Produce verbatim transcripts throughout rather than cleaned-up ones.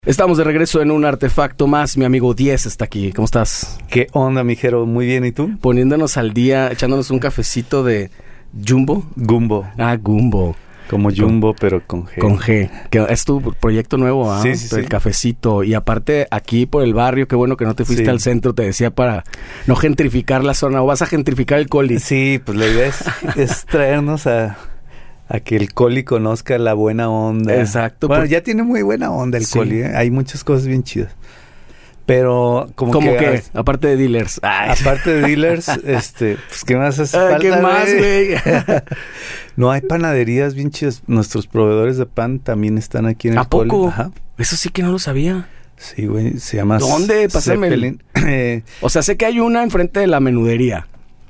Estamos de regreso en un artefacto más. Mi amigo Diez está aquí. ¿Cómo estás? ¿Qué onda, mijero? Muy bien, ¿y tú? Poniéndonos al día, echándonos un cafecito de Jumbo. Gumbo. Ah, Gumbo. Como Jumbo, pero con G. Con G. Que es tu proyecto nuevo, ¿ah? Sí, sí, El sí. cafecito. Y aparte, aquí por el barrio, qué bueno que no te fuiste Sí. al centro, te decía, para no gentrificar la zona. ¿O vas a gentrificar el Coli? Sí, pues la idea es, es traernos a, a que el Coli conozca la buena onda. Exacto. Bueno, porque- ya tiene muy buena onda el Sí. Coli, ¿eh? Hay muchas cosas bien chidas. Pero como ¿Cómo que... que? Aparte de dealers. Ay. Aparte de dealers, este, pues ¿qué más hace Ay, falta, ¿qué más, güey? No, hay panaderías bien chidas. Nuestros proveedores de pan también están aquí en el ¿A poco? Coli. Ajá. Eso sí que no lo sabía. Sí, güey, se llama... ¿Dónde? Pásame el- Zeppelin. Eh, O sea, sé que hay una enfrente de la menudería.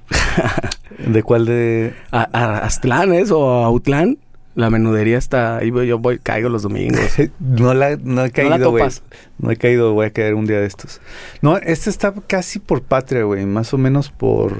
¿De cuál de...? A, a Aztlán, ¿es? O a Autlán. La menudería está ahí. Yo voy, caigo los domingos. No la, no he la caído, güey. topas? No he caído, voy a caer un día de estos. No, este está casi por Patria, güey. Más o menos por...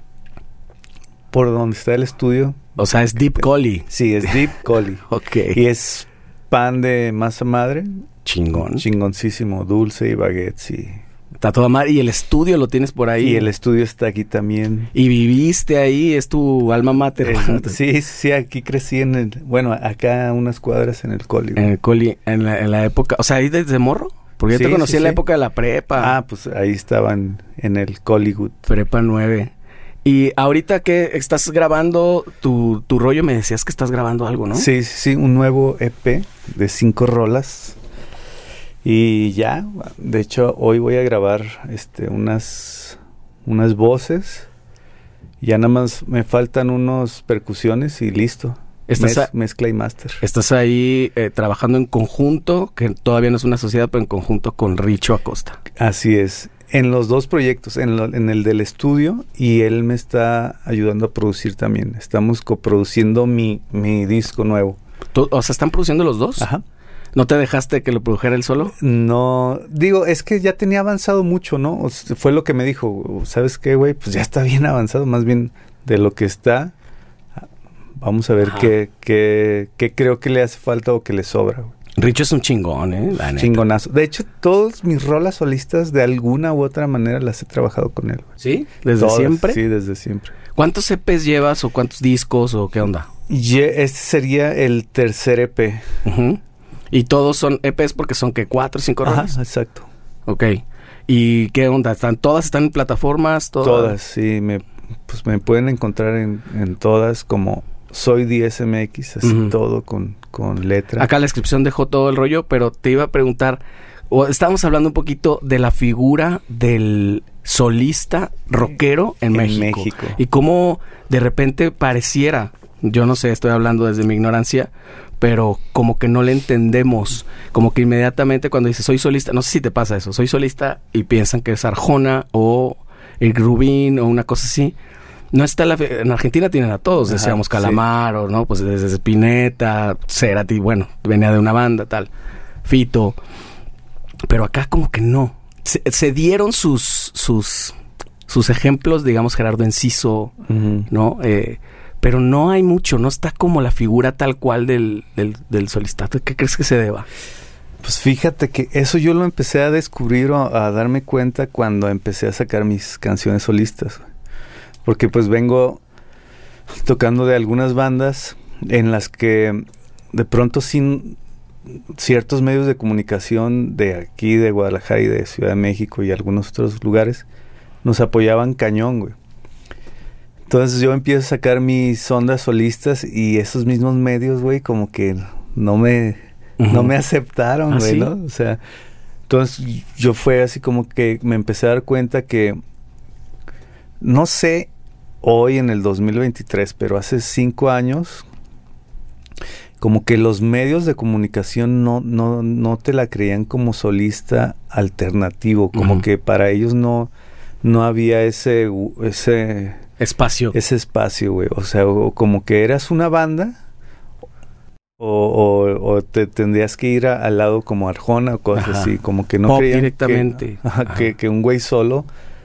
Por donde está el estudio. O sea, es Deep Coli. Sí, es Deep Coli. Ok. Y es pan de masa madre. Chingón. Chingoncísimo. Dulce y baguettes y... Está toda madre. Y el estudio lo tienes por ahí. Y el estudio está aquí también. Y viviste ahí. Es tu alma mater. Eh, sí, sí, sí, aquí crecí en el... Bueno, acá unas cuadras en el Coli. güey. En el Coli. En la, en la época... O sea, ahí desde morro. Porque yo Sí, te conocí sí, en la sí. época de la prepa. Ah, pues ahí estaban en el Collywood. Prepa nueve. Y ahorita que estás grabando tu, tu rollo, me decías que estás grabando algo, ¿no? Sí, sí, sí, un nuevo E P de cinco rolas. Y ya, de hecho, hoy voy a grabar este unas unas voces. Ya nada más me faltan unos percusiones y listo. Estás, Mez- a- mezcla y máster. estás ahí eh, trabajando en conjunto, que todavía no es una sociedad, pero en conjunto con Richo Acosta. Así es. En los dos proyectos, en, lo- en el del estudio y él me está ayudando a producir también. Estamos coproduciendo mi, mi disco nuevo. ¿Tú- o sea, ¿están produciendo los dos? Ajá. ¿No te dejaste que lo produjera él solo? No, digo, es que ya tenía avanzado mucho, ¿no? O sea, fue lo que me dijo, ¿sabes qué, güey? Pues ya está bien avanzado, más bien de lo que está. Vamos a ver Ajá. qué, qué, qué creo que le hace falta o que le sobra, güey. Richo es un chingón, ¿eh? La neta. Chingonazo. De hecho, todas mis rolas solistas, de alguna u otra manera, las he trabajado con él, güey. ¿Sí? ¿Desde Todas, siempre? Sí, desde siempre. ¿Cuántos E Pes llevas o cuántos discos o qué onda? Y este sería el tercer E P. Ujú. Y todos son E Pes porque son, ¿qué? ¿Cuatro o cinco Ajá, rolas? exacto. Ok. ¿Y qué onda? ¿Están, ¿Todas están en plataformas? ¿Todas? Todas, sí. Me, pues me pueden encontrar en, en todas como Soy D S M X, así Ujú. todo con, con letra. Acá la descripción dejó todo el rollo, pero te iba a preguntar, o estábamos hablando un poquito de la figura del solista rockero en, En México. México. Y cómo de repente pareciera, yo no sé, estoy hablando desde mi ignorancia, pero como que no le entendemos, como que inmediatamente cuando dices soy solista, no sé si te pasa eso, soy solista y piensan que es Arjona o el Rubín o una cosa así. No está la... fe- En Argentina tienen a todos, Ajá, decíamos sí. Calamaro, ¿no? Pues desde Spinetta, Cerati, bueno, venía de una banda, tal, Fito. Pero acá como que no. Se, se dieron sus, sus, sus ejemplos, digamos, Gerardo Enciso, Ujú. ¿no? Eh, pero no hay mucho, no está como la figura tal cual del, del, del solista. ¿Qué crees que se deba? Pues fíjate que eso yo lo empecé a descubrir o a darme cuenta cuando empecé a sacar mis canciones solistas, güey. Porque pues vengo tocando de algunas bandas en las que de pronto sin ciertos medios de comunicación de aquí, de Guadalajara y de Ciudad de México y algunos otros lugares nos apoyaban cañón, güey. Entonces yo empiezo a sacar mis ondas solistas y esos mismos medios, güey, como que no me, Ujú. no me aceptaron, ¿Ah, güey, sí? ¿no? O sea, entonces yo fue así como que me empecé a dar cuenta que no sé hoy en el dos mil veintitrés, pero hace cinco años como que los medios de comunicación no, no, no te la creían como solista alternativo, como Ujú. que para ellos no, no había ese, ese, Espacio. ese espacio, güey. O sea, o como que eras una banda o, o, o te tendrías que ir a- al lado como Arjona o cosas Ajá. así, como que no Pop creían directamente. Que, ajá, Ajá. que, que un güey solo,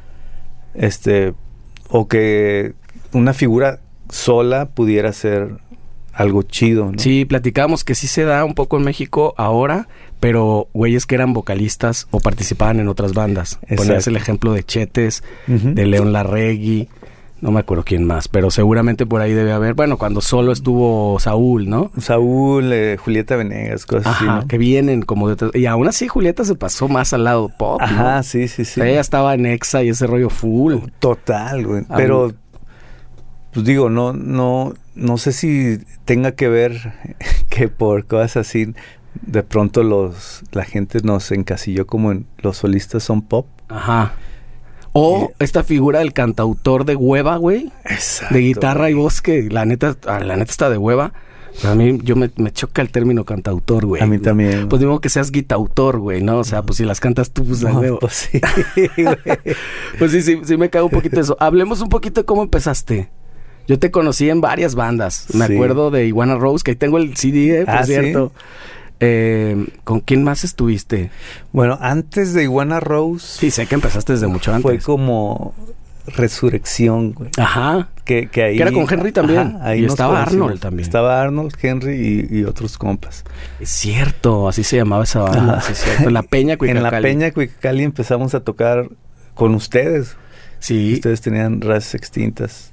este, o que una figura sola pudiera ser algo chido, ¿no? Sí, platicábamos que sí se da un poco en México ahora, pero güeyes que eran vocalistas o participaban en otras bandas. Exacto. Ponías el ejemplo de Chetes, Uh-huh. de León Larregui, no me acuerdo quién más, pero seguramente por ahí debe haber, bueno, cuando solo estuvo Saúl, ¿no? Saúl, eh, Julieta Venegas, cosas Ajá, así, ¿no? que vienen como de otras... Y aún así Julieta se pasó más al lado pop, ¿no? Ajá, sí, sí, sí. O sea, ella estaba en Exa y ese rollo full. Total, güey. Ah, Pero, güey. pues digo, no, no, no sé si tenga que ver que por cosas así, de pronto los, la gente nos encasilló como en los solistas son pop. Ajá. O esta figura del cantautor de hueva, güey. Exacto. De guitarra y voz que la neta, ah, la neta está de hueva. A mí yo me, me choca el término cantautor, güey. A mí también. Pues digo que seas guitautor, güey, ¿no? O sea, pues si las cantas tú, pues la No, huevo. pues sí, güey. Pues sí, sí, sí me cago un poquito de eso. Hablemos un poquito de cómo empezaste. Yo te conocí en varias bandas. Me Sí. acuerdo de Iguana Rose, que ahí tengo el C D, eh, por Ah, ¿sí? cierto. Eh, ¿Con quién más estuviste? Bueno, antes de Iguana Rose, Sí, sé que empezaste desde mucho antes. fue como Resurrección, güey. Ajá. Que, que ahí... Que era con Henry también. Ajá, ahí Y nos estaba conocimos. Arnold también. Estaba Arnold, Henry y, y otros compas. Es cierto, así se llamaba esa banda. Ajá. Sí, es cierto. La Peña En la Cuicacali. Peña Cuicacali empezamos a tocar con ustedes. Sí. Ustedes tenían razas extintas.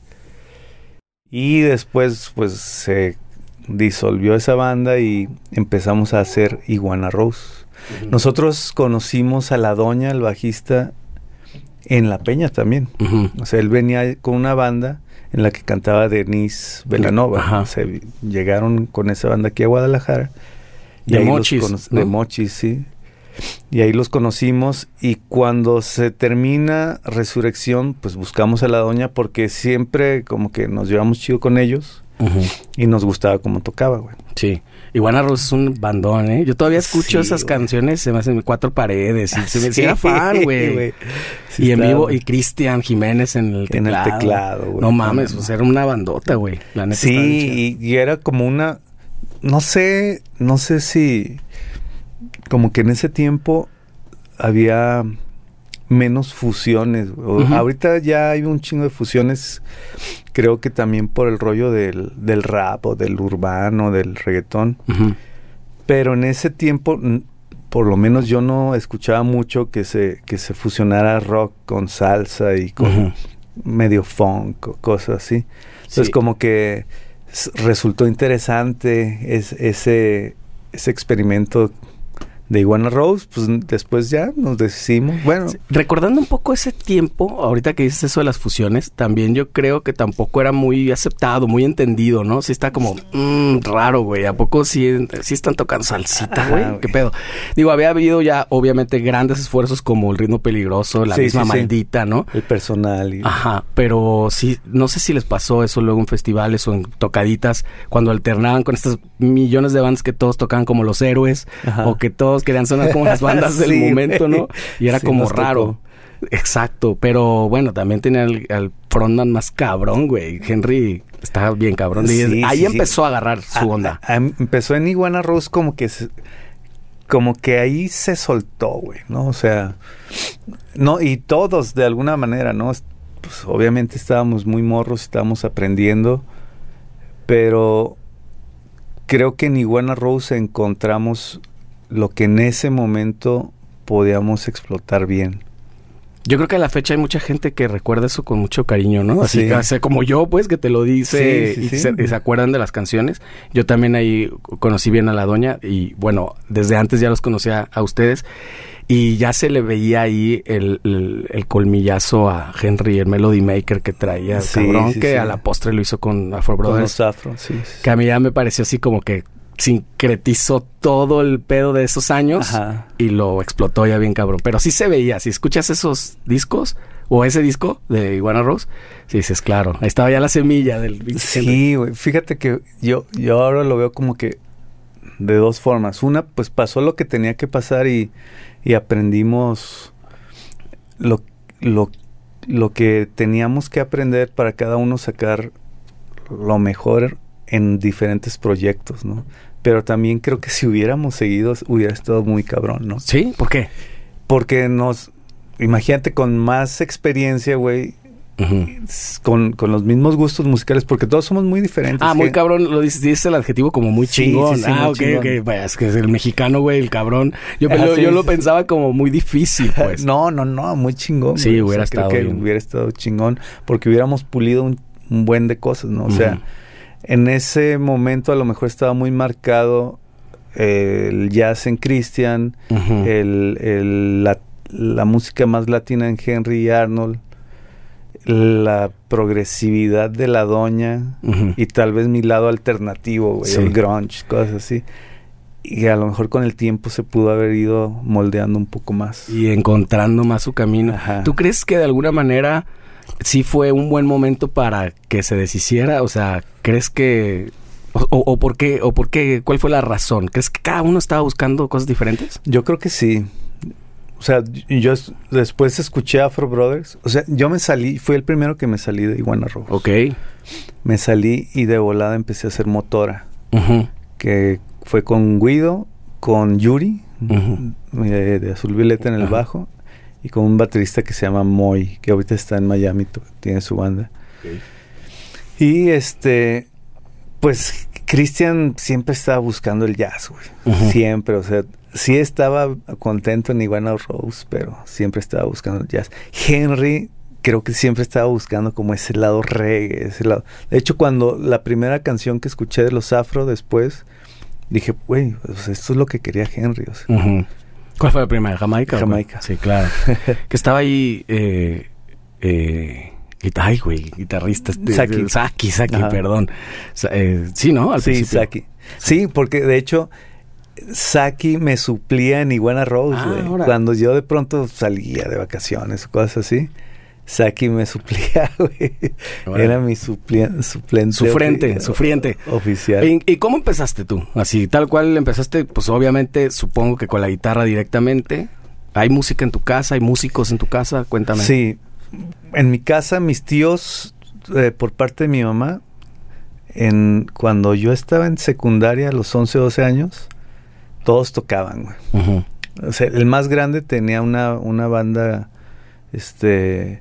Y después, pues, se disolvió esa banda y empezamos a hacer Iguana Rose. Ujú. Nosotros conocimos a la Doña, el bajista, en La Peña también. Ujú. O sea, él venía con una banda en la que cantaba Denise Belanova. Ajá. O sea, llegaron con esa banda aquí a Guadalajara. De ahí los Mochis, cono- ¿no? De Mochis, sí. Y ahí los conocimos y cuando se termina Resurrección, pues buscamos a la Doña porque siempre como que nos llevamos chido con ellos Ujú. y nos gustaba cómo tocaba, güey. Sí. Iguana Rose es un bandón, ¿eh? Yo todavía escucho Sí, esas güey. canciones, se me hacen cuatro paredes. Y se me Sí, era fan, güey. Sí y en estaba- vivo, y Cristian Jiménez en el En el teclado. teclado, güey. No mames, No, no. pues era una bandota, güey. La neta estaba bien chida. Sí, y, y era como una... No sé, no sé si... Como que en ese tiempo había menos fusiones. O- Ujú. Ahorita ya hay un chingo de fusiones, creo que también por el rollo del, del rap o del urbano, del reggaetón. Ujú. Pero en ese tiempo, n- por lo menos yo no escuchaba mucho que se, que se fusionara rock con salsa y con Ujú. medio funk o cosas así. Entonces Sí. como que s- resultó interesante es, ese, ese experimento de Iguana Rose, pues n- después ya nos decidimos. Bueno, Sí, recordando un poco ese tiempo, ahorita que dices eso de las fusiones, también yo creo que tampoco era muy aceptado, muy entendido, ¿no? Sí está como mm, raro, güey. ¿A poco sí, sí están tocando salsita, Ajá, güey? güey. ¿Qué pedo? Digo, había habido ya, obviamente, grandes esfuerzos como El Ritmo Peligroso, La Sí, misma sí, sí. Maldita, ¿no? el personal. Y, Ajá, pero sí, no sé si les pasó eso luego en festivales o en tocaditas, cuando alternaban con estas millones de bandas que todos tocaban como los héroes, Ajá. o que todos querían sonar como las bandas del Sí, momento, ¿no? güey. Y era Sí, como nos tocó. raro. Exacto, pero bueno, también tenía al, al frontman más cabrón, güey. Henry estaba bien cabrón. Y Sí, ahí sí, empezó sí. a agarrar su A- onda. a- a- empezó en Iguana Rose como que se- como que ahí se soltó, güey, ¿no? O sea, no, y todos de alguna manera, ¿no? Es- Pues obviamente estábamos muy morros, estábamos aprendiendo, pero creo que en Iguana Rose encontramos lo que en ese momento podíamos explotar bien. Yo creo que a la fecha hay mucha gente que recuerda eso con mucho cariño, ¿no? Así Sí. que, o sea, como yo, pues, que te lo dice Sí, sí, y, sí. Se, y se acuerdan de las canciones. Yo también ahí conocí bien a la doña y, bueno, desde antes ya los conocía a ustedes y ya se le veía ahí el, el, el colmillazo a Henry, el Melody Maker que traía, Sí, cabrón, sí, que sí. a la postre lo hizo con Afro Con Brothers. los afro, sí, sí. Que a mí ya me pareció así como que sincretizó todo el pedo de esos años Ajá. y lo explotó ya bien cabrón. Pero sí se veía, si escuchas esos discos o ese disco de Iguana Rose, sí dices, claro, ahí estaba ya la semilla del Henry. Sí, güey. Fíjate que yo, yo ahora lo veo como que de dos formas. Una, pues pasó lo que tenía que pasar y, y aprendimos lo, lo, lo que teníamos que aprender para cada uno sacar lo mejor en diferentes proyectos, ¿no? Pero también creo que si hubiéramos seguido, hubiera estado muy cabrón, ¿no? ¿Sí? ¿Por qué? Porque nos... Imagínate, con más experiencia, güey, Uh-huh. Con, con los mismos gustos musicales, porque todos somos muy diferentes. Ah, muy que... cabrón, lo dices, dices el adjetivo como muy sí, chingón. Sí, sí, ah, muy ok, chingón. ok. Vaya, es que es el mexicano, güey, el cabrón. Yo, ah, yo, sí, yo sí. lo pensaba como muy difícil, pues. no, no, no, muy chingón. Sí, güey. hubiera o sea, estado creo que bien. hubiera estado chingón, porque hubiéramos pulido un, un buen de cosas, ¿no? O uh-huh. sea, en ese momento a lo mejor estaba muy marcado eh, el jazz en Christian, uh-huh. el, el, la, la música más latina en Henry y Arnold, la progresividad de la doña uh-huh. y tal vez mi lado alternativo, güey, sí. el grunge, cosas así. Y a lo mejor con el tiempo se pudo haber ido moldeando un poco más. Y encontrando más su camino. Ajá. ¿Tú crees que de alguna manera sí fue un buen momento para que se deshiciera? O sea, ¿crees que... O, o, o por qué, o por qué, cuál fue la razón? ¿Crees que cada uno estaba buscando cosas diferentes? Yo creo que sí. O sea, yo después escuché Afro Brothers. O sea, yo me salí, fue el primero que me salí de Iguana Roja. Ok. Me salí y de volada empecé a hacer Motora. Uh-huh. Que fue con Guido, con Yuri, uh-huh. de, de Azul Violeta en el uh-huh. bajo, y con un baterista que se llama Moy, que ahorita está en Miami, tiene su banda. Okay. Y este, pues, Christian siempre estaba buscando el jazz, güey. Uh-huh. Siempre, o sea... Sí estaba contento en Iguana Rose, pero siempre estaba buscando el jazz. Henry, creo que siempre estaba buscando como ese lado reggae, ese lado. De hecho, cuando la primera canción que escuché de los Afro después, dije, güey, pues esto es lo que quería Henry. O sea. Uh-huh. ¿Cuál fue la primera? ¿Jamaica? Jamaica. Sí, claro. Que estaba ahí... Eh, eh, ay, güey, guitarrista. Saki. Saki, Saki, perdón. Eh, sí, ¿no? Al sí, principio. Saki. Sí, porque de hecho... Saki me suplía en Iguana Rose, güey. Ah, cuando yo de pronto salía de vacaciones o cosas así, Saki me suplía, güey. Bueno. Era mi supli- suplente. Sufriente, sufriente. Oficial. ¿Y, ¿Y cómo empezaste tú? Así, tal cual empezaste, pues obviamente, supongo que con la guitarra directamente. ¿Hay música en tu casa? ¿Hay músicos en tu casa? Cuéntame. Sí. En mi casa, mis tíos, eh, por parte de mi mamá, en cuando yo estaba en secundaria, a los once, doce años... Todos tocaban, güey. Uh-huh. O sea, el más grande tenía una, una banda, este,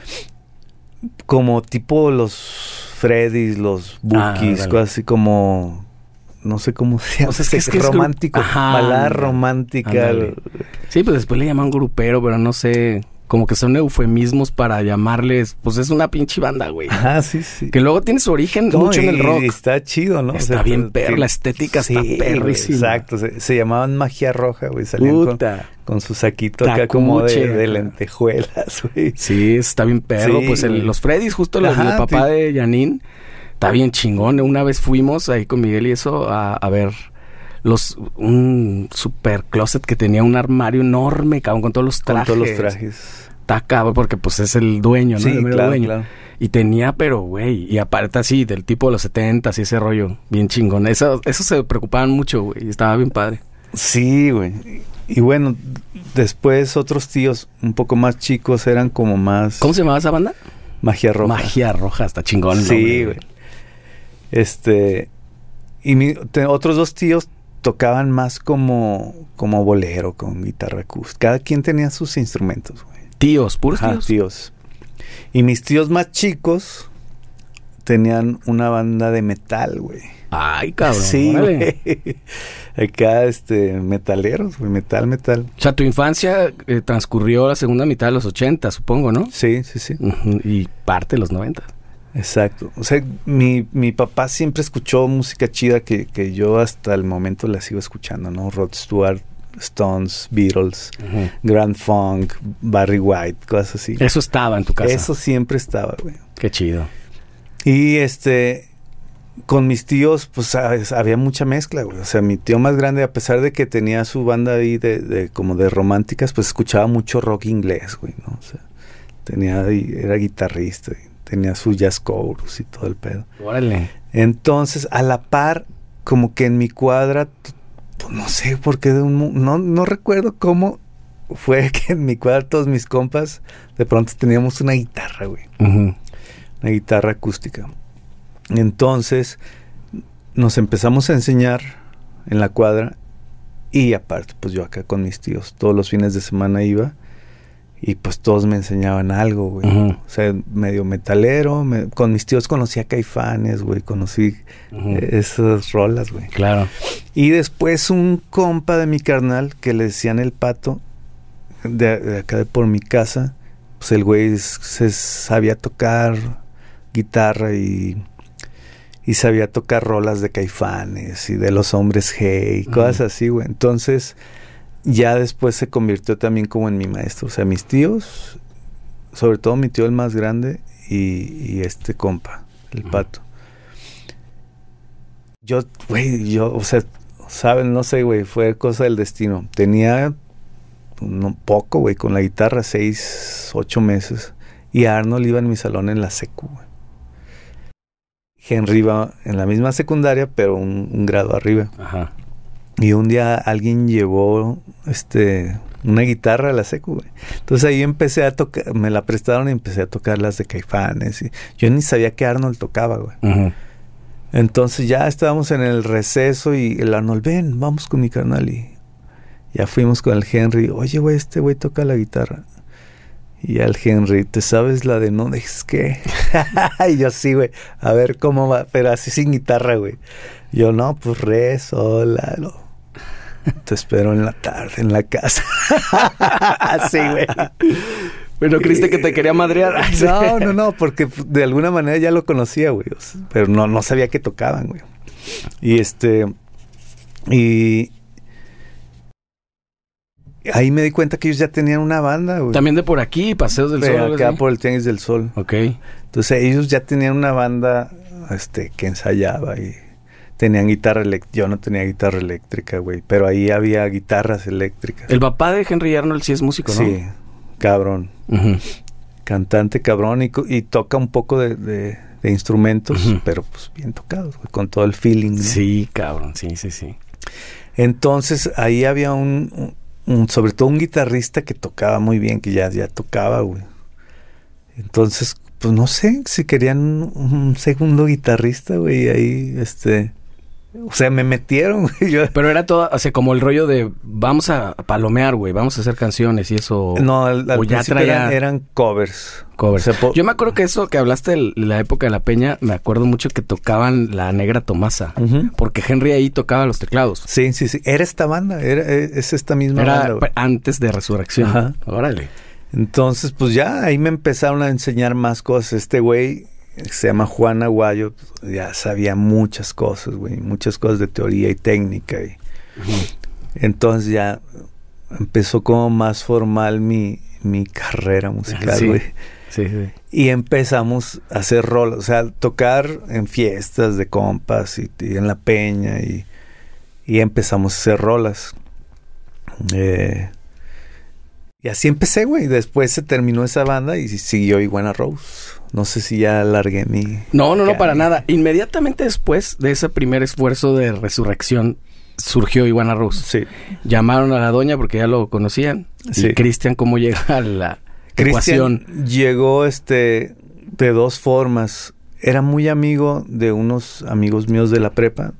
como tipo los Freddys, los Bookies, ah, cosas así como, no sé cómo se llama, o sea, es que es que romántico, es gru- balada romántica. Ándale. Sí, pues después le llaman grupero, pero no sé... Como que son eufemismos para llamarles... Pues es una pinche banda, güey. Ah, sí, sí. Que luego tiene su origen no, mucho y, en el rock. Y está chido, ¿no? Está o sea, bien perro. La estética sí, está perrísima. Exacto. Se, se llamaban Magia Roja, güey. Salían con, con su saquito Tacuche, acá como de, de lentejuelas, güey. Sí, está bien perro. Sí, pues el, los Freddys, justo los, el papá sí. de Janine, está bien chingón. Una vez fuimos ahí con Miguel y eso a, a ver... los un super closet que tenía un armario enorme, cabrón, con todos los trajes. Con todos los trajes. Está cabrón, porque pues es el dueño, ¿no? Sí, el claro, dueño. claro. Y tenía, pero, güey, y aparte así, del tipo de los setentas y ese rollo, bien chingón. Eso, eso se preocupaban mucho, güey, y estaba bien padre. Sí, güey. Y bueno, después otros tíos un poco más chicos eran como más... ¿Cómo se llamaba esa banda? Magia Roja. Magia Roja, está chingón. Sí, güey. Este... Y mi, te, otros dos tíos tocaban más como, como bolero, con guitarra acústica. Cada quien tenía sus instrumentos, güey. ¿Tíos? ¿Puros Ajá, tíos? tíos. Y mis tíos más chicos tenían una banda de metal, güey. Ay, cabrón. Sí, güey. Acá, este, metaleros, güey. Metal, metal. O sea, tu infancia eh, transcurrió la segunda mitad de los ochenta, supongo, ¿no? Sí, sí, sí. Uh-huh. Y parte de los noventa. Exacto. O sea, mi, mi papá siempre escuchó música chida que, que yo hasta el momento la sigo escuchando, ¿no? Rod Stewart, Stones, Beatles, uh-huh. Grand Funk, Barry White, cosas así. Eso estaba en tu casa. Eso siempre estaba, güey. Qué chido. Y este, con mis tíos, pues sabes, había mucha mezcla, güey. O sea, mi tío más grande, a pesar de que tenía su banda ahí de, de como de románticas, pues escuchaba mucho rock inglés, güey, ¿no? O sea, tenía, era guitarrista, y tenía su jazz chorus y todo el pedo. Órale. Entonces, a la par, como que en mi cuadra, pues no sé por qué, de un, no, no recuerdo cómo fue que en mi cuadra todos mis compas, de pronto teníamos una guitarra, güey. Uh-huh. Una guitarra acústica. Entonces, nos empezamos a enseñar en la cuadra y aparte, pues yo acá con mis tíos, todos los fines de semana iba Y pues todos me enseñaban algo, güey. Uh-huh. O sea, medio metalero. Me, con mis tíos conocí a Caifanes, güey. Conocí uh-huh. eh, esas rolas, güey. Claro. Y después un compa de mi carnal, que le decían el Pato, de, de acá de por mi casa, pues el güey se sabía tocar guitarra y, y sabía tocar rolas de Caifanes y de Los Hombres G y uh-huh. cosas así, güey. Entonces... ya después se convirtió también como en mi maestro. O sea, mis tíos, sobre todo mi tío el más grande y, y este compa, el uh-huh. Pato. Yo, güey, yo, o sea, saben, no sé, güey, fue cosa del destino. Tenía un poco, güey, con la guitarra, seis, ocho meses. Y Arnold iba en mi salón en la secu, güey. Henry iba en la misma secundaria, pero un, un grado arriba. Ajá. Y un día alguien llevó este una guitarra a la secu, güey. Entonces ahí empecé a tocar, me la prestaron y empecé a tocar las de Caifanes. Y yo ni sabía que Arnold tocaba, güey. Uh-huh. Entonces ya estábamos en el receso y el Arnold, ven, vamos con mi carnal. Y ya fuimos con el Henry. Oye, güey, este güey toca la guitarra. Y al Henry, ¿te sabes la de no dejes que? Y yo sí, güey. A ver cómo va, pero así sin guitarra, güey. Yo no, pues re, sola, no. Te espero en la tarde en la casa. Así, güey. Pero creíste que te quería madrear. No, no, no, porque de alguna manera ya lo conocía, güey. O sea, pero no, no sabía que tocaban, güey. Y este... Y... ahí me di cuenta que ellos ya tenían una banda, güey. También de por aquí, Paseos del Pero Sol. acá por el Tianguis del Sol. Ok. Entonces ellos ya tenían una banda este, que ensayaba y... tenían guitarra eléctrica. Yo no tenía guitarra eléctrica, güey. Pero ahí había guitarras eléctricas. El papá de Henry Arnold sí es músico, ¿no? Sí, cabrón. Uh-huh. Cantante cabrón y, y toca un poco de, de, de instrumentos, uh-huh. pero pues bien tocados, güey, con todo el feeling, ¿no? Sí, cabrón, sí, sí, sí. Entonces ahí había un, un, un sobre todo un guitarrista que tocaba muy bien, que ya, ya tocaba, güey. Entonces, pues no sé, si querían un, un segundo guitarrista, güey, ahí, este... o sea, me metieron, güey. Yo... Pero era todo, o sea, como el rollo de vamos a palomear, güey, vamos a hacer canciones y eso. No, al, al o ya principio traía... eran, eran covers. Covers. O sea, po... Yo me acuerdo que eso que hablaste de la época de La Peña, me acuerdo mucho que tocaban La Negra Tomasa. Uh-huh. Porque Henry ahí tocaba los teclados. Sí, sí, sí. Era esta banda, era, es esta misma era banda. Era antes de Resurrección. Ajá. Órale. Entonces, pues ya ahí me empezaron a enseñar más cosas. Este güey... se llama Juan Aguayo, ya sabía muchas cosas, güey, muchas cosas de teoría y técnica. Y uh-huh. Entonces ya empezó como más formal mi, mi carrera musical, güey. Sí, sí, sí. Y empezamos a hacer rolas, o sea, tocar en fiestas de compas y, y en La Peña y, y empezamos a hacer rolas. Eh, y así empecé, güey. Después se terminó esa banda y siguió Iguana Rose. No sé si ya alargué mi... No, no, no, para nada. Inmediatamente después de ese primer esfuerzo de resurrección surgió Iguana Rose. Sí. Llamaron a la doña porque ya lo conocían. Sí. Y Cristian, ¿cómo llega a la ecuación? Cristian llegó este, de dos formas. Era muy amigo de unos amigos míos de la prepa.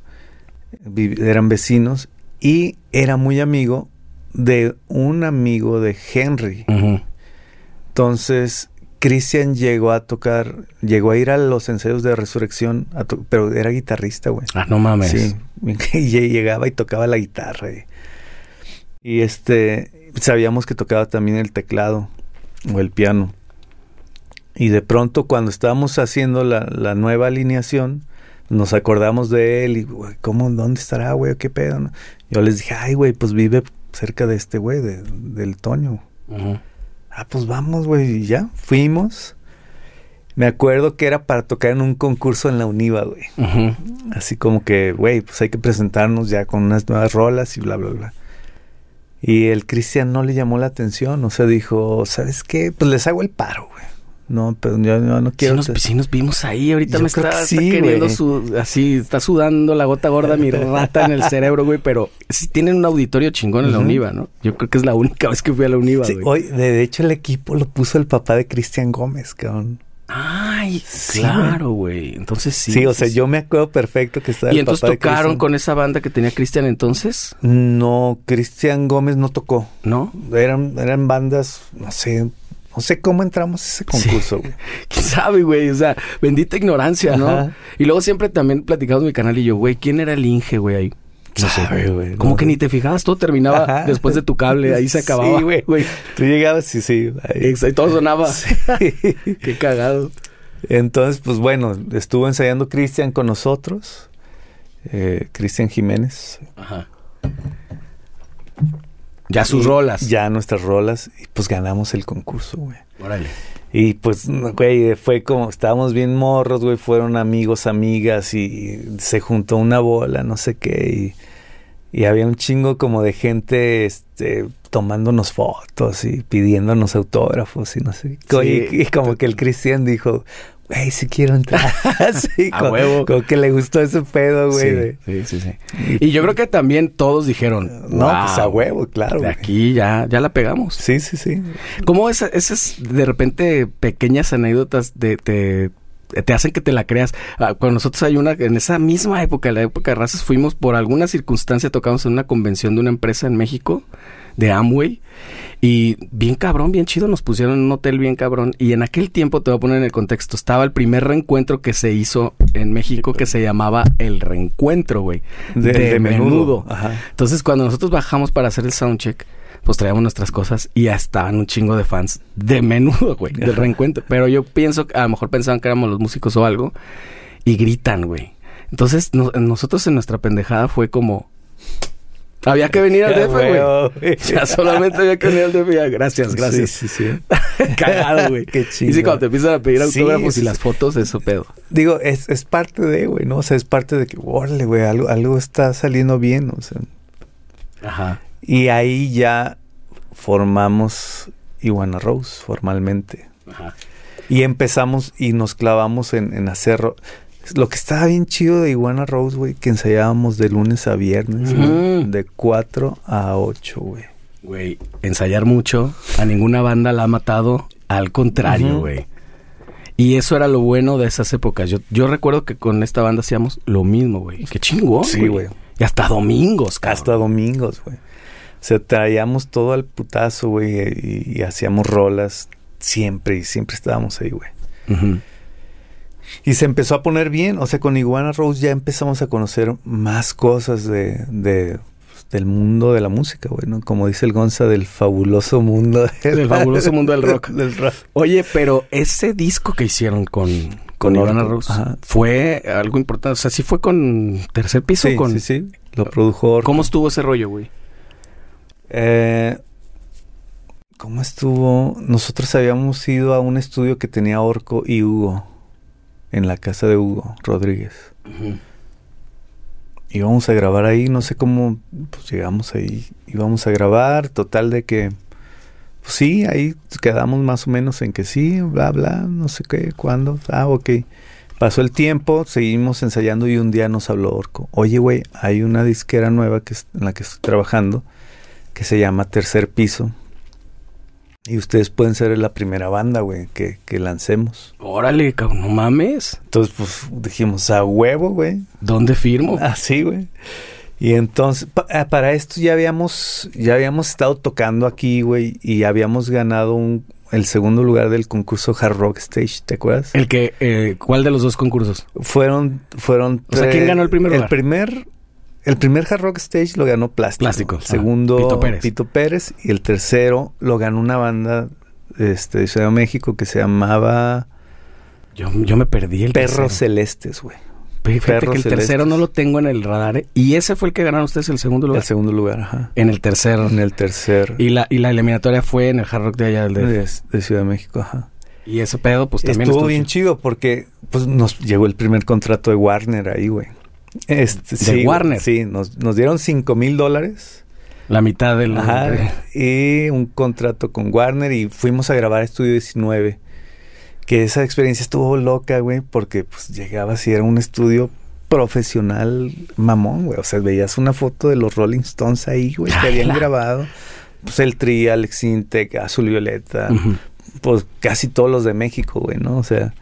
Eran vecinos. Y era muy amigo de un amigo de Henry. Uh-huh. Entonces... Cristian llegó a tocar, llegó a ir a los ensayos de Resurrección, a to- pero era guitarrista, güey. Ah, no mames. Sí, y llegaba y tocaba la guitarra. Y, y este, sabíamos que tocaba también el teclado o el piano. Y de pronto cuando estábamos haciendo la, la nueva alineación, nos acordamos de él y, güey, ¿cómo, dónde estará, güey? ¿Qué pedo? ¿No? Yo les dije, ay, güey, pues vive cerca de este güey, de, del Toño. Uh-huh. Ah, pues vamos, güey, y ya, fuimos. Me acuerdo que era para tocar en un concurso en la UNIVA, güey. Uh-huh. Así como que, güey, pues hay que presentarnos ya con unas nuevas rolas y bla, bla, bla. Y el Cristian no le llamó la atención, o sea, dijo, ¿sabes qué? Pues les hago el paro, güey. No, pero yo, yo no quiero... Sí nos, sí nos vimos ahí, ahorita yo me está, sí, está queriendo su, así, está sudando la gota gorda mi rata en el cerebro, güey, pero sí tienen un auditorio chingón en uh-huh. la UNIVA, ¿no? Yo creo que es la única vez que fui a la UNIVA, sí, güey. Hoy, de hecho, el equipo lo puso el papá de Cristian Gómez, cabrón. Ay, Sí, claro, güey. Entonces sí. Sí, o sea, sí, yo me acuerdo perfecto que estaba ¿Y el entonces papá de tocaron Cristian. con esa banda que tenía Cristian entonces? No, Cristian Gómez no tocó. ¿No? Eran, eran bandas, no sé, no sé cómo entramos a ese concurso, güey. ¿Quién sabe, güey? O sea, bendita ignorancia, ¿no? Ajá. Y luego siempre también platicamos en mi canal y yo, güey, ¿quién era el Inge, güey, ahí? No sé, Sabe, güey, Como no que sé. ni te fijabas, todo terminaba Ajá. después de tu cable, ahí se acababa. Sí, güey. güey. Tú llegabas y sí. ahí. Y todo sonaba. Sí. Qué cagado. Entonces, pues bueno, estuvo ensayando Cristian con nosotros. Eh, Cristian Jiménez. Ajá. Ya sus Y rolas. Ya nuestras rolas. Y pues ganamos el concurso, güey. Órale. Y pues, güey, fue como, estábamos bien morros, güey, fueron amigos, amigas y se juntó una bola, no sé qué, y, y había un chingo como de gente, este, tomándonos fotos y pidiéndonos autógrafos y no sé qué. Sí. Y, y como que el Cristian dijo, güey, sí quiero entrar. Sí, A como, huevo. como que le gustó ese pedo, güey. Sí, de- sí, sí, sí. Y yo creo que también todos dijeron, No, "Wow, pues a huevo, claro. de güey. aquí ya, ya la pegamos". Sí, sí, sí. ¿Cómo esa- esas de repente pequeñas anécdotas de, te, te hacen que te la creas? Ah, con nosotros hay una, en esa misma época, en la época de Razas, fuimos por alguna circunstancia, tocamos en una convención de una empresa en México, de Amway, y bien cabrón, bien chido, nos pusieron en un hotel bien cabrón, y en aquel tiempo, te voy a poner en el contexto, estaba el primer reencuentro que se hizo en México que se llamaba El Reencuentro, güey, De, de, de menudo. menudo. Ajá. Entonces, cuando nosotros bajamos para hacer el soundcheck, pues traíamos nuestras cosas y ya estaban un chingo de fans de Menudo, güey, del Ajá. Reencuentro. Pero yo pienso que a lo mejor pensaban que éramos los músicos o algo y gritan, güey. Entonces, no- nosotros en nuestra pendejada fue como... Había que venir al D F, güey. Huevo, güey. Ya solamente había que venir al D F. Ya, gracias, gracias. Sí, sí, sí. Cagado, güey. Qué Y chido. sí, cuando te empiezan a pedir Sí, autógrafos sí, y las sí. fotos, eso pedo. Digo, es, es parte de, güey, ¿no? O sea, es parte de que, órale, güey, algo, algo está saliendo bien, o sea. Ajá. Y ahí ya formamos Iguana Rose formalmente. Ajá. Y empezamos y nos clavamos en, en hacer... ro- Lo que estaba bien chido de Iguana Rose, güey, que ensayábamos de lunes a viernes, Ujú. güey, de cuatro a ocho, güey. Güey, ensayar mucho, a ninguna banda la ha matado, al contrario, Ujú. güey. Y eso era lo bueno de esas épocas. Yo, yo recuerdo que con esta banda hacíamos lo mismo, güey. Qué chingón, Sí, güey. Y hasta domingos, cabrón. Hasta domingos, güey. O sea, traíamos todo al putazo, güey, y, y hacíamos rolas siempre, y siempre estábamos ahí, güey. Ujú. Y se empezó a poner bien, o sea, con Iguana Rose ya empezamos a conocer más cosas de, de pues, del mundo de la música, güey, ¿no? Como dice el Gonza, del fabuloso mundo. Del fabuloso mundo del rock. del rock. Oye, pero ese disco que hicieron con, con Con Ivana Orco, Rose ajá. fue algo importante. O sea, sí fue con Tercer Piso. Sí, con... sí, sí, lo produjo Orco. ¿Cómo estuvo ese rollo, güey? Eh, ¿Cómo estuvo? Nosotros habíamos ido a un estudio que tenía Orco y Hugo, en la casa de Hugo Rodríguez. Ujú. Íbamos a grabar ahí, no sé cómo, pues llegamos ahí, íbamos a grabar, total de que, pues sí, ahí quedamos más o menos en que sí, bla, bla, no sé qué, cuándo, ah, ok. Pasó el tiempo, seguimos ensayando y un día nos habló Orco. Oye, güey, hay una disquera nueva que es, en la que estoy trabajando, que se llama Tercer Piso. Y ustedes pueden ser la primera banda, güey, que, que lancemos. Órale, cabrón, no mames. Entonces, pues dijimos, a huevo, güey. ¿Dónde firmo? Así, güey. Y entonces, pa- ah, para esto ya habíamos, ya habíamos estado tocando aquí, güey, y habíamos ganado un, el segundo lugar del concurso Hard Rock Stage, ¿te acuerdas? El que, eh, ¿cuál de los dos concursos? Fueron, fueron. O sea, tres- ¿quién ganó el primer lugar? El primer, el primer Hard Rock Stage lo ganó Plástico. Plástico, El ah, segundo, Pito Pérez. Pito Pérez. Y el tercero lo ganó una banda, este, de Ciudad de México que se llamaba Yo, yo me perdí el Perros tercero. Celestes, güey. Fíjate Perros que el tercero Celestes. no lo tengo en el radar. ¿eh? Y ese fue el que ganaron ustedes el segundo lugar. El segundo lugar, ajá. En el tercero. En el tercer. Y la, y la eliminatoria fue en el Hard Rock de allá del D F. de, de Ciudad de México, ajá. Y ese pedo, pues también estuvo estuvo bien chido. chido porque pues nos llegó el primer contrato de Warner ahí, güey. Este, ¿De sí, güey, Warner? Sí, nos, nos dieron cinco mil dólares. La mitad del... Ajá. Y un contrato con Warner y fuimos a grabar Estudio diecinueve. Que esa experiencia estuvo loca, güey, porque pues llegabas y era un estudio profesional mamón, güey. O sea, veías una foto de los Rolling Stones ahí, güey, que habían Ala. grabado. Pues el Tri, Alex Intec, Azul Violeta, Ujú. pues casi todos los de México, güey, ¿no? O sea,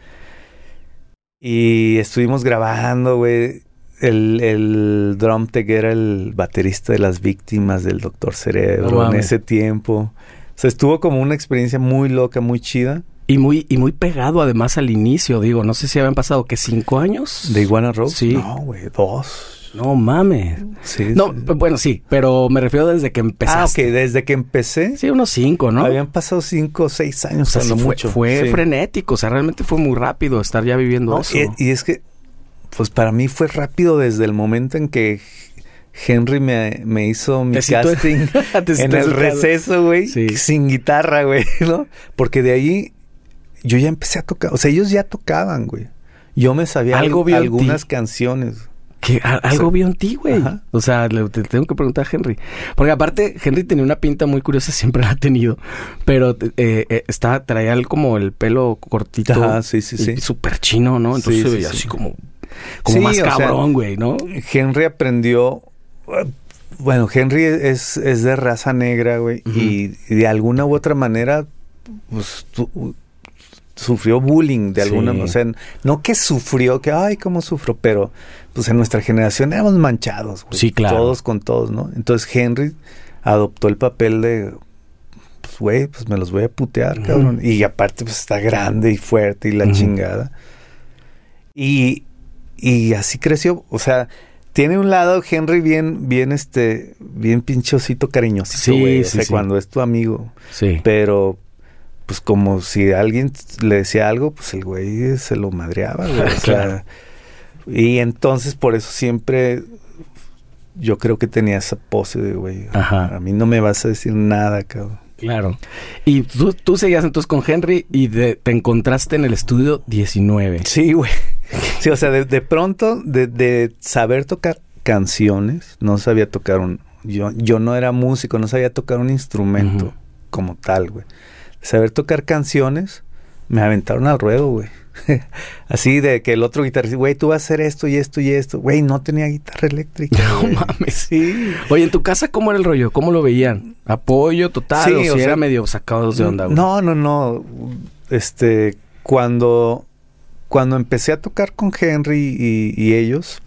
y estuvimos grabando, güey. El, el drum tech era el baterista de Las Víctimas del Doctor Cerebro No en mames. ese tiempo. O sea, estuvo como una experiencia muy loca, muy chida. Y muy, y muy pegado además al inicio, digo, no sé si habían pasado, ¿qué? ¿Cinco años? ¿De Iguana Rose? Sí. No, güey, dos. No mames. Sí. No, sí. bueno, sí, pero me refiero desde que Ah, empezaste. ok, desde que empecé. Sí, unos cinco, ¿no? Habían pasado cinco o seis años, O sea, a sí lo fue, mucho. fue Sí. frenético, o sea, realmente fue muy rápido estar ya viviendo No, eso. y, y es que, pues para mí fue rápido desde el momento en que Henry me, me hizo mi Te citó- casting te citó en en el su casa. receso, güey, Sí. sin guitarra, güey, ¿no? Porque de ahí yo ya empecé a tocar, o sea, ellos ya tocaban, güey. Yo me sabía Algo al- vio en algunas ti. canciones. Que a- algo O sea, vio en ti, güey. ajá. O sea, le, te tengo que preguntar a Henry. Porque aparte, Henry tenía una pinta muy curiosa, siempre la ha tenido. Pero eh, eh, estaba, traía el- como el pelo cortito. Ajá, sí, sí, y sí. súper chino, ¿no? Entonces Sí, se sí, veía sí. así como, como Sí, más o sea, cabrón, güey, ¿no? Henry aprendió. Bueno, Henry es, es de raza negra, güey. Ujú. y, y de alguna u otra manera, pues tu- sufrió bullying de alguna Sí. manera. O sea, no que sufrió, que ay, cómo sufro, pero pues en nuestra generación éramos manchados, güey. Sí, claro. Todos con todos, ¿no? Entonces Henry adoptó el papel de. Pues, güey, pues me los voy a putear, Ujú. cabrón. Y aparte, pues está grande y fuerte y la Ujú. chingada. Y, y así creció. O sea, tiene un lado Henry bien, bien, este, bien pinchosito, cariñosito, Sí, güey. O sí, sea, sí. cuando es tu amigo. Sí. Pero, pues como si alguien le decía algo, pues el güey se lo madreaba, güey. O sea, Claro. y entonces por eso siempre yo creo que tenía esa pose de, güey, Ajá. a mí no me vas a decir nada, cabrón. Claro. Y tú, tú seguías entonces con Henry y de- te encontraste en el estudio diecinueve. Sí, güey. Sí, o sea, de, de pronto, de, de saber tocar canciones, no sabía tocar un... Yo, yo no era músico, no sabía tocar un instrumento Ujú. como tal, güey. De saber tocar canciones, me aventaron al ruedo, güey. Así de que el otro guitarrista, güey, tú vas a hacer esto y esto y esto. Güey, no tenía guitarra eléctrica. No güey. mames. Sí. Oye, ¿en tu casa cómo era el rollo? ¿Cómo lo veían? ¿Apoyo total? Sí, o si o sea, era medio sacados de onda, güey. No, no, no. Este, cuando, cuando empecé a tocar con Henry y, y ellos,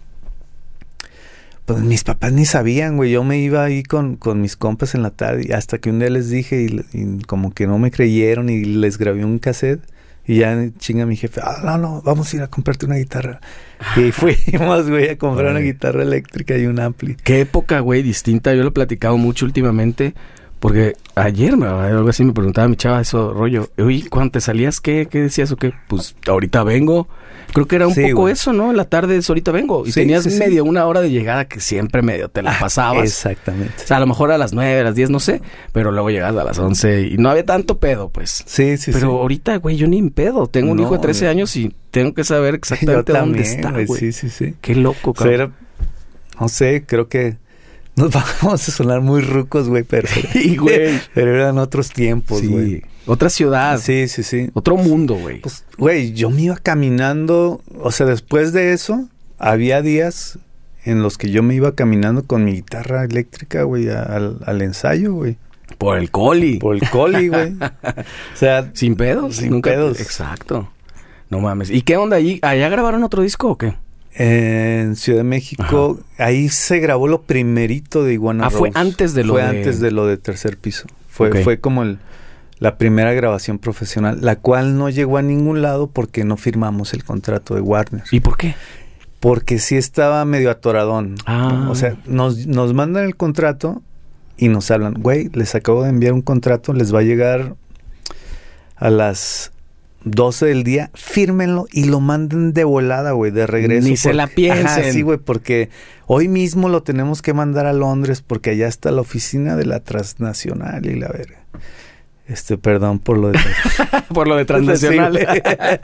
pues mis papás ni sabían, güey. Yo me iba ahí con, con mis compas en la tarde, y hasta que un día les dije y, y como que no me creyeron y les grabé un cassette. Y ya chinga mi jefe, ah, no, no, vamos a ir a comprarte una guitarra. Y fuimos, güey, a comprar una Órale. guitarra eléctrica y un ampli. Qué época, güey, distinta. Yo lo he platicado mucho últimamente. Porque ayer me, algo así me preguntaba mi chava eso, rollo. Oye, cuando te salías, ¿qué, qué decías o qué? Pues ahorita vengo. Creo que era un Sí, poco güey. eso, ¿no? En la tarde es ahorita vengo. Y Sí, tenías sí, sí. medio una hora de llegada que siempre medio te la Ah, pasabas. Exactamente. O sea, a lo mejor a las nueve, a las diez, no sé. Pero luego llegabas a las once y no había tanto pedo, pues. Sí, sí, pero sí. ahorita, güey, yo ni en pedo. Tengo un No, hijo de trece no. años y tengo que saber exactamente Yo dónde también, está, güey. güey. Sí, sí, sí. Qué loco, O sea, cabrón. era- no sé, creo que nos vamos a sonar muy rucos, güey, pero, Sí, güey. pero eran otros tiempos, Sí. güey. Otra ciudad. Sí, sí, sí. Otro mundo, güey. Pues, güey, yo me iba caminando, o sea, después de eso, había días en los que yo me iba caminando con mi guitarra eléctrica, güey, al, al ensayo, güey. Por el coli. Por el coli, güey. O sea, Sin pedos. Sin Nunca. pedos. Exacto. No mames. ¿Y qué onda allí? ¿Allá grabaron otro disco o qué? en Ciudad de México, ahí se grabó lo primerito de Iguana Ah, fue Rose. antes de lo Fue de- antes de lo de Tercer Piso. Fue, Ok. fue como el, la primera grabación profesional, la cual no llegó a ningún lado porque no firmamos el contrato de Warner. ¿Y por qué? Porque sí estaba medio atoradón. Ah. ¿no? O sea, nos, nos mandan el contrato y nos hablan, güey, les acabo de enviar un contrato, les va a llegar a las doce del día, fírmenlo y lo manden de volada, güey, de regreso. Ni se la piensen. Ajá, sí, güey, porque hoy mismo lo tenemos que mandar a Londres porque allá está la oficina de la transnacional y la verga. Este, perdón por lo de... Por lo de transnacional. Sí, güey.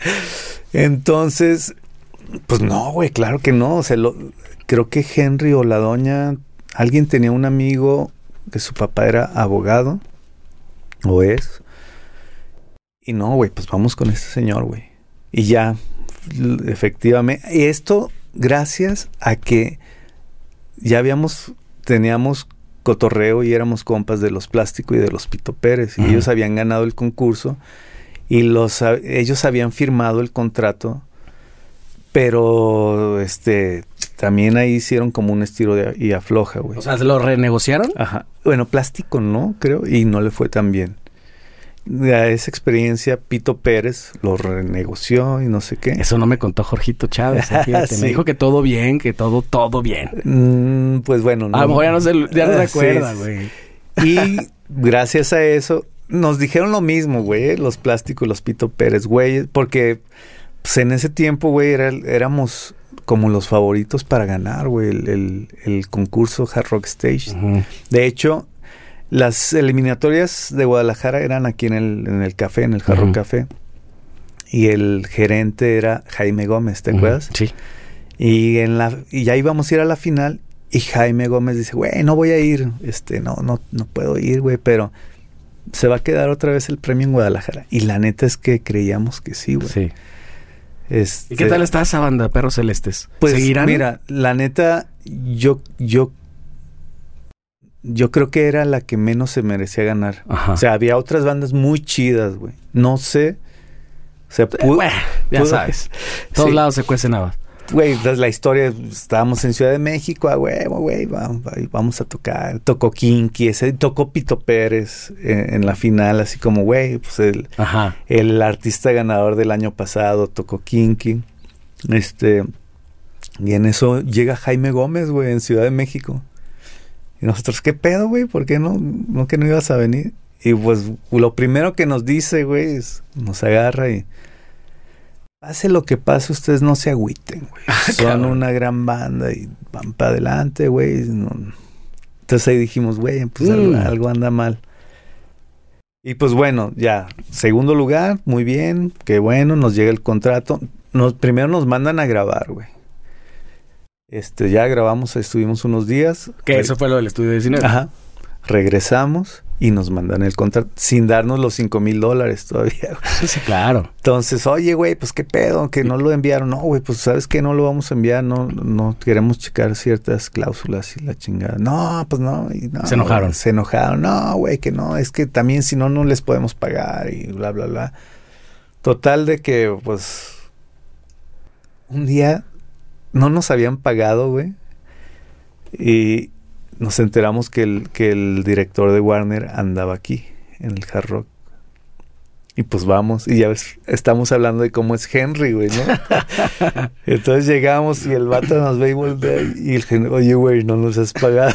Entonces, pues no, güey, claro que no. O sea, lo, creo que Henry o la doña, alguien tenía un amigo que su papá era abogado, o es. Y no, güey, pues vamos con este señor, güey. Y ya, l- efectivamente, y esto gracias a que ya habíamos, teníamos cotorreo y éramos compas de los Plástico y de los Pito Pérez. Y Ujú. ellos habían ganado el concurso. Y los ellos habían firmado el contrato, pero este también ahí hicieron como un estiro de, y afloja, güey. O sea, ¿se lo renegociaron? Ajá. Bueno, plástico no, creo, y no le fue tan bien. A esa experiencia, Pito Pérez lo renegoció y no sé qué. Eso no me contó Jorgito Chávez. Fíjate. Sí. Me dijo que todo bien, que todo, todo bien. Mm, pues bueno. No, a lo mejor ya no se, ya no se acuerda, güey. Sí. Y gracias a eso, nos dijeron lo mismo, güey, los plásticos, los Pito Pérez, güey, porque pues, en ese tiempo, güey, era, éramos como los favoritos para ganar, güey, el, el, el concurso Hard Rock Stage. Uh-huh. De hecho, las eliminatorias de Guadalajara eran aquí en el, en el café, en el Hard Rock uh-huh. Café. Y el gerente era Jaime Gómez, ¿te uh-huh. acuerdas? Sí. Y, en la, y ya íbamos a ir a la final y Jaime Gómez dice, güey, no voy a ir, este, no, no, no puedo ir, güey, pero se va a quedar otra vez el premio en Guadalajara. Y la neta es que creíamos que sí, güey. Sí. Este, ¿Y qué tal está esa banda, Perros Celestes? Pues ¿seguirán? Mira, la neta, yo, yo, yo creo que era la que menos se merecía ganar. Ajá. O sea, había otras bandas muy chidas, güey. No sé. O sea, pudo, bueno, ya pudo, sabes. Todos sí. lados se cuecen habas. Güey, la historia, estábamos en Ciudad de México, a huevo, güey, vamos, vamos a tocar. Tocó Kinky, ese, tocó Pito Pérez en, en la final, así como, güey, pues el, Ajá. el artista ganador del año pasado tocó Kinky. Este, y en eso llega Jaime Gómez, güey, en Ciudad de México. Y nosotros, ¿qué pedo, güey? ¿Por qué no, no que no ibas a venir? Y pues lo primero que nos dice, güey, es, nos agarra y... Pase lo que pase, ustedes no se agüiten, güey. Son cabrón. Una gran banda y van para adelante, güey. No. Entonces ahí dijimos, güey, pues mm. algo, algo anda mal. Y pues bueno, ya, segundo lugar, muy bien, qué bueno, nos llega el contrato. Nos, primero nos mandan a grabar, güey. Este, ya grabamos, estuvimos unos días. Que re- eso fue lo del estudio diecinueve. Ajá. Regresamos y nos mandan el contrato sin darnos los cinco mil dólares todavía. Sí, claro. Entonces, oye, güey, pues qué pedo, que no lo enviaron. No, güey, pues sabes que no lo vamos a enviar, no, no queremos checar ciertas cláusulas y la chingada. No, pues no. Y no se enojaron. Wey, se enojaron. No, güey, que no, es que también si no, no les podemos pagar y bla, bla, bla. Total de que, pues, un día no nos habían pagado, güey. Y nos enteramos que el, que el director de Warner andaba aquí, en el Hard Rock. Y pues vamos, y ya ves, estamos hablando de cómo es Henry, güey, ¿no? Entonces llegamos y el vato nos ve y voltea, y el Henry, oye, güey, no nos has pagado.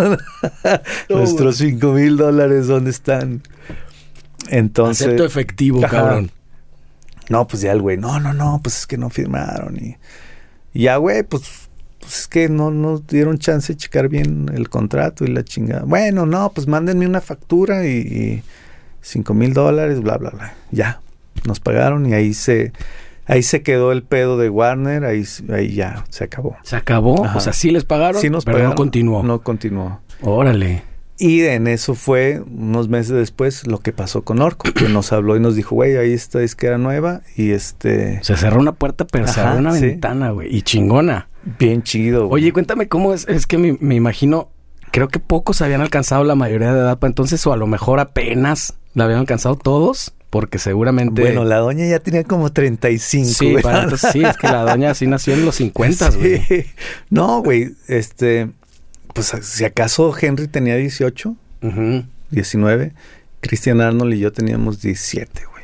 No, nuestros cinco mil dólares, ¿dónde están? Entonces... Acepto efectivo, ajá. Cabrón. No, pues ya el güey, no, no, no, pues es que no firmaron. Y, y ya, güey, pues... Pues es que no nos dieron chance de checar bien el contrato y la chingada. Bueno, no, pues mándenme una factura y, y cinco mil dólares, bla, bla, bla. Ya, nos pagaron y ahí se ahí se quedó el pedo de Warner, ahí, ahí ya se acabó. ¿Se acabó? Ajá. O sea, sí les pagaron, sí nos pero pagaron, no continuó. No continuó. Órale. Y en eso fue, unos meses después, lo que pasó con Orco, que nos habló y nos dijo, güey, ahí está disquera nueva y este... Se cerró una puerta, pero se abrió una sí. ventana, güey, y chingona. Bien chido, güey. Oye, cuéntame cómo es, es que me, me imagino, creo que pocos habían alcanzado la mayoría de edad para entonces, o a lo mejor apenas la habían alcanzado todos, porque seguramente... Bueno, la doña ya tenía como treinta y cinco, sí, güey. Para entonces, sí, es que la doña así nació en los cincuenta, güey. Sí. No, güey, este... Pues si acaso Henry tenía dieciocho, uh-huh. diecinueve, Christian Arnold y yo teníamos diecisiete, güey.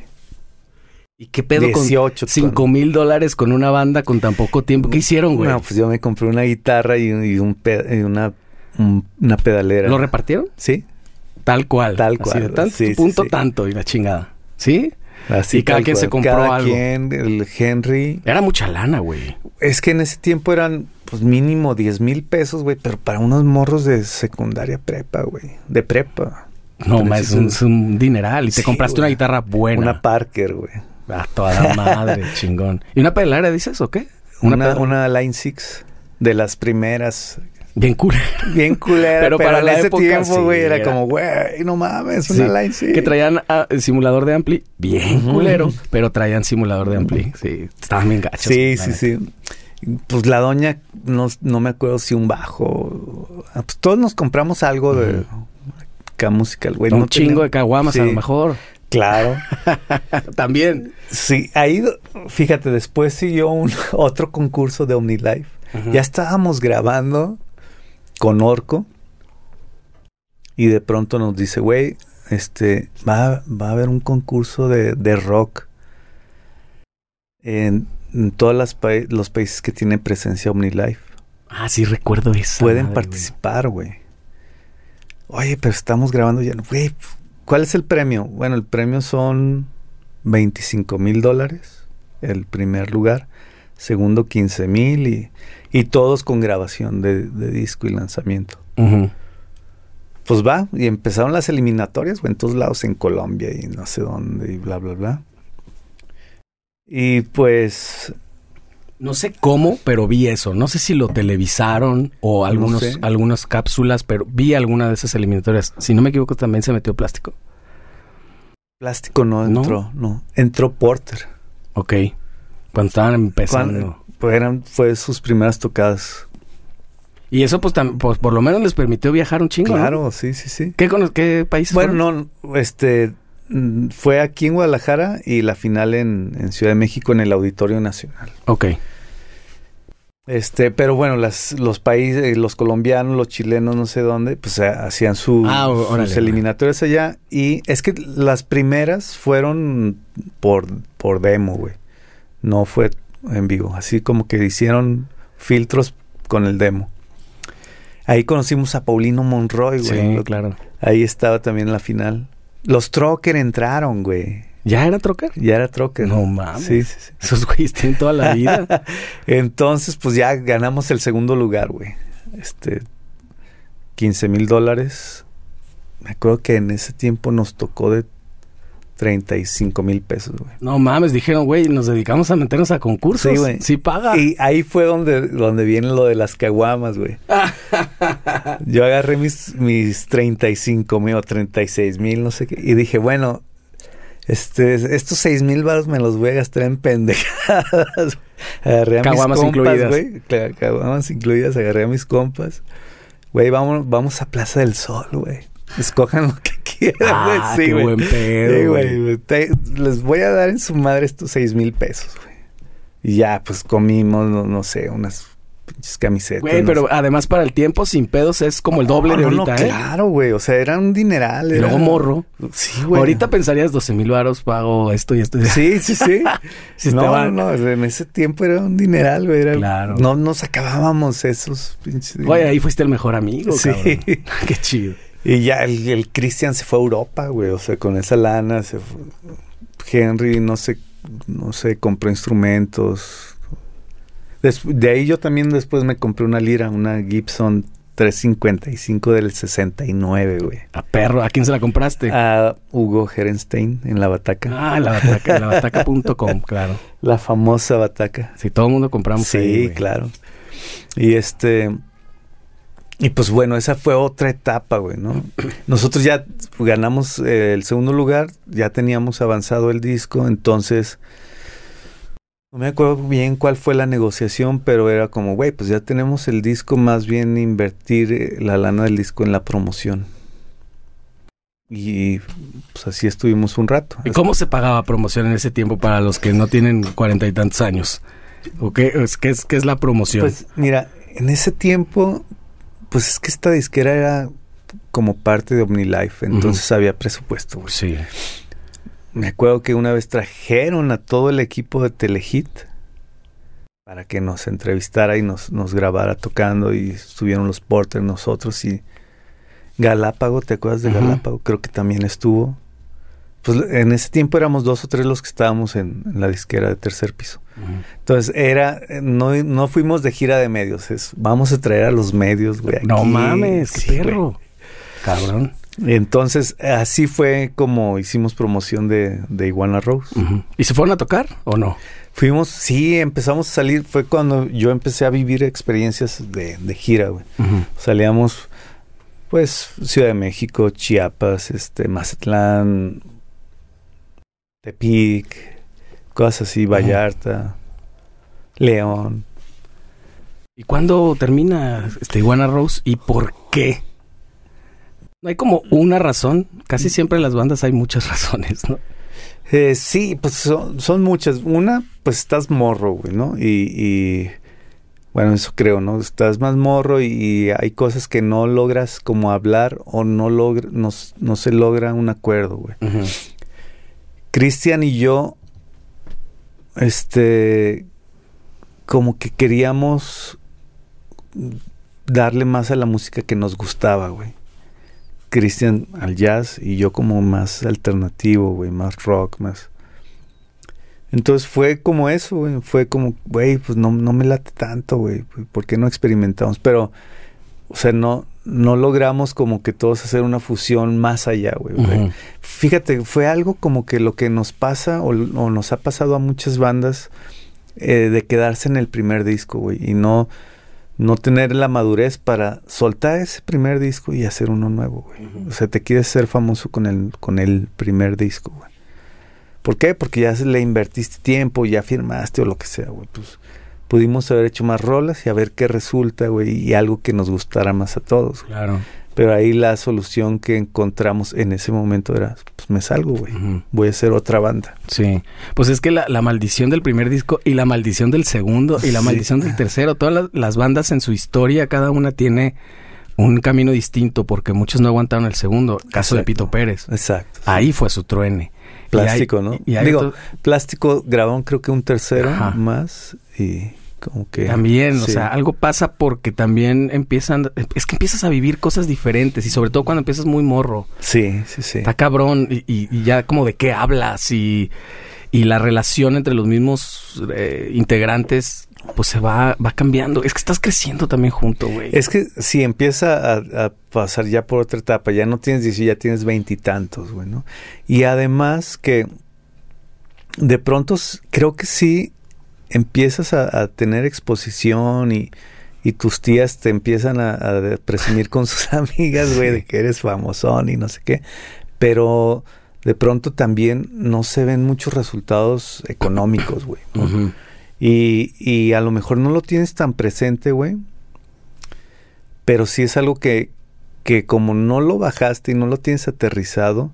¿Y qué pedo dieciocho, con cinco mil dólares con una banda con tan poco tiempo? ¿Qué hicieron, güey? No, pues yo me compré una guitarra y, y, un pe- y una, un, una pedalera. ¿Lo repartieron? Sí. Tal cual. Tal cual. Así de tanto sí, punto sí, sí. tanto y la chingada. ¿Sí? Así y cada quien cual. se compró cada algo. Quien, el Henry. Era mucha lana, güey. Es que en ese tiempo eran, pues mínimo diez mil pesos, güey, pero para unos morros de secundaria prepa, güey. De prepa. No, ma, es un, es un dineral. Y te sí, compraste güey. Una guitarra buena. Una Parker, güey. A toda madre, chingón. ¿Y una pedalera dices o qué? Una, una, una Line six de las primeras. Bien culera. Bien culera. pero, pero para en ese época, tiempo, güey, sí, era, era como, güey, no mames, sí, una Line six. Que traían uh, simulador de ampli bien uh-huh. culero, pero traían simulador de ampli. Sí, estaban bien gachos. Sí, sí, sí. Pues la doña, no, no me acuerdo si un bajo. Pues todos nos compramos algo uh-huh. de acá musical, güey. Un no chingo tenía, de caguamas, sí. A lo mejor. Claro. También. Sí, ahí, fíjate, después siguió un otro concurso de OmniLife. Uh-huh. Ya estábamos grabando con Orco y de pronto nos dice, güey, este, va, va a haber un concurso de, de rock en, en todos las pa- los países que tienen presencia OmniLife. Ah, sí, recuerdo eso. Pueden madre, participar, güey. Oye, pero estamos grabando ya. Güey, ¿cuál es el premio? Bueno, el premio son veinticinco mil dólares, el primer lugar. Segundo, quince mil y, y todos con grabación de, de disco y lanzamiento. Uh-huh. Pues va, y empezaron las eliminatorias, güey, en todos lados, en Colombia y no sé dónde y bla, bla, bla. Y pues... No sé cómo, pero vi eso. No sé si lo televisaron o algunos, no sé. algunas cápsulas, pero vi alguna de esas eliminatorias. Si no me equivoco, también se metió Plástico. Plástico no entró, no. no. Entró Porter. Ok. Cuando estaban empezando. Cuando, pues eran, fue sus primeras tocadas. Y eso pues, tam, pues por lo menos les permitió viajar un chingo, claro, ¿no? sí, sí, sí. ¿Qué, con, qué países Bueno, fueron? no, este... Fue aquí en Guadalajara y la final en, en Ciudad de México en el Auditorio Nacional. Ok. Este, pero bueno, las, los países, los colombianos, los chilenos, no sé dónde, pues hacían su, ah, órale, sus eliminatorias allá. Y es que las primeras fueron por, por demo, güey. No fue en vivo. Así como que hicieron filtros con el demo. Ahí conocimos a Paulino Monroy, güey. Sí, claro. Ahí estaba también en la final. Los Trocker entraron, güey. ¿Ya era Trocker? Ya era Trocker. No mames. Sí, sí, sí. Esos güeyes tienen toda la vida. Entonces, pues ya ganamos el segundo lugar, güey. Este, quince mil dólares. Me acuerdo que en ese tiempo nos tocó de treinta y cinco mil pesos, güey. No mames, dijeron, güey, nos dedicamos a meternos a concursos. Sí, güey. Sí paga. Y ahí fue donde, donde viene lo de las caguamas, güey. Yo agarré mis, mis treinta y cinco mil o treinta y seis mil, no sé qué. Y dije, bueno, este, estos seis mil baros me los voy a gastar en pendejadas. Agarré a caguamas mis compas, incluidas. güey. Caguamas incluidas, agarré a mis compas. Güey, vamos, vamos a Plaza del Sol, güey. Escojan lo que quieran, güey. Ah, sí, qué güey. buen pedo, sí, güey. Te, les voy a dar en su madre estos seis mil pesos, güey. Y ya, pues comimos, no, no sé, unas pinches camisetas. Güey, no pero sé. además para el tiempo, sin pedos, es como el doble no, de no, ahorita, no, ¿eh? Claro, güey. O sea, era un dineral. Y Era... luego morro. Sí, güey. Ahorita pensarías doce mil varos, pago esto y esto. Y... Sí, sí, sí. si no, estaban... no, no. En ese tiempo era un dineral, güey. Era... Claro. No nos acabábamos esos pinches. Oye, ahí fuiste el mejor amigo, sí. cabrón. Qué chido. Y ya el, el Cristian se fue a Europa, güey. O sea, con esa lana se fue. Henry, no sé, no sé, compró instrumentos. Des, de ahí yo también después me compré una lira, una Gibson trescientos cincuenta y cinco del sesenta y nueve, güey. A perro, ¿a quién se la compraste? A Hugo Herenstein en La Bataca. Ah, en La Bataca, en la bataca punto com, claro. La famosa Bataca. Sí, todo el mundo compramos sí, ahí, Sí, claro. Y este... Y pues bueno, esa fue otra etapa, güey, ¿no? Nosotros ya ganamos eh, el segundo lugar, ya teníamos avanzado el disco, entonces no me acuerdo bien cuál fue la negociación, pero era como, güey, pues ya tenemos el disco, más bien invertir eh, la lana del disco en la promoción. Y pues así estuvimos un rato. ¿Y cómo se pagaba promoción en ese tiempo para los que no tienen cuarenta y tantos años? ¿O qué es, qué es, qué es la promoción? Pues mira, en ese tiempo... Pues es que esta disquera era como parte de OmniLife, entonces uh-huh. había presupuesto, güey. Sí. Me acuerdo que una vez trajeron a todo el equipo de Telehit para que nos entrevistara y nos, nos grabara tocando y estuvieron los Porter, nosotros y Galápago, ¿te acuerdas de uh-huh. Galápago? Creo que también estuvo. Pues en ese tiempo éramos dos o tres los que estábamos en, en la disquera de Tercer Piso. Uh-huh. Entonces era, no, no fuimos de gira de medios, es vamos a traer a los medios, güey. No aquí. mames, qué sí, perro. Güey. Cabrón. Entonces así fue como hicimos promoción de, de Iguana Rose. Uh-huh. ¿Y se fueron a tocar o no? Fuimos, sí, empezamos a salir, fue cuando yo empecé a vivir experiencias de, de gira, güey. Uh-huh. Salíamos, pues, Ciudad de México, Chiapas, este, Mazatlán, Tepic, cosas así, Vallarta, uh-huh. León. ¿Y cuándo termina este Iguana Rose y por qué? No hay como una razón. Casi siempre en las bandas hay muchas razones, ¿no? Eh, sí, pues son, son muchas. Una, pues estás morro, güey, ¿no? Y, y bueno, eso creo, ¿no? Estás más morro y, y hay cosas que no logras como hablar o no logra, no, no se logra un acuerdo, güey. Uh-huh. Cristian y yo, este, como que queríamos darle más a la música que nos gustaba, güey. Cristian al jazz y yo como más alternativo, güey, más rock, más... Entonces fue como eso, güey, fue como, güey, pues no, no me late tanto, güey, ¿por qué no experimentamos? Pero, o sea, no, no logramos como que todos hacer una fusión más allá, güey. Uh-huh. Fíjate, fue algo como que lo que nos pasa o, o nos ha pasado a muchas bandas eh, de quedarse en el primer disco, güey, y no... no tener la madurez para soltar ese primer disco y hacer uno nuevo, güey. Uh-huh. O sea, te quieres ser famoso con el, con el primer disco, güey. ¿Por qué? Porque ya le invertiste tiempo, ya firmaste o lo que sea, güey. Pues pudimos haber hecho más rolas y a ver qué resulta, güey, y algo que nos gustara más a todos. Güey. Claro. Pero ahí la solución que encontramos en ese momento era, pues me salgo, güey. Uh-huh. Voy a hacer otra banda. Sí. Pues es que la, la maldición del primer disco y la maldición del segundo y la sí. maldición del tercero, todas las, las bandas en su historia, cada una tiene un camino distinto porque muchos no aguantaron el segundo. Caso Exacto. de Pito Pérez. Exacto. Ahí fue su truene. Plástico, hay, ¿no? Y hay Digo, otro... Plástico grabaron creo que un tercero Ajá. más y... como que también, sí. o sea, algo pasa porque también empiezan, es que empiezas a vivir cosas diferentes y sobre todo cuando empiezas muy morro. Sí, sí, sí. Está cabrón y, y, y ya como de qué hablas y, y la relación entre los mismos eh, integrantes pues se va, va cambiando. Es que estás creciendo también junto, güey. Es que si empieza a, a pasar ya por otra etapa, ya no tienes diez, ya tienes veintitantos, güey, ¿no? Y además que de pronto creo que sí empiezas a, a tener exposición y, y tus tías te empiezan a, a presumir con sus amigas, güey, de que eres famosón y no sé qué. Pero de pronto también no se ven muchos resultados económicos, güey, ¿no? Uh-huh. Y, y a lo mejor no lo tienes tan presente, güey. Pero sí es algo que, que como no lo bajaste y no lo tienes aterrizado,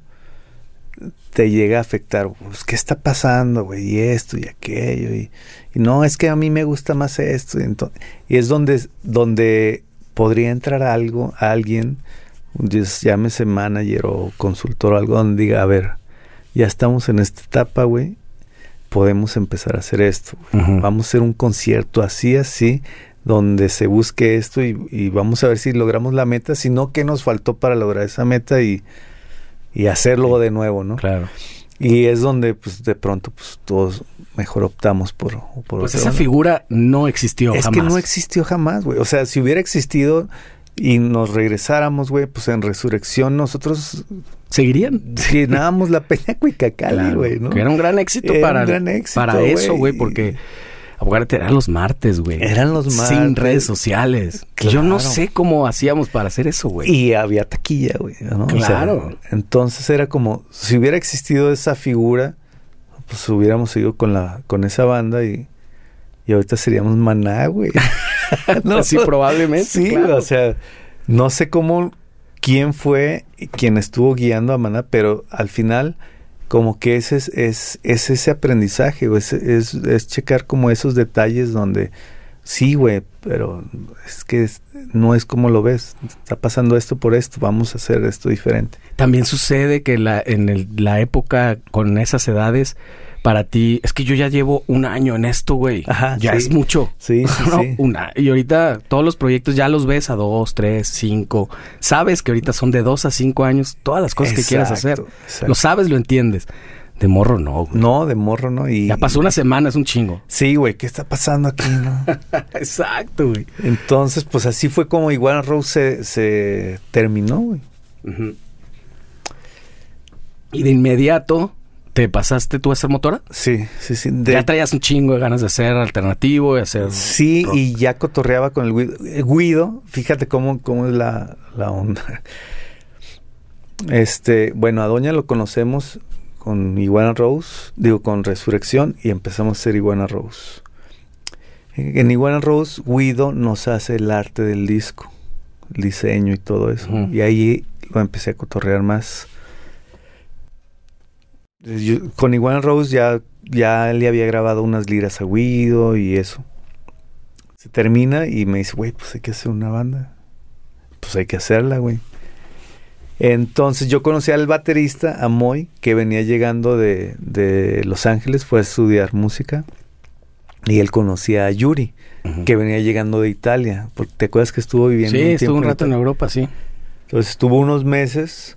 te llega a afectar. Pues, ¿qué está pasando, güey? Y esto y aquello. Y, y no, es que a mí me gusta más esto. Y, entonces, y es donde, donde podría entrar algo, a alguien, llámese manager o consultor o algo, donde diga, a ver, ya estamos en esta etapa, güey. Podemos empezar a hacer esto. Uh-huh. Vamos a hacer un concierto así, así, donde se busque esto y, y vamos a ver si logramos la meta. Si no, ¿qué nos faltó para lograr esa meta? Y y hacerlo sí. de nuevo, ¿no? Claro. Y es donde, pues, de pronto, pues, todos mejor optamos por... por pues esa figura no existió es jamás. Es que no existió jamás, güey. O sea, si hubiera existido y nos regresáramos, güey, pues en Resurrección nosotros... ¿Seguirían? Llenábamos la Peña Cuicacali, güey, claro, ¿no? Que era un gran éxito era para... un gran éxito, para eso, güey, porque... Acuérdate, eran los martes, güey. Eran los martes. Sin redes sociales. Claro. Yo no sé cómo hacíamos para hacer eso, güey. Y había taquilla, güey, ¿no? Claro. O sea, entonces era como, si hubiera existido esa figura, pues hubiéramos seguido con la, con esa banda y, y ahorita seríamos Maná, güey. ¿No? Sí, probablemente. Sí, claro. O sea, no sé cómo, quién fue quien estuvo guiando a Maná, pero al final... como que ese es, es, es ese aprendizaje, es, es, es checar como esos detalles donde, sí, güey, pero es que es, no es como lo ves, está pasando esto por esto, vamos a hacer esto diferente. También sucede que la, en el, la época con esas edades, para ti, es que yo ya llevo un año en esto, güey. Ajá, ya sí. es mucho. Sí, sí, ¿no? sí. Una, y ahorita todos los proyectos ya los ves a dos, tres, cinco. Sabes que ahorita son de dos a cinco años todas las cosas exacto, que quieras hacer. Exacto. Lo sabes, lo entiendes. De morro no, güey. No, de morro no. Y, ya pasó una semana, es un chingo. Sí, güey, ¿qué está pasando aquí, no? Exacto, güey. Entonces, pues así fue como Iguana Rose se, se terminó, güey. Uh-huh. Y de inmediato... ¿Te pasaste tú a ser motora? Sí, sí, sí. De... Ya traías un chingo de ganas de ser alternativo y hacer... Sí, rock. Y ya cotorreaba con el Guido. El Guido, fíjate cómo, cómo es la, la onda. Este, bueno, a Doña lo conocemos con Iguana Rose, digo, con Resurrección, y empezamos a hacer Iguana Rose. En Iguana Rose, Guido nos hace el arte del disco, el diseño y todo eso. Uh-huh. Y ahí lo empecé a cotorrear más. Yo, con Iguana Rose ya, ya le había grabado unas liras a Guido y eso. Se termina y me dice, güey, pues hay que hacer una banda. Pues hay que hacerla, güey. Entonces yo conocí al baterista, a Moy, que venía llegando de, de Los Ángeles, fue a estudiar música. Y él conocía a Yuri, uh-huh. que venía llegando de Italia. Porque ¿te acuerdas que estuvo viviendo sí, un tiempo estuvo un rato en, en Europa, sí. Entonces estuvo unos meses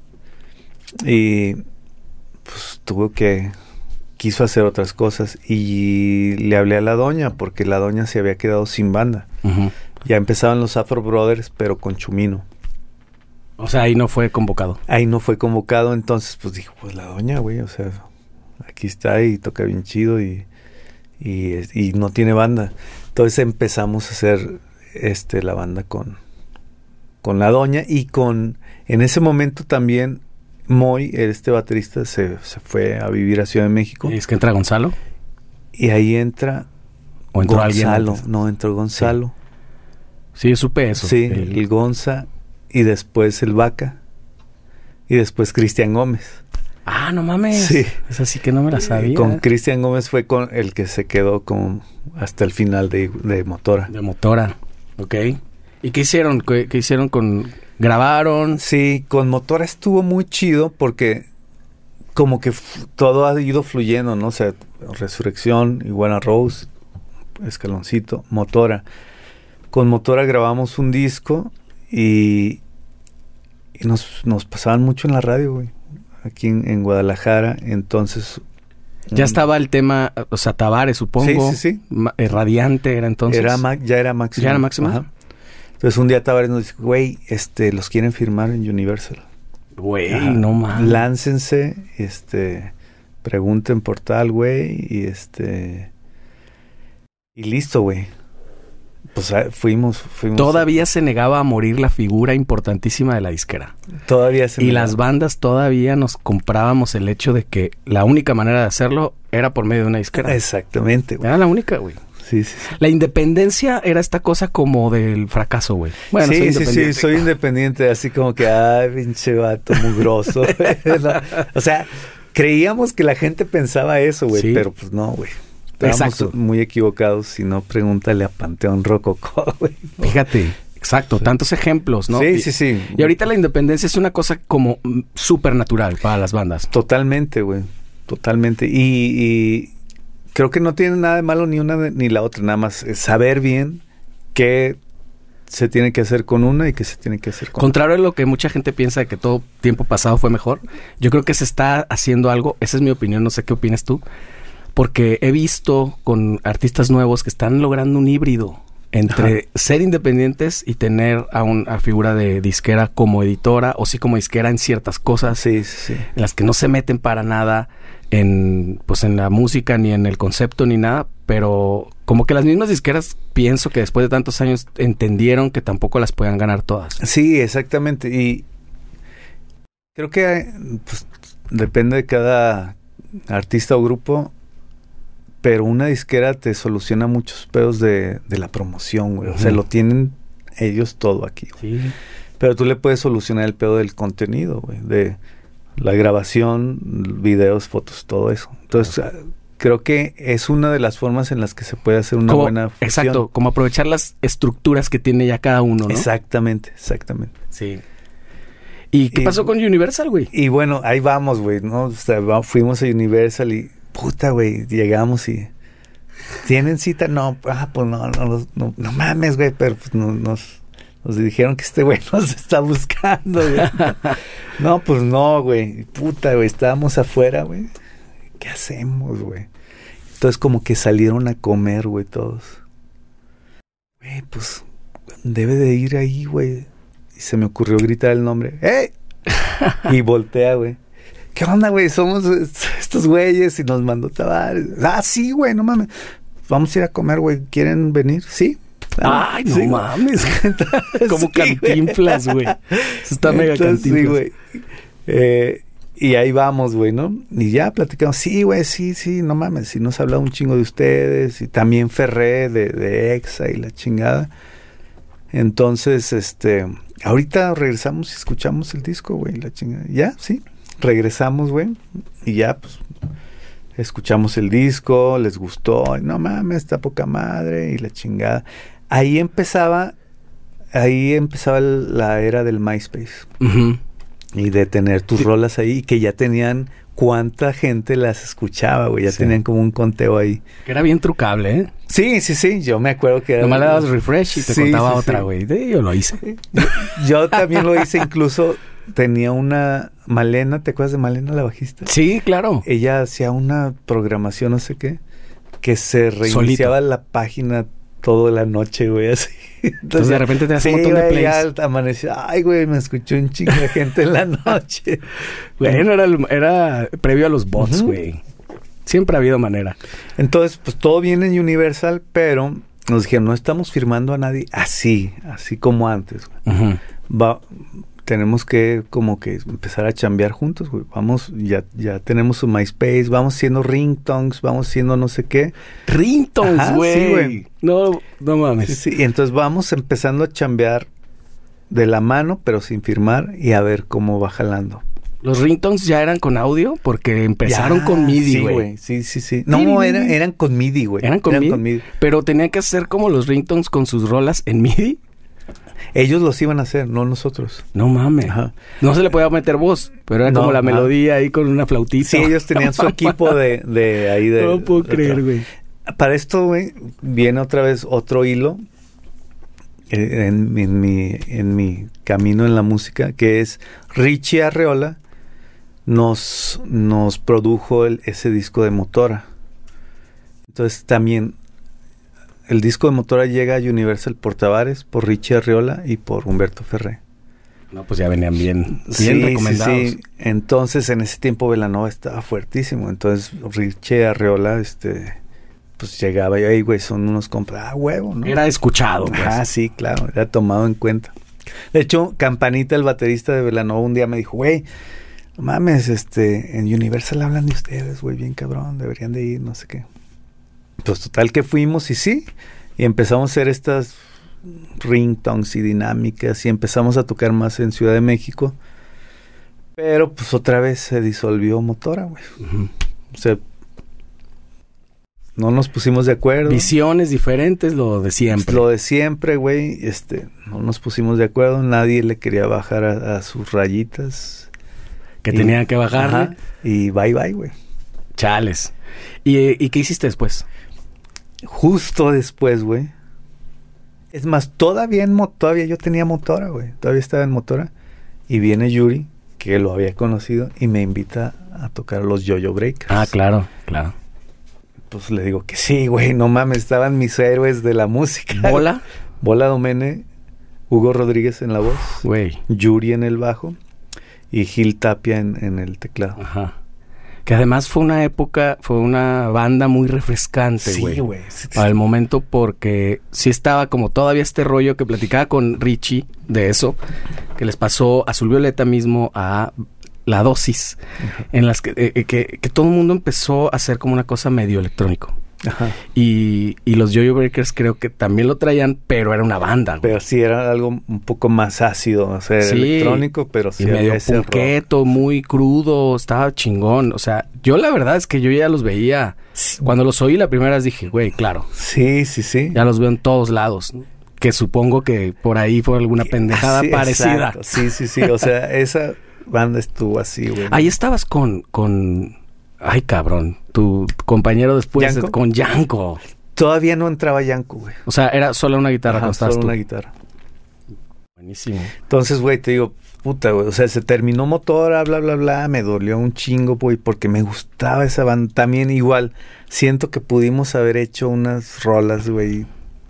y pues tuvo que... quiso hacer otras cosas. Y le hablé a la doña, porque la doña se había quedado sin banda. Uh-huh. Ya empezaban los Afro Brothers, pero con Chumino. O sea, ahí no fue convocado. Ahí no fue convocado, entonces pues dijo, pues la doña, güey, o sea, aquí está y toca bien chido y, y, y no tiene banda. Entonces empezamos a hacer este la banda con, con la doña y con, en ese momento también Moy, este baterista, se, se fue a vivir a Ciudad de México. ¿Y es que entra Gonzalo? Y ahí entra ¿O entró Gonzalo, alguien no, entró Gonzalo. Sí, sí supe eso. Sí, el, el Gonza. Y después el Vaca. Y después Cristian Gómez. Ah, no mames. Sí. Esa sí que no me la sabía. Con Cristian Gómez fue con el que se quedó con hasta el final de, de Motora. De Motora, ok. ¿Y qué hicieron? ¿Qué, qué hicieron con...? ¿Grabaron? Sí, con Motora estuvo muy chido porque como que f- todo ha ido fluyendo, ¿no? O sea, Resurrección, Iguana Rose, Escaloncito, Motora. Con Motora grabamos un disco... Y, y nos, nos pasaban mucho en la radio, güey. Aquí en, en Guadalajara. Entonces... Ya um, estaba el tema... O sea, Tavares, supongo. Sí, sí, sí. Ma- Radiante era entonces. Era ma- ya era Máximo. ¿Ya era Máximo? Ajá. Entonces un día Tavares nos dice... Güey, este, los quieren firmar en Universal. Güey, no mames. Láncense, este... Pregunten por tal, güey. Y este... Y listo, güey. Pues fuimos, fuimos. Todavía se negaba a morir la figura importantísima de la disquera. Todavía se Y negaba. las bandas todavía nos comprábamos el hecho de que la única manera de hacerlo era por medio de una disquera. Exactamente, güey. Era la única, güey. Sí, sí, sí. La independencia era esta cosa como del fracaso, güey. Bueno, sí, soy sí, independiente. sí, soy independiente, así como que, ay, pinche vato mugroso. No, o sea, creíamos que la gente pensaba eso, güey, sí. Pero pues no, güey. Estábamos Exacto. muy equivocados, si no, pregúntale a Panteón Rococó, güey. ¿No? Fíjate, exacto, sí. Tantos ejemplos, ¿no? Sí, y, sí, sí. Y ahorita la independencia es una cosa como súper natural para las bandas. Totalmente, güey, totalmente. Y, y creo que no tiene nada de malo ni una ni la otra, nada más es saber bien qué se tiene que hacer con una y qué se tiene que hacer con Contrario otra. a lo que mucha gente piensa de que todo tiempo pasado fue mejor, yo creo que se está haciendo algo, esa es mi opinión, no sé qué opinas tú, porque he visto con artistas nuevos que están logrando un híbrido entre Ajá. ser independientes y tener a una figura de disquera como editora o sí como disquera en ciertas cosas sí, sí, sí. en las que no se meten para nada en pues en la música ni en el concepto ni nada, pero como que las mismas disqueras pienso que después de tantos años entendieron que tampoco las podían ganar todas. Sí, exactamente. Y creo que pues, depende de cada artista o grupo. Pero una disquera te soluciona muchos pedos de, de la promoción, güey. Uh-huh. O sea, lo tienen ellos todo aquí. Sí. Pero tú le puedes solucionar el pedo del contenido, güey. De la grabación, videos, fotos, todo eso. Entonces, uh-huh. creo que es una de las formas en las que se puede hacer una como, buena fusión. Exacto, como aprovechar las estructuras que tiene ya cada uno, ¿no? Exactamente, exactamente. Sí. ¿Y qué y, pasó con Universal, güey? Y bueno, ahí vamos, güey, ¿no? O sea, fuimos a Universal y... Puta, güey, llegamos y... ¿Tienen cita? No, ah, pues no, no, no, no mames, güey, pero pues no, nos, nos dijeron que este güey nos está buscando, güey. No, pues no, güey, puta, güey, estábamos afuera, güey. ¿Qué hacemos, güey? Entonces como que salieron a comer, güey, todos. Güey, pues debe de ir ahí, güey. Y se me ocurrió gritar el nombre. ¡Ey! Y voltea, güey. ¿Qué onda, güey? Somos estos güeyes y nos mandó Tavares. Ah, sí, güey, no mames. Vamos a ir a comer, güey. ¿Quieren venir? Sí. Ay, no sí, mames. Como sí, Cantinflas, güey. Eso está mega Cantinflas. Sí, güey. Eh, y ahí vamos, güey, ¿no? Y ya platicamos. Sí, güey, sí, sí, no mames. Sí nos ha hablado un chingo de ustedes. Y también Ferré de, de Exa y la chingada. Entonces, este, ahorita regresamos y escuchamos el disco, güey, la chingada. Ya, sí, regresamos, güey, y ya, pues, escuchamos el disco, les gustó, y, no mames, está poca madre, y la chingada. Ahí empezaba, ahí empezaba el, la era del MySpace. Uh-huh. Y de tener tus sí. rolas ahí, que ya tenían cuánta gente las escuchaba, güey. Ya sí. tenían como un conteo ahí. Que era bien trucable, ¿eh? Sí, sí, sí. Yo me acuerdo que era... Nomás le dabas refresh y te sí, contaba sí, otra, sí. güey. Sí, yo lo hice. Yo, yo también lo hice. Incluso tenía una... Malena, ¿te acuerdas de Malena, la bajista? Sí, claro. Ella hacía una programación, no sé qué, que se reiniciaba Solito. La página toda la noche, güey, así. Entonces, Entonces de repente te hace sí, un montón de plays. Ya amaneció, ay, güey, me escuchó un chingo de gente en la noche. Bueno, era, era previo a los bots, güey. Uh-huh. Siempre ha habido manera. Entonces, pues todo viene en Universal, pero nos dijeron, no estamos firmando a nadie así, así como antes. Uh-huh. Va, tenemos que como que empezar a chambear juntos, güey. Vamos, ya, ya tenemos su MySpace, vamos siendo ringtones, vamos siendo no sé qué. Ringtones, güey. Sí, güey. No, no mames. Sí, sí. Y entonces vamos empezando a chambear de la mano, pero sin firmar, y a ver cómo va jalando. ¿Los ringtones ya eran con audio? Porque empezaron ya, con MIDI, güey. Sí, sí, sí. No, eran, eran con MIDI, güey. ¿Eran con, eran MIDI? con MIDI. Pero tenían que hacer como los ringtones con sus rolas en MIDI. Ellos los iban a hacer, no nosotros. No mames. Ajá. No se le podía meter voz, pero era no, como la melodía ahí con una flautita. Sí, ellos tenían su equipo de, de ahí de... No puedo creer, güey. Para esto, güey, viene otra vez otro hilo en, en, mi, en mi camino en la música, que es Richie Arreola nos, nos produjo el, ese disco de Motora. Entonces también... El disco de Motora llega a Universal por Tavares, por Richie Arreola y por Humberto Ferré. No, pues ya venían bien, bien sí, recomendados. Sí, sí. Entonces, en ese tiempo Belanova estaba fuertísimo. Entonces, Richie Arreola, este, pues llegaba y, hey, güey, son unos compas, ah, huevo, ¿no? Era escuchado, pues. Ah, sí, claro, era tomado en cuenta. De hecho, Campanita, el baterista de Belanova, un día me dijo, güey, no mames, este, en Universal hablan de ustedes, güey, bien cabrón, deberían de ir, no sé qué. Pues total que fuimos y sí, y empezamos a hacer estas ringtones y dinámicas y empezamos a tocar más en Ciudad de México, pero pues otra vez se disolvió Motora, güey. Uh-huh. O sea, no nos pusimos de acuerdo. Visiones diferentes, lo de siempre. Lo de siempre, güey, este, no nos pusimos de acuerdo, nadie le quería bajar a, a sus rayitas. Que y, tenían que bajarle. Ajá, y bye bye, güey. Chales. ¿Y, ¿Y qué hiciste después? Justo después, güey. Es más, todavía en mo- todavía yo tenía Motora, güey. Todavía estaba en Motora. Y viene Yuri, que lo había conocido, y me invita a tocar los Yo-Yo Breakers. Ah, claro, claro. Pues le digo que sí, güey. No mames, estaban mis héroes de la música. ¿Bola? Bola Domene, Hugo Rodríguez en la voz. Güey. Yuri en el bajo. Y Gil Tapia en, en el teclado. Ajá. Que además fue una época, fue una banda muy refrescante, güey. Sí, güey. Sí, para el momento, porque sí estaba como todavía este rollo que platicaba con Richie de eso, que les pasó a Azul Violeta mismo, a La Dosis, uh-huh. en las que, eh, que, que todo el mundo empezó a hacer como una cosa medio electrónico. Ajá. Y, y los Yo-Yo Breakers creo que también lo traían, pero era una banda, güey. Pero sí era algo un poco más ácido, o sea, sí, electrónico, pero sí y había medio ese punqueto, muy crudo, estaba chingón. O sea, yo la verdad es que yo ya los veía. Sí. Cuando los oí la primera vez dije, güey, claro. Sí, sí, sí. Ya los veo en todos lados. Que supongo que por ahí fue alguna pendejada sí, parecida. Exacto. Sí, sí, sí. O sea, esa banda estuvo así, güey. Ahí estabas con... con... Ay, cabrón. Tu compañero después ¿Yanko? Con Yanko. Todavía no entraba Yanko, güey. O sea, era solo una guitarra. Ajá, solo tú. una guitarra. Buenísimo. Entonces, güey, te digo, puta, güey. O sea, se terminó Motora, bla, bla, bla. Me dolió un chingo, güey, porque me gustaba esa banda. También igual, siento que pudimos haber hecho unas rolas, güey,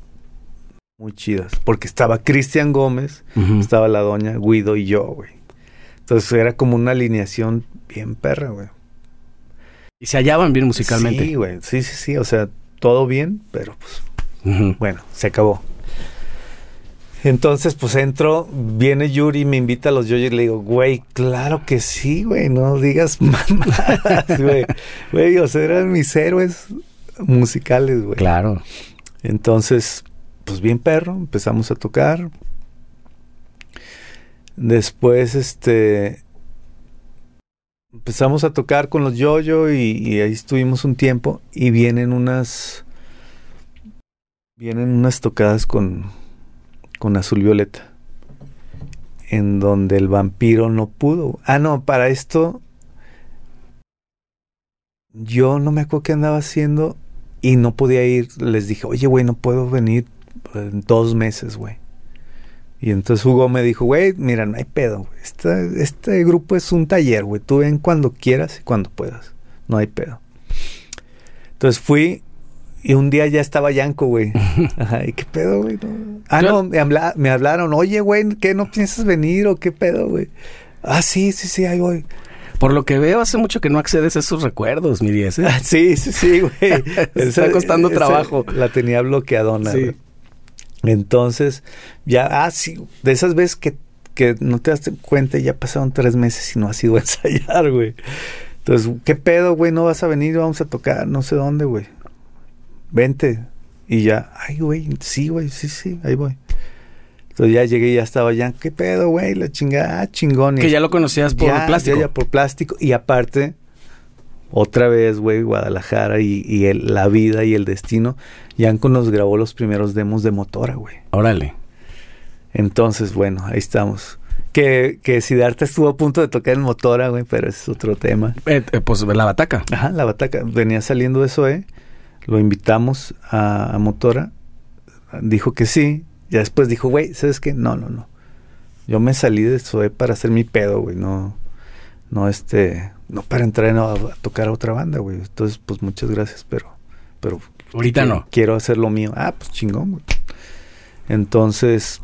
muy chidas. Porque estaba Cristian Gómez, uh-huh. estaba la doña, Guido y yo, güey. Entonces era como una alineación bien perra, güey. Y se hallaban bien musicalmente. Sí, güey. Sí, sí, sí. O sea, todo bien, pero pues... Uh-huh. Bueno, se acabó. Entonces, pues entro, viene Yuri, me invita a los Yo-Yo y le digo, güey, claro que sí, güey. No digas mamadas, güey. Güey, o sea, eran mis héroes musicales, güey. Claro. Entonces, pues bien perro, empezamos a tocar. Después, este, empezamos a tocar con los Yo-Yo y, y ahí estuvimos un tiempo y vienen unas, vienen unas tocadas con, con Azul Violeta, en donde el vampiro no pudo. Ah, no, para esto yo no me acuerdo qué andaba haciendo y no podía ir. Les dije, oye, güey, no puedo venir en dos meses, güey. Y entonces Hugo me dijo, güey, mira, no hay pedo, güey. Este, este grupo es un taller, güey. Tú ven cuando quieras y cuando puedas. No hay pedo. Entonces fui y un día ya estaba Yanko, güey. Ajá, ¿y qué pedo, güey? No. Ah, no, me, habla, me hablaron, oye, güey, ¿qué, no piensas venir o qué pedo, güey? Ah, sí, sí, sí, ahí voy. Por lo que veo, hace mucho que no accedes a esos recuerdos, mi diez, ¿eh? Ah, sí, sí, sí, güey. Está costando esa, trabajo. La tenía bloqueadona, sí. Güey. Entonces, ya, ah, sí, de esas veces que, que no te das cuenta y ya pasaron tres meses y no has ido a ensayar, güey. Entonces, ¿qué pedo, güey? No vas a venir, vamos a tocar, no sé dónde, güey. Vente. Y ya, ay, güey, sí, güey, sí, sí, ahí voy. Entonces ya llegué y ya estaba ya, ¿qué pedo, güey? La chingada, ah, chingón. Que ya lo conocías por ya, plástico. Ya, ya por plástico. Y aparte, otra vez, güey, Guadalajara y, y el, la vida y el destino. Yanko nos grabó los primeros demos de Motora, güey. Órale. Entonces, bueno, ahí estamos. Que, que Siddhartha estuvo a punto de tocar en Motora, güey, pero ese es otro tema. Eh, eh, pues la bataca. Ajá, la bataca. Venía saliendo de Zoé. Lo invitamos a, a Motora. Dijo que sí. Ya después dijo, güey, ¿sabes qué? No, no, no. Yo me salí de Zoé para hacer mi pedo, güey. No, no, este... No para entrar a, a tocar a otra banda, güey. Entonces, pues, muchas gracias, pero... pero ahorita quiero, no. Quiero hacer lo mío. Ah, pues, chingón, güey. Entonces...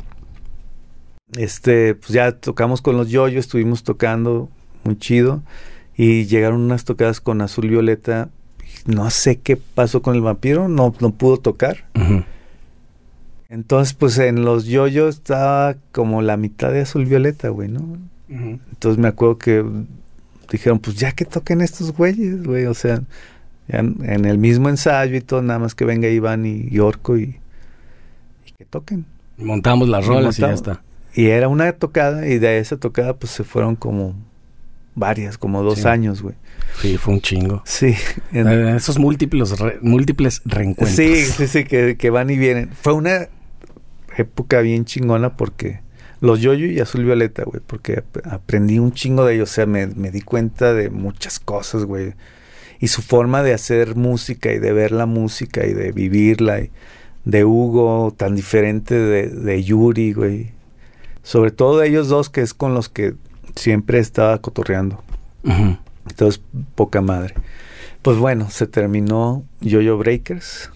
Este, pues ya tocamos con los Yo-Yo, estuvimos tocando muy chido y llegaron unas tocadas con Azul Violeta. No sé qué pasó con el vampiro, no, no pudo tocar. Uh-huh. Entonces, pues en los Yo-Yo estaba como la mitad de Azul Violeta, güey, ¿no? Uh-huh. Entonces me acuerdo que dijeron, pues ya que toquen estos güeyes, güey, o sea, ya en, en el mismo ensayo y todo, nada más que venga Iván y, y Orco y, y que toquen. Montamos las rolas y, montamos, y ya está. Y era una tocada, y de esa tocada pues se fueron como varias, como dos sí. años, güey. Sí, fue un chingo. Sí. En, eh, esos múltiples re, múltiples reencuentros. Sí, sí, sí, que, que van y vienen. Fue una época bien chingona porque los Yo-Yo y Azul Violeta, güey, porque ap- aprendí un chingo de ellos, o sea, me, me di cuenta de muchas cosas, güey. Y su forma de hacer música y de ver la música y de vivirla, y de Hugo, tan diferente de, de Yuri, güey. Sobre todo de ellos dos, que es con los que siempre estaba cotorreando. Uh-huh. Entonces, poca madre. Pues bueno, se terminó Yo-Yo Breakers.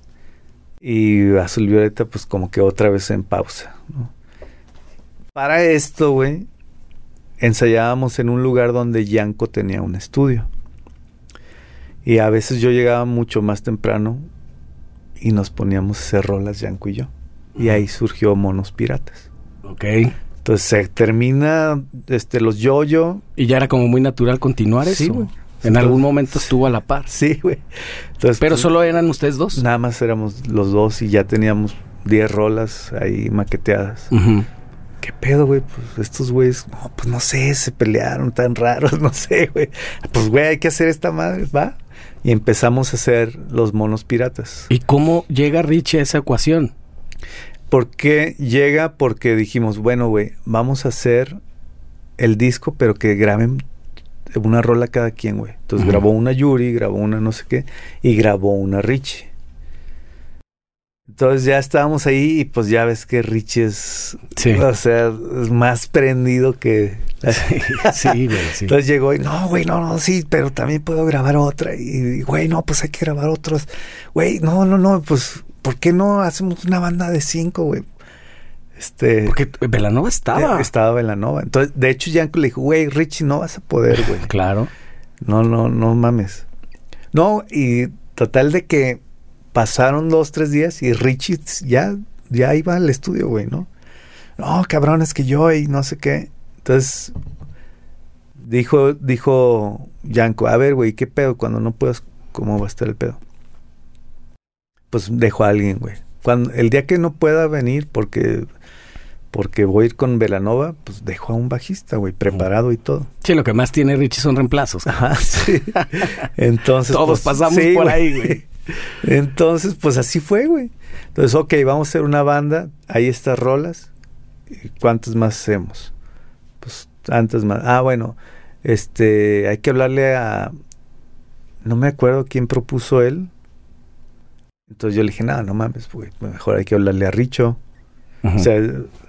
Y Azul Violeta, pues como que otra vez en pausa, ¿no? Para esto, güey, ensayábamos en un lugar donde Yanko tenía un estudio. Y a veces yo llegaba mucho más temprano y nos poníamos a hacer rolas, Yanko y yo. Y ahí surgió Monos Piratas. Ok. Entonces se termina este, los Yo-Yo. Y ya era como muy natural continuar sí, eso. Güey. En Entonces, algún momento estuvo a la par. Sí, güey. Entonces, pero pues, solo eran ustedes dos. Nada más éramos los dos y ya teníamos diez rolas ahí maqueteadas. Uh-huh. ¿Qué pedo, güey? Pues estos güeyes, no, pues no sé, se pelearon tan raros, no sé, güey. Pues, güey, hay que hacer esta madre, ¿va? Y empezamos a hacer los Monos Piratas. ¿Y cómo llega Richie a esa ecuación? ¿Por qué llega? Porque dijimos, bueno, güey, vamos a hacer el disco, pero que graben una rola cada quien, güey. Entonces uh-huh. grabó una Yuri, grabó una no sé qué, y grabó una Richie. Entonces ya estábamos ahí y pues ya ves que Richie es, sí. o sea, es más prendido que... Sí, sí, güey, sí. Entonces llegó y, no, güey, no, no, sí, pero también puedo grabar otra. Y, güey, no, pues hay que grabar otros. Güey, no, no, no, pues, ¿por qué no hacemos una banda de cinco, güey? Este... Porque Belanova estaba. Eh, estaba Belanova. Entonces, de hecho, Yanko le dijo, güey, Richie, no vas a poder, güey. Claro. No, no, no mames. No, y total de que pasaron dos, tres días y Richie ya, ya iba al estudio, güey, ¿no? No, cabrón, es que yo y no sé qué. Entonces, dijo, dijo Yanko, a ver, güey, ¿qué pedo? Cuando no puedas, ¿cómo va a estar el pedo? Pues dejó a alguien, güey. cuando el día que no pueda venir porque porque voy a ir con Belanova, pues dejo a un bajista, güey, preparado y todo. Sí, lo que más tiene Richie son reemplazos. Ajá, sí. Entonces, todos pues, pasamos sí, por güey. ahí, güey. Entonces, pues así fue, güey. Entonces, ok, vamos a hacer una banda, hay estas rolas, ¿cuántas más hacemos? Pues tantas más. Ah, bueno, este, hay que hablarle a, no me acuerdo quién propuso él. Entonces yo le dije, no, no mames, güey, mejor hay que hablarle a Richo. Uh-huh. O sea,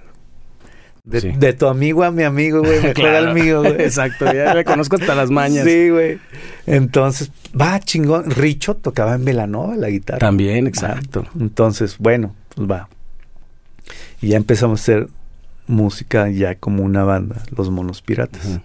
de, sí. de tu amigo a mi amigo, güey, mejor claro. al mío, güey. Exacto, ya le conozco hasta las mañas. Sí, güey. Entonces, va, chingón. Richo tocaba en Belanova la guitarra. También, exacto. Ah, entonces, bueno, pues va. Y ya empezamos a hacer música ya como una banda, Los Monos Piratas. Uh-huh.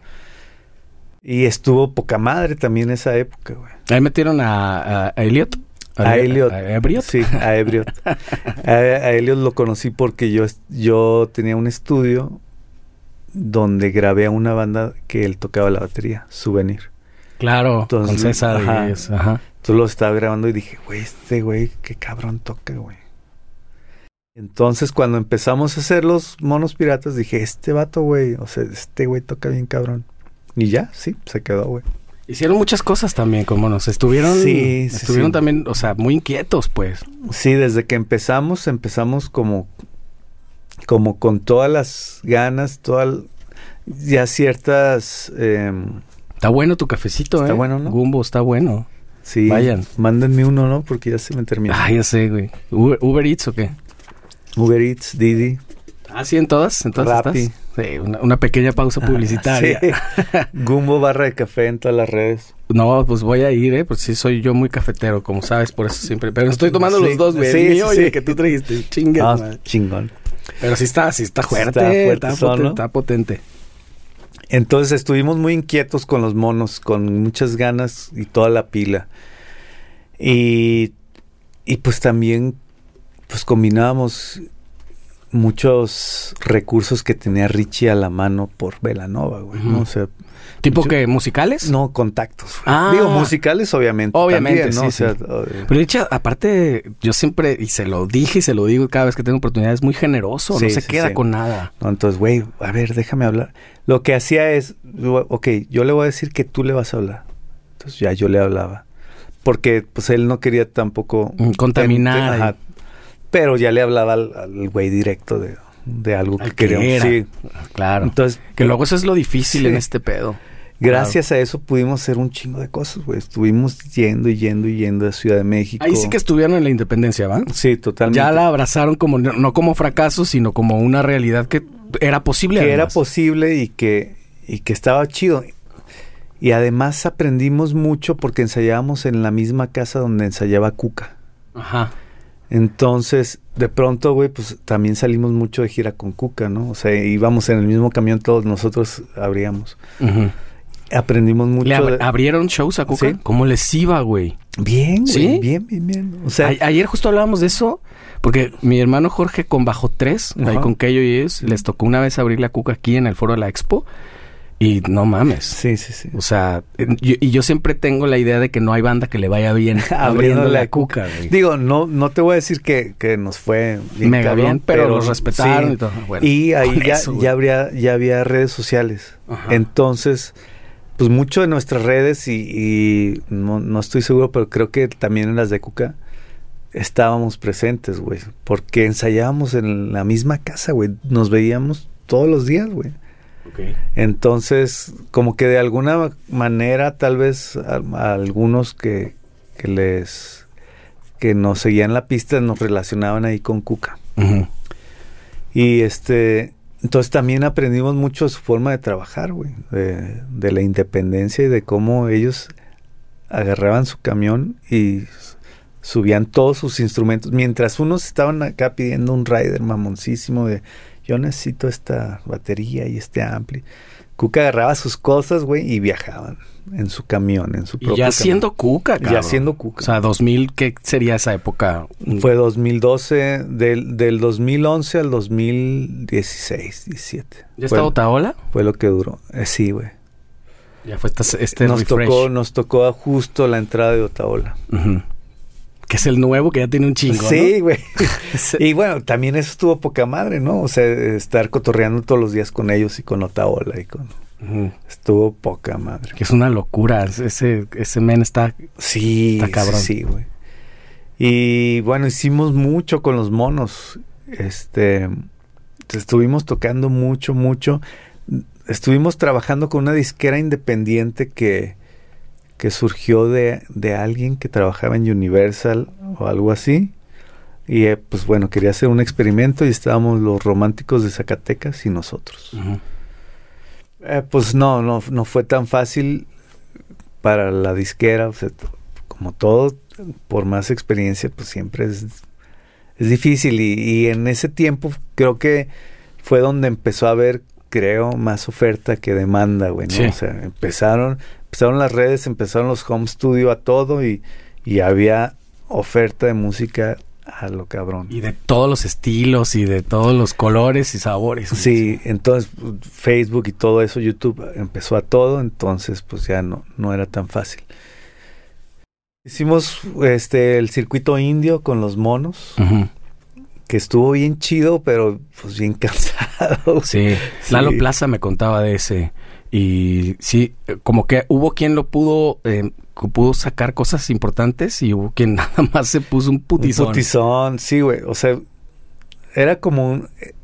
Y estuvo poca madre también esa época, güey. Ahí metieron a, a, a Elliot. A, a Elliot. ¿A Ebriot? Sí, a Ebriot. a, a Elliot lo conocí porque yo, yo tenía un estudio donde grabé a una banda que él tocaba la batería, Souvenir. Claro, entonces, con César. Ajá, y es, ajá. Entonces lo estaba grabando y dije, güey, este güey, qué cabrón toca, güey. Entonces cuando empezamos a hacer Los Monos Piratas, dije, este vato, güey, o sea, este güey toca bien cabrón. Y ya, sí, se quedó, güey. Hicieron muchas cosas también con monos. Estuvieron, sí, estuvieron sí. también, o sea, muy inquietos, pues. Sí, desde que empezamos, empezamos como, como con todas las ganas, todas, ya ciertas. Eh, está bueno tu cafecito, está eh. bueno, ¿no? Gumbo, está bueno. Sí. Vayan. Mándenme uno, ¿no? Porque ya se me terminó. Ah, ya sé, güey. Uber, Uber Eats o qué? Uber Eats, Didi. Ah, sí, en todas, en todas Rappi. Estás. Sí, una, una pequeña pausa publicitaria. Ah, sí. Gumbo Barra de Café en todas las redes. No, pues voy a ir, ¿eh? Pues sí, soy yo muy cafetero, como sabes, por eso siempre. Pero estoy tomando sí, los dos, güey. Sí, el mío sí, y el sí. que tú trajiste. Chingue, ah, chingón. Pero sí está, sí está fuerte. Está, fuerte está, son, potente, ¿no? está potente. Entonces estuvimos muy inquietos con los monos, con muchas ganas y toda la pila. Y, y pues también pues combinábamos muchos recursos que tenía Richie a la mano por Belanova, güey, uh-huh. ¿no? O sea, ¿tipo mucho, que musicales? No, contactos. Ah. Digo, musicales obviamente. Obviamente, también, ¿no? sí, o sea, sí. Uh, Pero Richie, aparte, yo siempre, y se lo dije y se lo digo cada vez que tengo oportunidad, es muy generoso, sí, no se sí, queda sí. con nada. No, entonces, güey, a ver, déjame hablar. Lo que hacía es, ok, yo le voy a decir que tú le vas a hablar. Entonces ya yo le hablaba. Porque pues él no quería tampoco... Contaminar. Ten, ajá, pero ya le hablaba al, al güey directo de, de algo que, que queríamos. Era. Sí. Claro. Entonces, que luego eso es lo difícil sí. en este pedo. Gracias claro. a eso pudimos hacer un chingo de cosas, güey. Estuvimos yendo y yendo y yendo a Ciudad de México. Ahí sí que estuvieron en la independencia, ¿va? Sí, totalmente. Ya la abrazaron como, no como fracaso, sino como una realidad que era posible. Que además. era posible y que, y que estaba chido. Y además aprendimos mucho porque ensayábamos en la misma casa donde ensayaba Cuca. Ajá. Entonces, de pronto, güey, pues también salimos mucho de gira con Cuca, ¿no? O sea, íbamos en el mismo camión todos nosotros abríamos. Uh-huh. Aprendimos mucho. ¿Le ab- de... abrieron shows a Cuca? ¿Sí? ¿Cómo les iba, güey? Bien, güey. ¿Sí? Bien, bien, bien. O sea, a- ayer justo hablábamos de eso, porque mi hermano Jorge con Bajo tres, uh-huh. ahí con Keyo y ellos, les tocó una vez abrir la Cuca aquí en el foro de la Expo. Y no mames. Sí, sí, sí. O sea, yo, y yo siempre tengo la idea de que no hay banda que le vaya bien abriendo la Cuca, güey. Digo, no no te voy a decir que, que nos fue bien mega cabrón, bien, pero, pero nos respetaron sí. y todo. Bueno, y ahí ya, eso, ya, habría, ya había redes sociales. Ajá. Entonces, pues mucho de nuestras redes y, y no, no estoy seguro, pero creo que también en las de Cuca estábamos presentes, güey. Porque ensayábamos en la misma casa, güey. Nos veíamos todos los días, güey. Okay. Entonces, como que de alguna manera, tal vez a, a algunos que, que les que nos seguían la pista nos relacionaban ahí con Cuca. Uh-huh. Y este, entonces también aprendimos mucho de su forma de trabajar, güey, de, de la independencia y de cómo ellos agarraban su camión y subían todos sus instrumentos, mientras unos estaban acá pidiendo un rider mamoncísimo de yo necesito esta batería y este ampli. Cuca agarraba sus cosas, güey, y viajaban en su camión, en su propio Y ya camión. siendo Cuca, cabrón. Ya siendo Cuca. O sea, dos mil, ¿qué sería esa época? Fue dos mil doce, del, del dos mil once al dos mil dieciséis, diecisiete. ¿Ya estaba Otaola? Fue lo que duró. Eh, sí, güey. Ya fue esta, este nos refresh. tocó, nos tocó justo la entrada de Otaola. Uh-huh. que es el nuevo, que ya tiene un chingo, sí, ¿no? güey. Y bueno, también eso estuvo poca madre, ¿no? O sea, estar cotorreando todos los días con ellos y con Otaola y con... Uh-huh. Estuvo poca madre. Que es una locura. Ese, ese men está... Sí, está cabrón. Sí, güey. Y bueno, hicimos mucho con los monos. Este... Estuvimos tocando mucho, mucho. Estuvimos trabajando con una disquera independiente que... que surgió de, de alguien que trabajaba en Universal o algo así. Y eh, pues bueno, quería hacer un experimento y estábamos los Románticos de Zacatecas y nosotros. Uh-huh. Eh, pues no, no, no fue tan fácil para la disquera. O sea, t- como todo, por más experiencia, pues siempre es, es difícil. Y, y en ese tiempo creo que fue donde empezó a haber, creo, más oferta que demanda, güey, ¿no? Sí. O sea, empezaron... Empezaron las redes, empezaron los home studio a todo y, y había oferta de música a lo cabrón. Y de todos los estilos y de todos los colores y sabores. Sí, entonces Facebook y todo eso, YouTube empezó a todo, entonces pues ya no, no era tan fácil. Hicimos este el circuito indio con los monos. Uh-huh. Que estuvo bien chido, pero pues bien cansado. Sí, sí. Lalo Plaza me contaba de ese. Y sí, como que hubo quien lo pudo, eh, pudo sacar cosas importantes y hubo quien nada más se puso un putizón. Un putizón, sí, güey. O sea, era como un... Eh,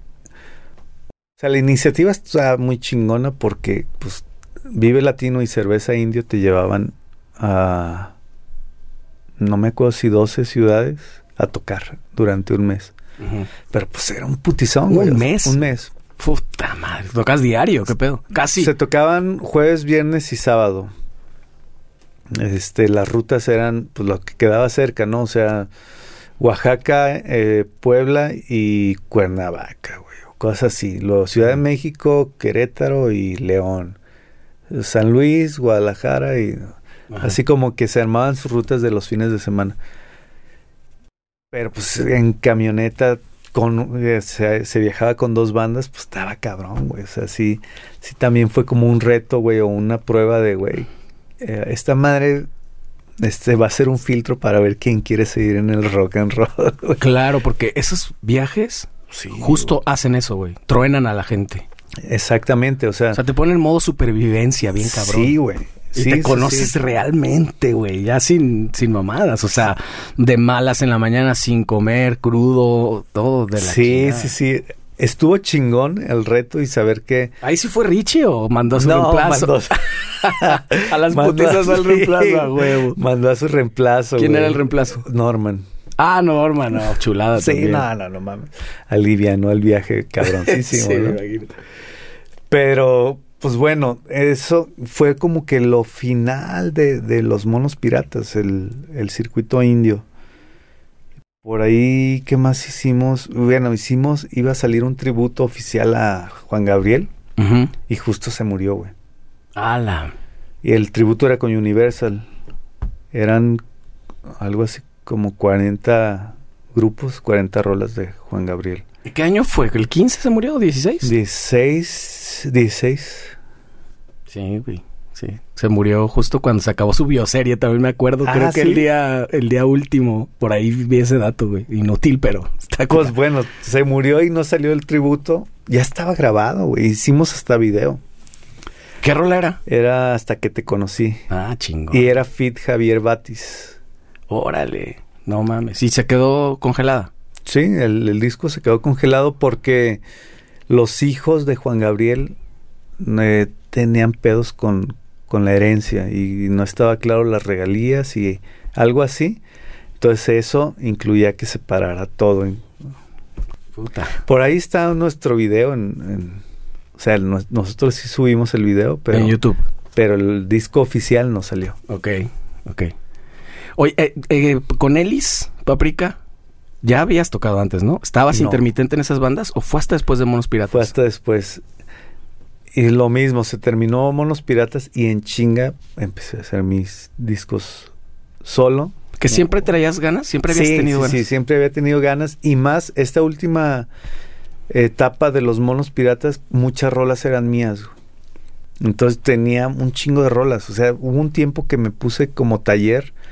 o sea, la iniciativa está muy chingona porque, pues, Vive Latino y Cerveza Indio te llevaban a... No me acuerdo si doce ciudades a tocar durante un mes. Uh-huh. Pero pues era un putizón, güey. ¿Un mes? Un mes. Puta madre, ¿tocas diario? ¿Qué pedo? Casi. Se tocaban jueves, viernes y sábado. Este, las rutas eran pues lo que quedaba cerca, ¿no? O sea, Oaxaca, eh, Puebla y Cuernavaca, güey. Cosas así. Luego Ciudad de México, Querétaro y León. San Luis, Guadalajara y... Ajá. Así como que se armaban sus rutas de los fines de semana. Pero pues en camioneta... Con, eh, se, se viajaba con dos bandas, pues estaba cabrón, güey. O sea, sí, sí también fue como un reto, güey, o una prueba de, güey, eh, esta madre este va a ser un filtro para ver quién quiere seguir en el rock and roll, güey. Claro, porque esos viajes sí, justo güey. hacen eso, güey. Truenan a la gente. Exactamente, o sea... O sea, te ponen en modo supervivencia, bien cabrón. Sí, güey. Y sí, te conoces sí, sí. realmente, güey, ya sin, sin mamadas, o sea, de malas en la mañana, sin comer, crudo, todo de la Sí, chingada. sí, sí. Estuvo chingón el reto y saber que... ¿Ahí sí fue Richie o mandó a su no, reemplazo? Mandó... a las putizas al reemplazo, a huevo. Mandó a su reemplazo, ¿Quién güey. era el reemplazo? Norman. Ah, Norman, no, chulada Sí, también. no, no, no mames. Alivianó el viaje cabroncísimo, sí, ¿no? me imagino. Pero... Pues bueno, eso fue como que lo final de, de los Monos Piratas, el, el circuito indio. Por ahí, ¿qué más hicimos? Bueno, hicimos, iba a salir un tributo oficial a Juan Gabriel uh-huh. y justo se murió, güey. ¡Hala! Y el tributo era con Universal. Eran algo así como cuarenta grupos, cuarenta rolas de Juan Gabriel. ¿Y qué año fue? ¿El quince se murió o dieciséis? dieciséis, dieciséis. Sí, güey. Sí. Se murió justo cuando se acabó su bioserie, también me acuerdo. Ah, Creo que ¿sí? el día el día último, por ahí vi ese dato, güey. Inútil, pero está Pues cool. Bueno, se murió y no salió el tributo. Ya estaba grabado, güey. Hicimos hasta video. ¿Qué rola era? Era Hasta que te conocí. Ah, chingón. Y era feat Javier Batis. Órale. No mames. ¿Y se quedó congelada? Sí, el, el disco se quedó congelado porque los hijos de Juan Gabriel eh, tenían pedos con, con la herencia y no estaba claro las regalías y algo así. Entonces eso incluía que se parara todo. En, Puta. Por ahí está nuestro video. En, en, o sea, no, nosotros sí subimos el video, pero en YouTube. Pero el disco oficial no salió. Ok, ok. Oye, eh, eh, con Elis, Paprika... Ya habías tocado antes, ¿no? ¿Estabas no. intermitente en esas bandas o fue hasta después de Monos Piratas? Fue hasta después. Y lo mismo, se terminó Monos Piratas y en chinga empecé a hacer mis discos solo. ¿Que no. siempre traías ganas? ¿Siempre habías sí, tenido sí, ganas? Sí, siempre había tenido ganas. Y más, esta última etapa de los Monos Piratas, muchas rolas eran mías. Entonces tenía un chingo de rolas. O sea, hubo un tiempo que me puse como taller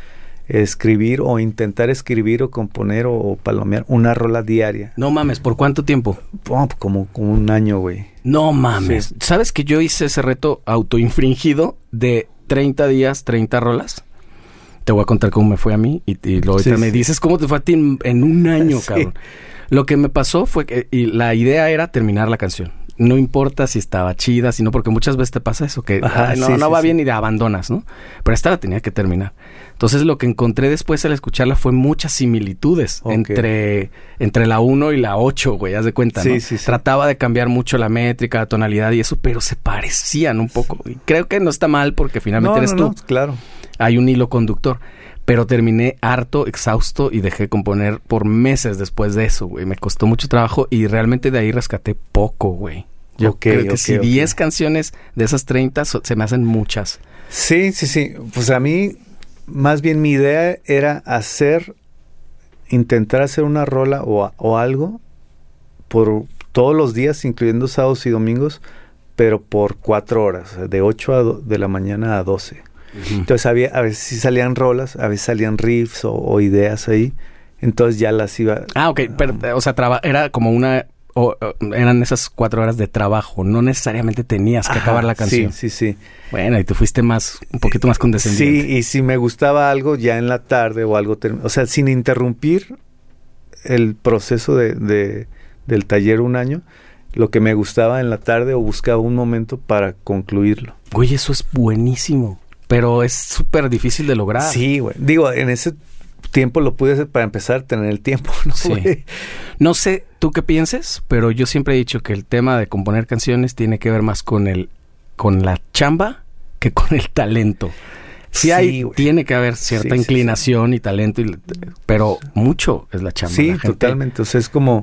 escribir o intentar escribir o componer o, o palomear una rola diaria. No mames, ¿por cuánto tiempo? Oh, como, como un año, güey. No mames. Sí. ¿Sabes que yo hice ese reto autoinfringido de treinta días, treinta rolas? Te voy a contar cómo me fue a mí y, y luego sí, me sí. dices cómo te fue a ti en, en un año, sí. cabrón. Lo que me pasó fue que y la idea era terminar la canción. No importa si estaba chida, sino porque muchas veces te pasa eso, que Ajá, ay, no, sí, no sí, va sí. bien y la abandonas, ¿no? Pero esta la tenía que terminar. Entonces lo que encontré después al escucharla fue muchas similitudes okay. entre, entre la uno y la ocho, güey, haz de cuenta, sí, ¿no? Sí, sí. Trataba de cambiar mucho la métrica, la tonalidad y eso, pero se parecían un poco. Y creo que no está mal porque finalmente no, eres no, tú. No, claro. Hay un hilo conductor. Pero terminé harto, exhausto y dejé de componer por meses después de eso, güey. Me costó mucho trabajo y realmente de ahí rescaté poco, güey. Yo okay, creo que okay, si okay. diez canciones de esas treinta so, se me hacen muchas. Sí, sí, sí. Pues a mí, más bien mi idea era hacer, intentar hacer una rola o, o algo por todos los días, incluyendo sábados y domingos, pero por cuatro horas, de ocho a do, de la mañana a doce. Uh-huh. Entonces había, a veces sí salían rolas, a veces salían riffs o, o ideas ahí, entonces ya las iba... Ah, ok, pero, o sea, traba, era como una... O, o eran esas cuatro horas de trabajo, no necesariamente tenías que Ajá, acabar la canción. Sí, sí, sí. Bueno, y te fuiste más, un poquito más condescendiente. Sí, y si me gustaba algo ya en la tarde o algo, term- o sea, sin interrumpir el proceso de, de, del taller un año, lo que me gustaba en la tarde o buscaba un momento para concluirlo. Güey, eso es buenísimo, pero es súper difícil de lograr. Sí, güey. Digo, en ese tiempo lo pude hacer para empezar a tener el tiempo, ¿no? Sí. Güey? No sé tú qué pienses, pero yo siempre he dicho que el tema de componer canciones tiene que ver más con el con la chamba que con el talento. Sí, sí hay, wey. Tiene que haber cierta sí, inclinación sí, sí. y talento, y, pero mucho es la chamba. Sí, la gente... totalmente. O sea, es como,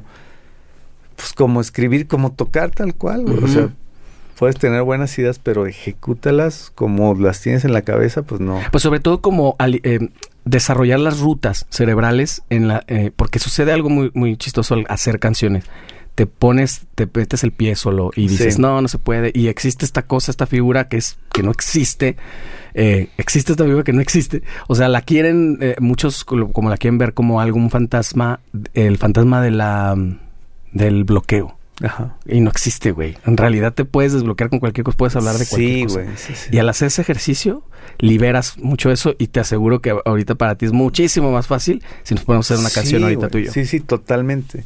pues como escribir, como tocar tal cual. Uh-huh. O sea, puedes tener buenas ideas, pero ejecútalas como las tienes en la cabeza, pues no. Pues sobre todo como eh, desarrollar las rutas cerebrales en la, eh, porque sucede algo muy, muy chistoso al hacer canciones. Te pones, te metes el pie solo y dices, sí. no, no se puede. Y existe esta cosa, esta figura que es, que no existe. Eh, existe esta figura que no existe. O sea, la quieren, eh, muchos como la quieren ver como algún fantasma, el fantasma de la, del bloqueo. Ajá. Y no existe, güey. En realidad te puedes desbloquear con cualquier cosa, puedes hablar de cualquier sí, cosa. Güey, sí, sí. Y al hacer ese ejercicio, liberas mucho eso y te aseguro que ahorita para ti es muchísimo más fácil si nos podemos hacer una sí, canción ahorita güey. tú y yo. Sí, sí, totalmente.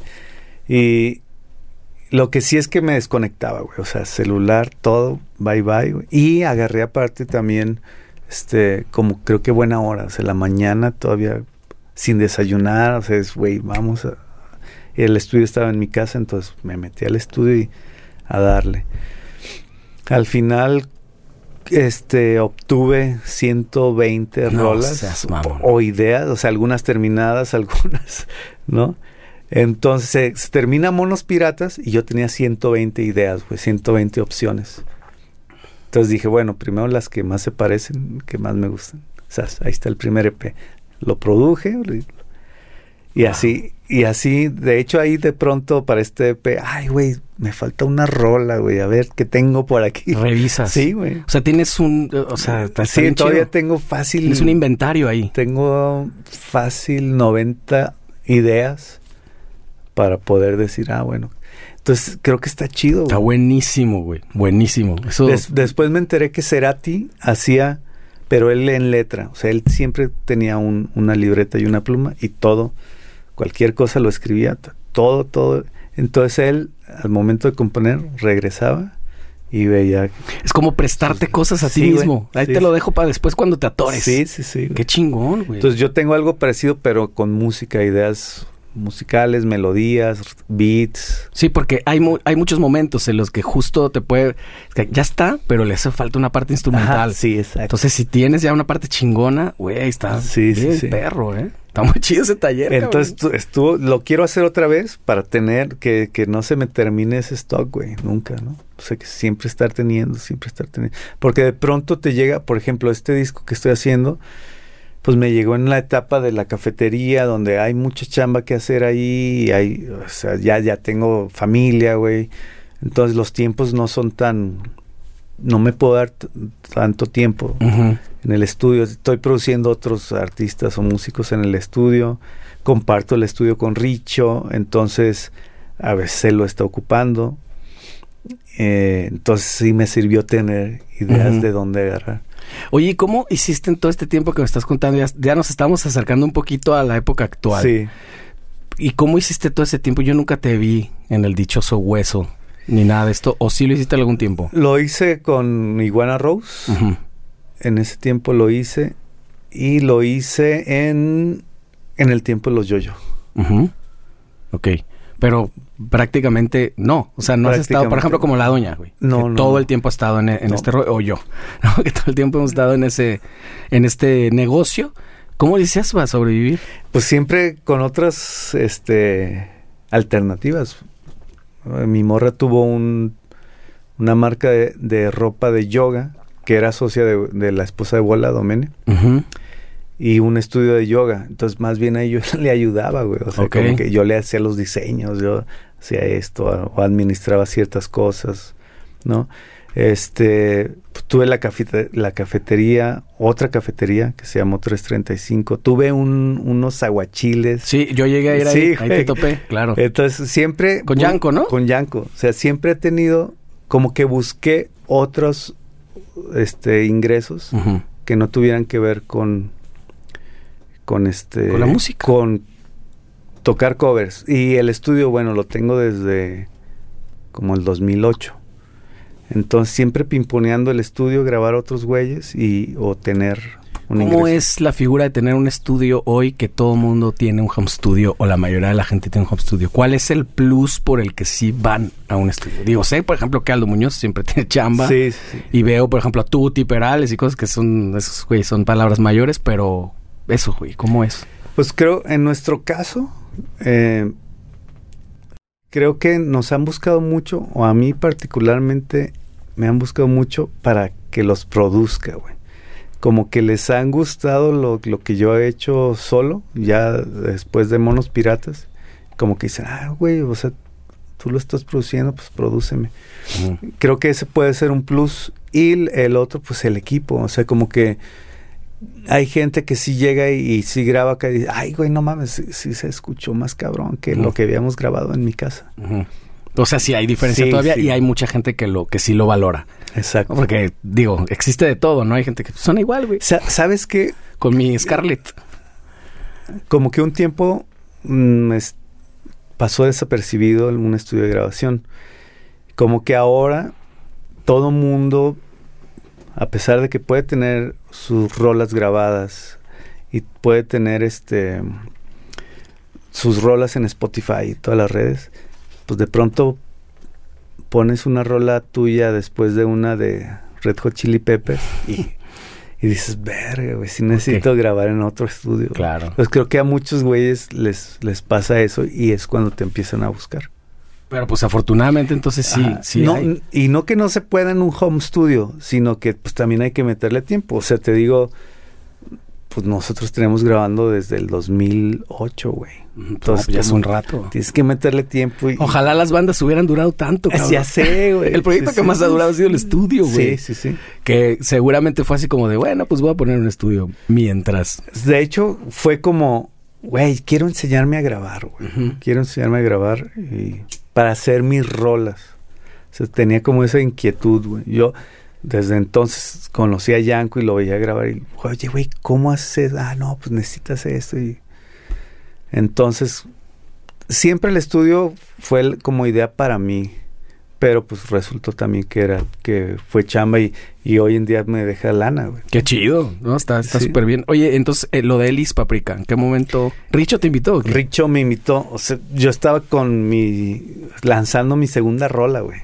Y lo que sí es que me desconectaba, güey. O sea, celular, todo, bye bye, güey. Y agarré aparte también, este, como creo que buena hora. O sea, la mañana todavía sin desayunar. O sea, es, güey, vamos a... El estudio estaba en mi casa, entonces me metí al estudio y a darle. Al final, este, obtuve ciento veinte no, rolas o, o ideas, o sea, algunas terminadas, algunas, ¿no? Entonces se, se termina Monos Piratas y yo tenía ciento veinte ideas, pues, ciento veinte opciones. Entonces dije, bueno, primero las que más se parecen, que más me gustan. O sea, ahí está el primer E P. Lo produje y wow. así... Y así, de hecho, ahí de pronto para este E P, ay, güey, me falta una rola, güey, a ver qué tengo por aquí. Revisas. Sí, güey. O sea, tienes un, o sea, está sí, bien todavía chido. tengo fácil. Tienes un inventario ahí. Tengo fácil noventa ideas para poder decir, ah, bueno. Entonces, creo que está chido, güey. Está buenísimo, güey, buenísimo. Eso... Des, después me enteré que Cerati hacía, pero él en letra. O sea, él siempre tenía un, una libreta y una pluma y todo... Cualquier cosa lo escribía, todo, todo. Entonces él, al momento de componer, regresaba y veía... Es como prestarte sí, cosas a ti sí, mismo. Ahí sí, te lo dejo para después cuando te atores. Sí, sí, sí. Güey. Qué chingón, güey. Entonces yo tengo algo parecido, pero con música, ideas musicales, melodías, beats. Sí, porque hay mu- hay muchos momentos en los que justo te puede... Que ya está, pero le hace falta una parte instrumental. Ajá, sí, exacto. Entonces si tienes ya una parte chingona, güey, está sí, bien sí, sí. perro, ¿eh? Está muy chido ese taller. Entonces cabrón. estuvo, lo quiero hacer otra vez para tener, que, que no se me termine ese stock, güey, nunca, ¿no? O sea, que siempre estar teniendo, siempre estar teniendo. Porque de pronto te llega, por ejemplo, este disco que estoy haciendo, pues me llegó en la etapa de la cafetería, donde hay mucha chamba que hacer ahí, y hay, o sea, ya, ya tengo familia, güey. Entonces los tiempos no son tan, no me puedo dar t- tanto tiempo Uh-huh. en el estudio. Estoy produciendo otros artistas o músicos en el estudio. Comparto el estudio con Richo, entonces a veces él lo está ocupando. Eh, entonces sí me sirvió tener ideas Uh-huh. de dónde agarrar. Oye, ¿y cómo hiciste en todo este tiempo que me estás contando? Ya, ya nos estamos acercando un poquito a la época actual. Sí. ¿Y cómo hiciste todo ese tiempo? Yo nunca te vi en el dichoso Hueso, ni nada de esto. ¿O sí lo hiciste algún tiempo? Lo hice con Iguana Rose. Uh-huh. En ese tiempo lo hice. Y lo hice en, en el tiempo de los Yoyo. Uh-huh. Ok. Pero prácticamente no. O sea, no has estado, por ejemplo, como la doña, güey. No, que no. todo no. el tiempo ha estado en, en No. este rollo. O yo. ¿No? Que todo el tiempo hemos estado en ese, en este negocio. ¿Cómo dices para sobrevivir? Pues siempre con otras este, alternativas. Eh, Mi morra tuvo un, una marca de, de ropa de yoga que era socia de, de la esposa de Bola, Domene, Uh-huh. y un estudio de yoga. Entonces, más bien a ella yo le ayudaba, güey. O sea, Ok. como que yo le hacía los diseños, yo hacía esto, o administraba ciertas cosas, ¿no? Este, pues, tuve la, cafete- la cafetería, otra cafetería que se llamó trescientos treinta y cinco. Tuve un, unos aguachiles. Sí, yo llegué a ir Sí, ahí. Ahí güey. te topé, claro. Entonces, siempre... Con bu- Yanko, ¿no? Con Yanko. O sea, siempre he tenido, como que busqué otros este, ingresos Uh-huh. que no tuvieran que ver con... Con este... Con la música. Con tocar covers. Y el estudio, bueno, lo tengo desde como el dos mil ocho. Entonces, siempre pimponeando el estudio, grabar otros güeyes y... O tener un ¿Cómo ingreso. es la figura de tener un estudio hoy que todo el mundo tiene un home studio o la mayoría de la gente tiene un home studio? ¿Cuál es el plus por el que sí van a un estudio? Digo, sé, por ejemplo, que Aldo Muñoz siempre tiene chamba. Sí, sí, sí. Y veo, por ejemplo, a Tuti, Perales y cosas que son, esos, güey, son palabras mayores, pero eso, güey, ¿cómo es? Pues creo, en nuestro caso, eh, creo que nos han buscado mucho, o a mí particularmente me han buscado mucho para que los produzca, güey. Como que les han gustado lo, lo que yo he hecho solo, ya después de Monos Piratas. Como que dicen, ah, güey, o sea, tú lo estás produciendo, pues prodúceme. Uh-huh. Creo que ese puede ser un plus. Y el, el otro, pues el equipo. O sea, como que hay gente que sí llega y, y sí graba acá y dice, ay, güey, no mames, sí, sí se escuchó más cabrón que Uh-huh. lo que habíamos grabado en mi casa. Uh-huh. O sea, sí hay diferencia Sí, todavía sí. y hay mucha gente que lo que sí lo valora. Exacto. Porque, digo, existe de todo, ¿no? Hay gente que suena igual, güey. Sa- ¿Sabes qué? Con mi Scarlett. Como que un tiempo mm, es- pasó desapercibido en un estudio de grabación. Como que ahora todo mundo, a pesar de que puede tener sus rolas grabadas y puede tener este sus rolas en Spotify y todas las redes, pues de pronto pones una rola tuya después de una de Red Hot Chili Peppers y, y dices, verga, güey, sí necesito Ok. grabar en otro estudio. Claro. Pues creo que a muchos güeyes les, les pasa eso y es cuando te empiezan a buscar. Pero pues afortunadamente entonces sí, Ajá. sí No, hay. y no que no se pueda en un home studio, sino que pues también hay que meterle tiempo. O sea, te digo, pues nosotros tenemos grabando desde el dos mil ocho, güey. Entonces, ya es como un rato. Tienes que meterle tiempo. Y, Ojalá las bandas hubieran durado tanto, cabrón. Ya sé, güey. El proyecto Sí, que sí. más ha durado ha sido el estudio, güey. Sí, sí, sí. Que seguramente fue así como de, bueno, pues voy a poner un estudio mientras. De hecho, fue como, güey, quiero enseñarme a grabar, güey. Ujú. Quiero enseñarme a grabar y para hacer mis rolas. O sea, tenía como esa inquietud, güey. Yo desde entonces conocí a Yanko y lo veía grabar y, oye, güey, ¿cómo haces? Ah, no, pues necesitas esto. Y entonces, siempre el estudio fue el- como idea para mí, pero pues resultó también que era, que fue chamba y, y hoy en día me deja lana, güey. Qué chido, ¿no? Está está Sí. súper bien. Oye, entonces, eh, lo de Elis Paprika, ¿en qué momento? ¿Richo te invitó o qué? Richo me invitó, o sea, yo estaba con mi, lanzando mi segunda rola, güey.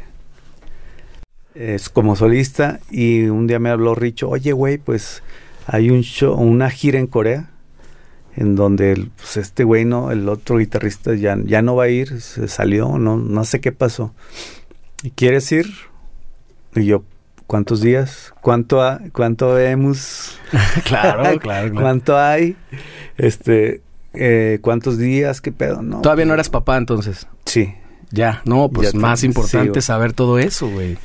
Es como solista y un día me habló Richo, oye, güey, pues hay un show, una gira en Corea en donde el, pues, este güey, no, el otro guitarrista ya, ya no va a ir, se salió, no, no sé qué pasó. ¿Y quieres ir? Y yo, ¿cuántos días? ¿Cuánto ha, cuánto hemos? claro, claro, claro. ¿Cuánto hay? Este, eh, ¿cuántos días? ¿Qué pedo? No. Todavía no eras papá entonces. Sí. Ya, no, pues Ya te- más sí, importante güey. saber todo eso, güey.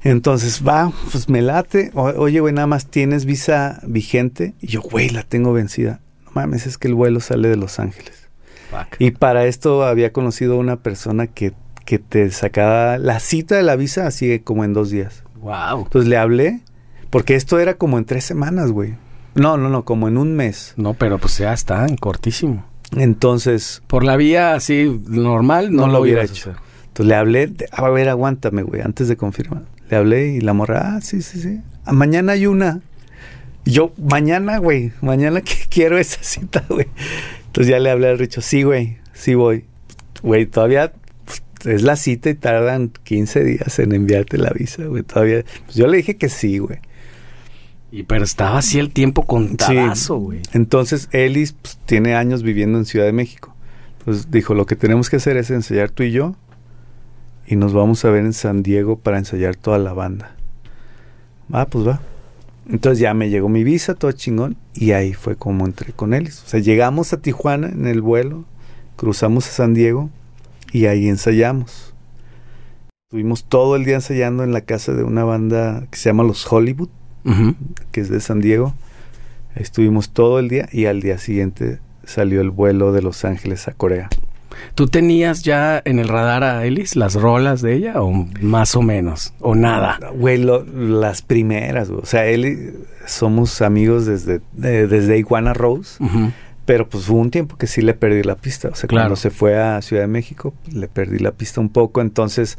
Entonces, va, pues me late. O, oye, güey, nada más tienes visa vigente. Y yo, güey, la tengo vencida. No mames, es que el vuelo sale de Los Ángeles. Fuck. Y para esto había conocido a una persona que, que te sacaba la cita de la visa así como en dos días. Wow. Entonces le hablé, porque esto era como en tres semanas, güey. No, no, no, como en un mes. No, pero pues ya está, en cortísimo. Entonces... Por la vía así normal no, no lo hubiera hecho. Hacer. Entonces le hablé, de, a ver, aguántame, güey, antes de confirmar. Le hablé y la morra, ah, sí, sí, sí. Ah, mañana hay una. Y yo, mañana, güey, mañana que quiero esa cita, güey. Entonces ya le hablé al Richo, sí, güey, sí voy. Güey, todavía pues, es la cita y tardan quince días en enviarte la visa, güey. Todavía, pues yo le dije que sí, güey. Y pero estaba así el tiempo contadazo, güey. Sí. Entonces, Ellis pues, tiene años viviendo en Ciudad de México. Entonces dijo, lo que tenemos que hacer es ensayar tú y yo. Y nos vamos a ver en San Diego para ensayar toda la banda. Ah, pues va. Entonces ya me llegó mi visa, todo chingón. Y ahí fue como entré con Ellis. O sea, llegamos a Tijuana en el vuelo. Cruzamos a San Diego. Y ahí ensayamos. Estuvimos todo el día ensayando en la casa de una banda que se llama Los Hollywood. Uh-huh. Que es de San Diego. Estuvimos todo el día y al día siguiente salió el vuelo de Los Ángeles a Corea. ¿Tú tenías ya en el radar a Ellis las rolas de ella o más o menos? ¿O nada? Güey, lo, las primeras, güey. O sea, Ellis, somos amigos desde, eh, desde Iguana Rose. Uh-huh. Pero pues hubo un tiempo que sí le perdí la pista. O sea, claro. Cuando se fue a Ciudad de México, le perdí la pista un poco. Entonces,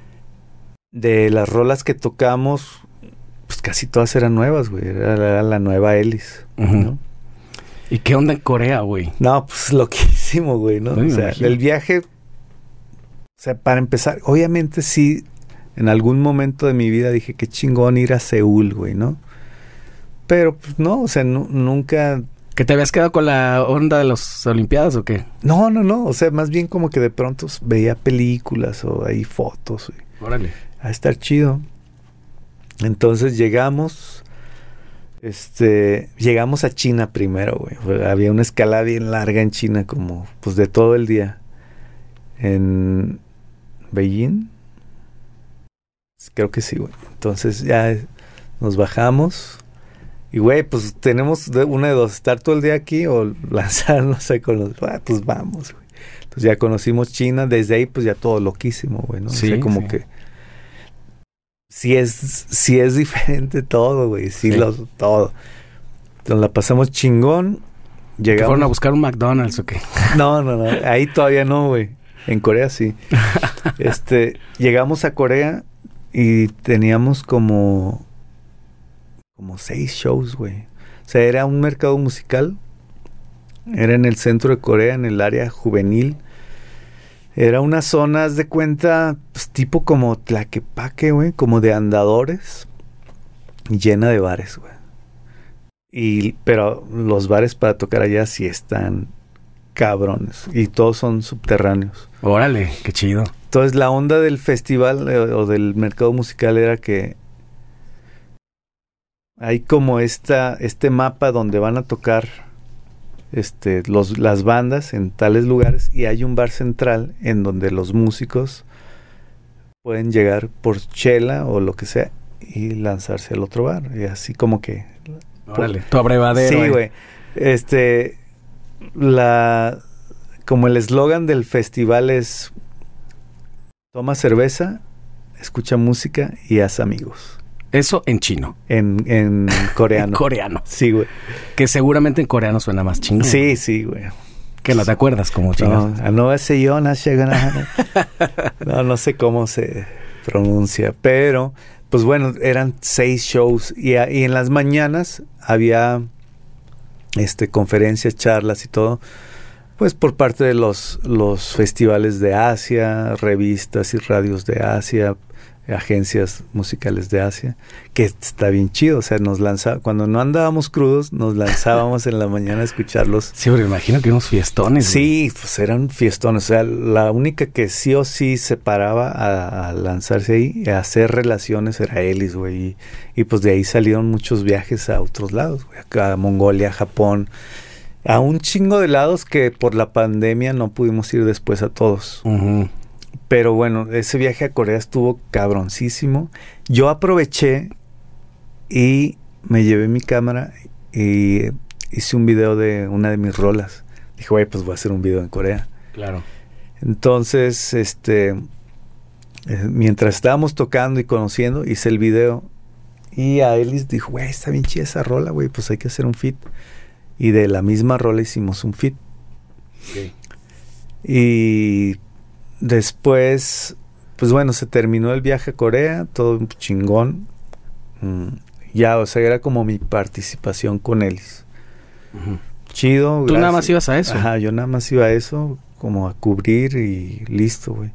de las rolas que tocamos... pues casi todas eran nuevas, güey. Era, era la nueva Ellis, uh-huh. ¿no? ¿Y qué onda en Corea, güey? No, pues loquísimo, güey, ¿no? Sí, o sea, imagino. El viaje... O sea, para empezar, obviamente sí, en algún momento de mi vida dije, qué chingón ir a Seúl, güey, ¿no? Pero, pues no, o sea, no, nunca... ¿Que te habías quedado con la onda de las Olimpiadas o qué? No, no, no. O sea, más bien como que de pronto veía películas o ahí fotos, güey. Órale. A estar chido. Entonces llegamos, este, llegamos a China primero, güey. Había una escala bien larga en China, como, pues de todo el día. En Beijing, creo que sí, güey. Entonces ya nos bajamos y, güey, pues tenemos de, una de dos, estar todo el día aquí o lanzarnos ahí con los, ah, pues vamos, güey. Entonces ya conocimos China, desde ahí pues ya todo loquísimo, güey, ¿no? Sí, o sea, como sí. que Sí es, sí es diferente todo, güey. Sí, sí. Lo, todo. Entonces la pasamos chingón. Llegamos... ¿Te fueron a buscar un McDonald's o qué? No, no, no. Ahí todavía no, güey. En Corea sí. este, llegamos a Corea y teníamos como... Como seis shows, güey. O sea, era un mercado musical. Era en el centro de Corea, en el área juvenil. Era una zona, haz de cuenta, pues, tipo como Tlaquepaque, güey, como de andadores, llena de bares, güey. Y, pero los bares para tocar allá sí están cabrones, y todos son subterráneos. Órale, qué chido. Entonces la onda del festival eh, o del mercado musical era que hay como esta, este mapa donde van a tocar... Este, los, las bandas en tales lugares y hay un bar central en donde los músicos pueden llegar por chela o lo que sea y lanzarse al otro bar y así como que órale, tu abrevadero. Sí, güey. Este la como el eslogan del festival es toma cerveza, escucha música y haz amigos. Eso en chino. En, en coreano. En coreano. Sí, güey. Que seguramente en coreano suena más chingón. Sí, sí, güey. Que no te acuerdas cómo chingados. No, no sé yo, no sé No, no sé cómo se pronuncia. Pero, pues bueno, eran seis shows. Y, y en las mañanas había este conferencias, charlas y todo. Pues por parte de los, los festivales de Asia, revistas y radios de Asia, agencias musicales de Asia, que está bien chido, o sea, nos lanzaba, cuando no andábamos crudos, nos lanzábamos en la mañana a escucharlos. Sí, pero imagino que unos fiestones. Sí, güey. Pues eran fiestones, o sea, la única que sí o sí se paraba a, a lanzarse ahí, a hacer relaciones, era Ellis, güey, y, y pues de ahí salieron muchos viajes a otros lados, güey, a Mongolia, a Japón, a un chingo de lados que por la pandemia no pudimos ir después a todos. Uh-huh. Pero bueno, ese viaje a Corea estuvo cabroncísimo. Yo aproveché y me llevé mi cámara y hice un video de una de mis rolas. Dije, güey, pues voy a hacer un video en Corea. Claro. Entonces, este, eh, mientras estábamos tocando y conociendo, hice el video. Y a Ellis dijo, güey, está bien chida esa rola, güey, pues hay que hacer un feat. Y de la misma rola hicimos un feat. Okay. Y después, pues bueno, se terminó el viaje a Corea, todo chingón. Mm, ya, o sea, era como mi participación con Ellis. Uh-huh. Chido. ¿Tú gracias. nada más ibas a eso? Ajá, yo nada más iba a eso, como a cubrir y listo, güey.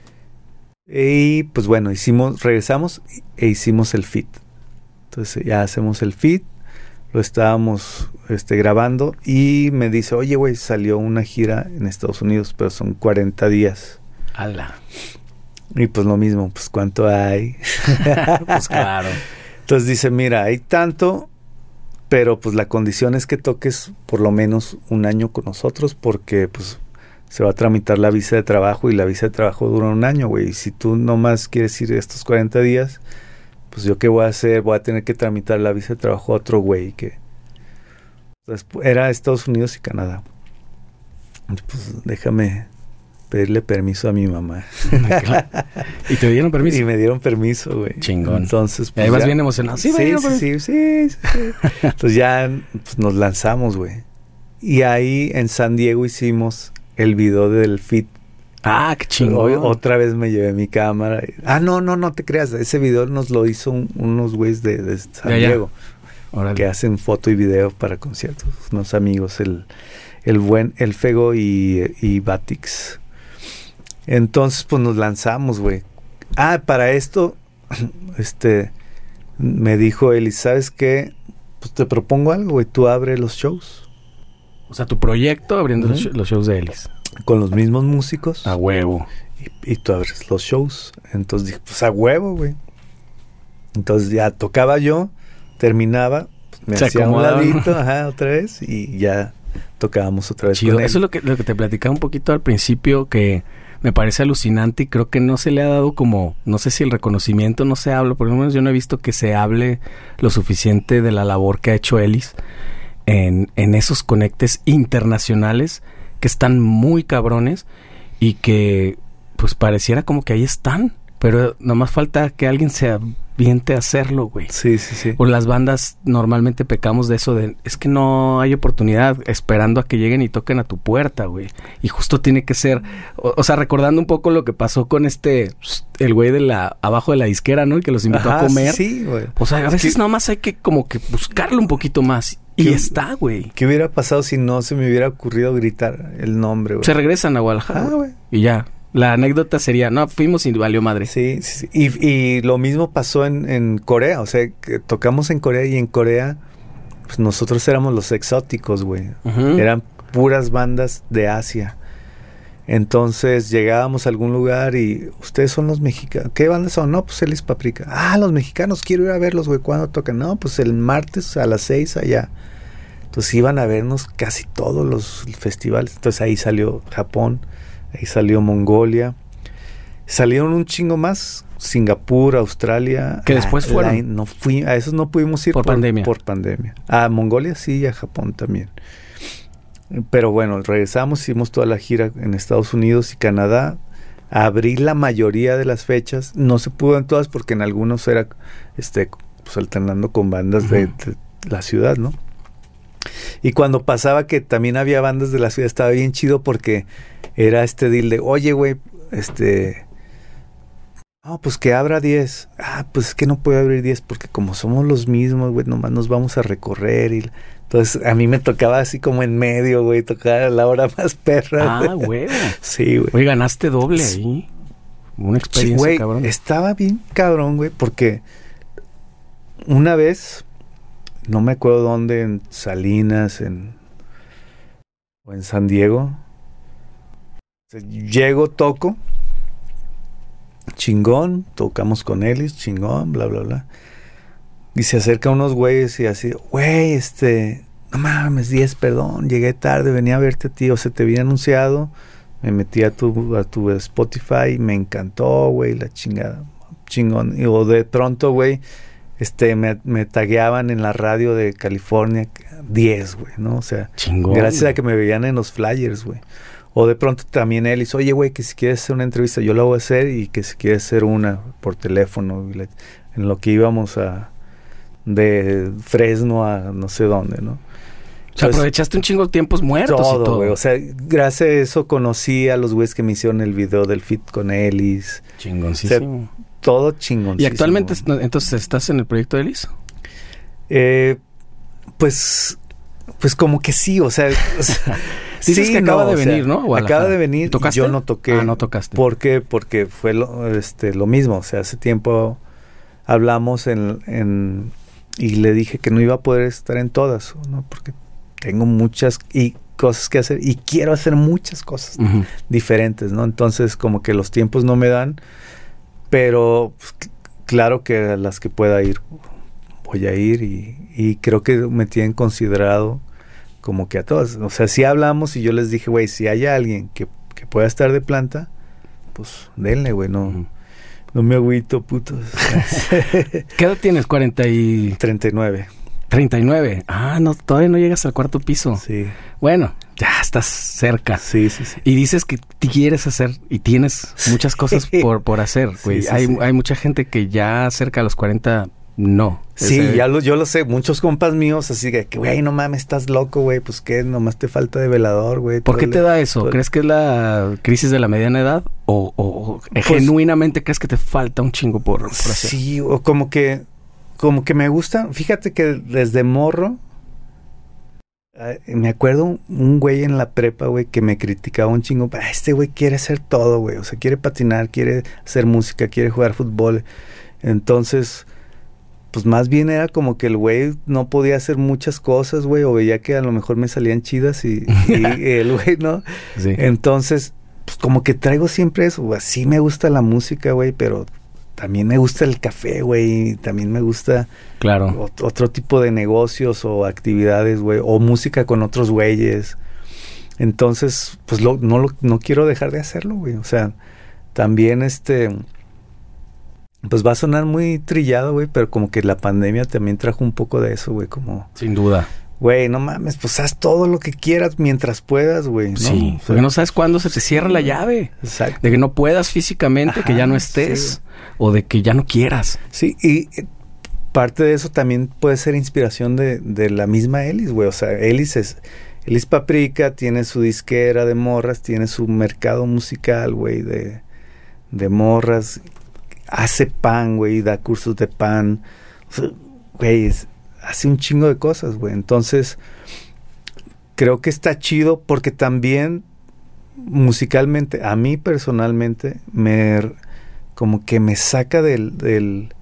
Y pues bueno, hicimos, regresamos e hicimos el feat. Entonces ya hacemos el feat, lo estábamos este, grabando y me dice, oye, güey, salió una gira en Estados Unidos, pero son cuarenta días. ¡Hala! Y pues lo mismo, pues ¿cuánto hay? Pues claro. Entonces dice, mira, hay tanto, pero pues la condición es que toques por lo menos un año con nosotros porque pues se va a tramitar la visa de trabajo y la visa de trabajo dura un año, güey. Y si tú nomás quieres ir estos cuarenta días, pues yo qué voy a hacer, voy a tener que tramitar la visa de trabajo a otro güey que pues, era Estados Unidos y Canadá. Pues déjame pedirle permiso a mi mamá. Claro. ¿Y te dieron permiso? Y me dieron permiso, güey. Chingón. Entonces, pues, y ahí vas bien emocionado. Sí, sí, sí, sí, sí, sí, sí. Entonces ya pues, nos lanzamos, güey. Y ahí en San Diego hicimos el video del feat. Ah, qué chingón. Otra vez me llevé mi cámara. Ah, no, no, no te creas. Ese video nos lo hizo un, unos güeyes de, de San ya, Diego. Ya. Que hacen foto y video para conciertos. Unos amigos, el, el buen El Fego y, y Batix. Entonces, pues nos lanzamos, güey. Ah, para esto, este, me dijo Eli, ¿sabes qué? Pues te propongo algo, güey. Tú abre los shows. O sea, tu proyecto abriendo uh-huh. los, los shows de Ellis. Con los mismos músicos. A huevo. Y, y tú abres los shows. Entonces dije, pues a huevo, güey. Entonces ya tocaba yo, terminaba, pues me se hacía un ladito, ajá, otra vez, y ya tocábamos otra vez. Chido. Con él. Eso es lo que, lo que te platicaba un poquito al principio, que me parece alucinante y creo que no se le ha dado como, no sé si el reconocimiento no se habla, por lo menos yo no he visto que se hable lo suficiente de la labor que ha hecho Ellis en, en esos conectes internacionales que están muy cabrones y que pues pareciera como que ahí están, pero nomás falta que alguien se aviente a hacerlo, güey. Sí, sí, sí. Por las bandas normalmente pecamos de eso de, es que no hay oportunidad esperando a que lleguen y toquen a tu puerta, güey. Y justo tiene que ser, o, o sea, recordando un poco lo que pasó con este, el güey de la, abajo de la disquera, ¿no? El que los invitó Ajá, a comer. Sí, güey. O sea, a es veces que... nomás hay que como que buscarlo un poquito más. Y ¿Qué, está, güey. ¿Qué hubiera pasado si no se me hubiera ocurrido gritar el nombre, güey? Se regresan a Guadalajara, ah, güey. Y ya. La anécdota sería, no, fuimos y valió madre. Sí, sí, sí. Y, y lo mismo pasó en, en Corea. O sea, que tocamos en Corea y en Corea, pues nosotros éramos los exóticos, güey. Uh-huh. Eran puras bandas de Asia. Entonces llegábamos a algún lugar y ustedes son los mexicanos. ¿Qué bandas son? No, pues Ellis Paprika. Ah, los mexicanos, quiero ir a verlos, güey. ¿Cuándo tocan? No, pues el martes a las seis allá. Entonces iban a vernos casi todos los festivales. Entonces ahí salió Japón, ahí salió Mongolia. Salieron un chingo más. Singapur, Australia. Que después ah, fueron. La, no fui, a esos no pudimos ir por, por pandemia. Por pandemia. A Mongolia sí y a Japón también. Pero bueno, regresamos, hicimos toda la gira en Estados Unidos y Canadá. Abrí la mayoría de las fechas. No se pudo en todas porque en algunos era este, pues, alternando con bandas uh-huh. de, de la ciudad, ¿no? Y cuando pasaba que también había bandas de la ciudad, estaba bien chido porque era este deal de, oye, güey, este... No, pues que abra diez. Ah, pues es que no puede abrir diez porque como somos los mismos, güey, nomás nos vamos a recorrer. Y entonces a mí me tocaba así como en medio, güey, tocar a la hora más perra. Ah, güey. Sí, güey. Oye, ganaste doble ahí. Una experiencia, sí, güey, cabrón. Estaba bien cabrón, güey, porque una vez, no me acuerdo dónde, en Salinas, en o en San Diego, llego, toco, chingón, tocamos con Ellis, chingón, bla, bla, bla. Y se acerca unos güeyes y así, güey, este, no mames, diez, perdón, llegué tarde, venía a verte, tío, se te había anunciado, Me metí a tu, a tu Spotify, me encantó, güey, la chingada, chingón. Y, o de pronto, güey, este, me, me tagueaban en la radio de California diez, güey, ¿no? O sea, chingón, gracias güey. a que me veían en los flyers, güey. O de pronto también él dice, oye, güey, que si quieres hacer una entrevista, yo la voy a hacer, y que si quieres hacer una por teléfono, y le, en lo que íbamos a de Fresno a no sé dónde, ¿no? O sea, aprovechaste un chingo de tiempos muertos todo, y todo. güey. O sea, gracias a eso conocí a los güeyes que me hicieron el video del feat con Ellis. Chingoncísimo. O sea, todo chingoncísimo. ¿Y actualmente entonces estás en el proyecto de Ellis? Eh, pues, pues como que sí, o sea... O sea dices sí, que acaba no, de o sea, venir, ¿no? Guadalajara. Acaba de venir. ¿Tocaste? Yo no toqué. Ah, no tocaste. ¿Por qué? Porque fue lo, este, lo mismo. O sea, hace tiempo hablamos en, en... Y le dije que no iba a poder estar en todas, ¿no? Porque tengo muchas y cosas que hacer y quiero hacer muchas cosas uh-huh. diferentes, ¿no? Entonces, como que los tiempos no me dan, pero pues, claro que a las que pueda ir, voy a ir y, y creo que me tienen considerado como que a todas. O sea, si hablamos y yo les dije, güey, si hay alguien que, que pueda estar de planta, pues denle, güey, no... Uh-huh. No me agüito, putos. ¿Qué edad tienes? ¿cuarenta y...? treinta y nueve. treinta y nueve. Ah, no, todavía no llegas al cuarto piso. Sí. Bueno, ya estás cerca. Sí, sí, sí. Y dices que quieres hacer y tienes muchas cosas por, por hacer, güey. Sí, sí, hay, sí. hay mucha gente que ya cerca de los cuarenta, no. Sí, Ese... ya lo, yo lo sé. Muchos compas míos así de que, güey, no mames, estás loco, güey. Pues que nomás te falta de velador, güey. ¿Por qué le... te da eso? todo... ¿Crees que es la crisis de la mediana edad? ¿O, o pues, genuinamente crees que te falta un chingo por, por hacer? Sí, o como que... Como que me gusta... Fíjate que desde morro... Eh, me acuerdo un güey en la prepa, güey, que me criticaba un chingo. Ah, este güey quiere hacer todo, güey. O sea, quiere patinar, quiere hacer música, quiere jugar fútbol. Entonces... Pues más bien era como que el güey no podía hacer muchas cosas, güey, o veía que a lo mejor me salían chidas y, y el güey, ¿no? Sí. Entonces, pues como que traigo siempre eso, güey. Sí me gusta la música, güey, pero también me gusta el café, güey, y también me gusta claro. ot- otro tipo de negocios o actividades, güey, o música con otros güeyes. Entonces, pues lo, no, lo, no quiero dejar de hacerlo, güey. O sea, también este... Pues va a sonar muy trillado, güey, pero como que la pandemia también trajo un poco de eso, güey, como... Sin duda. Güey, no mames, pues haz todo lo que quieras mientras puedas, güey, ¿no? Sí, o sea, porque no sabes cuándo se te cierra la llave. Exacto. De que no puedas físicamente, Ajá, que ya no estés, sí, o de que ya no quieras. Sí, y parte de eso también puede ser inspiración de, de la misma Ellis, güey, o sea, Ellis es... Ellis Paprika tiene su disquera de morras, tiene su mercado musical, güey, de, de morras... Hace pan, güey, da cursos de pan. O sea, güey, es, hace un chingo de cosas, güey. Entonces, creo que está chido porque también musicalmente, a mí personalmente, me como que me saca del, del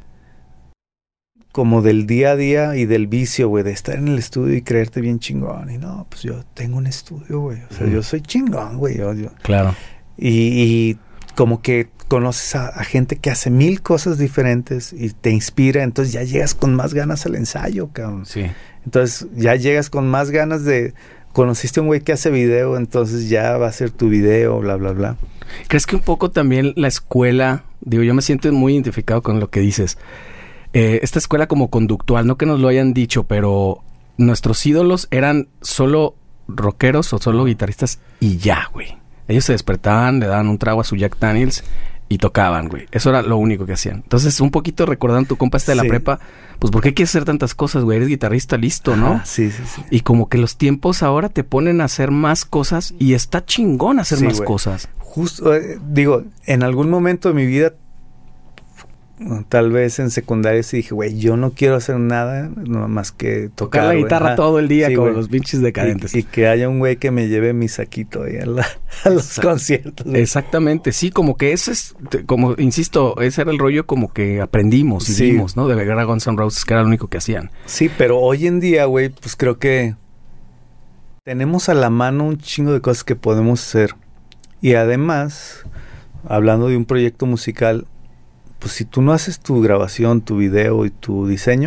como del día a día y del vicio, güey, de estar en el estudio y creerte bien chingón. Y no, pues yo tengo un estudio, güey. O sea, mm. yo soy chingón, güey. Yo, yo. Claro. Y, y como que conoces a, a gente que hace mil cosas diferentes y te inspira, entonces ya llegas con más ganas al ensayo, cabrón. Sí. Entonces ya llegas con más ganas de... Conociste a un güey que hace video, entonces ya va a ser tu video, bla, bla, bla. ¿Crees que un poco también la escuela... Digo, yo me siento muy identificado con lo que dices. Eh, esta escuela como conductual, no que nos lo hayan dicho, pero nuestros ídolos eran solo rockeros o solo guitarristas y ya, güey. Ellos se despertaban, le daban un trago a su Jack Daniels y tocaban, güey. Eso era lo único que hacían. Entonces, un poquito recordando tu compa este de la sí. prepa, pues ¿por qué quieres hacer tantas cosas, güey? Eres guitarrista, listo, ¿no? Ajá, sí, sí, sí. Y como que los tiempos ahora te ponen a hacer más cosas y está chingón hacer sí, más güey. cosas. Justo, eh, digo, en algún momento de mi vida, tal vez en secundaria sí dije, güey, yo no quiero hacer nada no, más que tocar, tocar la wey. guitarra Ajá. todo el día, sí, como wey. los pinches decadentes. Y, y que haya un güey que me lleve mi saquito ahí a, la, a los Exacto. conciertos. Wey. Exactamente, sí, como que ese es, como insisto, ese era el rollo como que aprendimos y sí. vimos, ¿no? De ver a Guns N' Roses, que era lo único que hacían. Sí, pero hoy en día, güey, pues creo que tenemos a la mano un chingo de cosas que podemos hacer. Y además, hablando de un proyecto musical, pues si tú no haces tu grabación, tu video y tu diseño,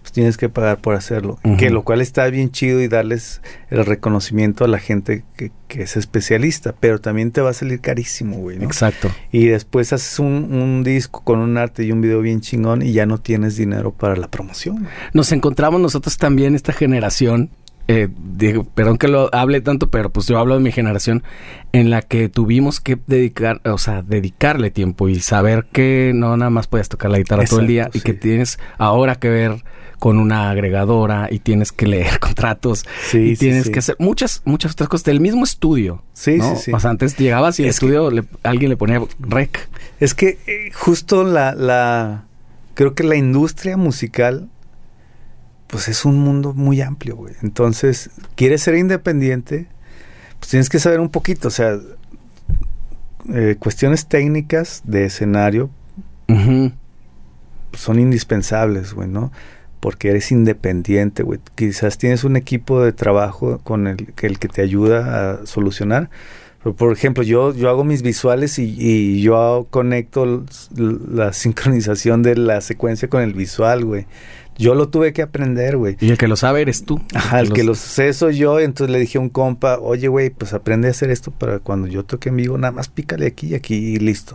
pues tienes que pagar por hacerlo. Uh-huh. Que lo cual está bien chido y darles el reconocimiento a la gente que, que es especialista, pero también te va a salir carísimo, güey, ¿no? Exacto. Y después haces un, un disco con un arte y un video bien chingón y ya no tienes dinero para la promoción. Nos encontramos nosotros también, esta generación, eh, digo, perdón que lo hable tanto, pero pues yo hablo de mi generación, en la que tuvimos que dedicar, o sea, dedicarle tiempo y saber que no nada más puedes tocar la guitarra Exacto, todo el día sí. y que tienes ahora que ver con una agregadora y tienes que leer contratos sí, y sí, tienes sí. que hacer muchas, muchas otras cosas del mismo estudio. Sí, ¿no? sí, sí. O sea, antes llegabas y el es estudio que, le, alguien le ponía rec. Es que eh, justo la, la, creo que la industria musical pues es un mundo muy amplio, güey. Entonces, quieres ser independiente, pues tienes que saber un poquito, o sea, eh, cuestiones técnicas de escenario uh-huh. pues son indispensables, güey, ¿no? Porque eres independiente, güey. Quizás tienes un equipo de trabajo con el, el que te ayuda a solucionar. Pero, por ejemplo, yo, yo hago mis visuales y, y yo conecto la sincronización de la secuencia con el visual, güey. Yo lo tuve que aprender, güey. Y el que lo sabe eres tú. Ajá, el, el que lo sé soy yo. Entonces le dije a un compa, oye, güey, pues aprende a hacer esto para cuando yo toque en vivo, nada más pícale aquí y aquí y listo.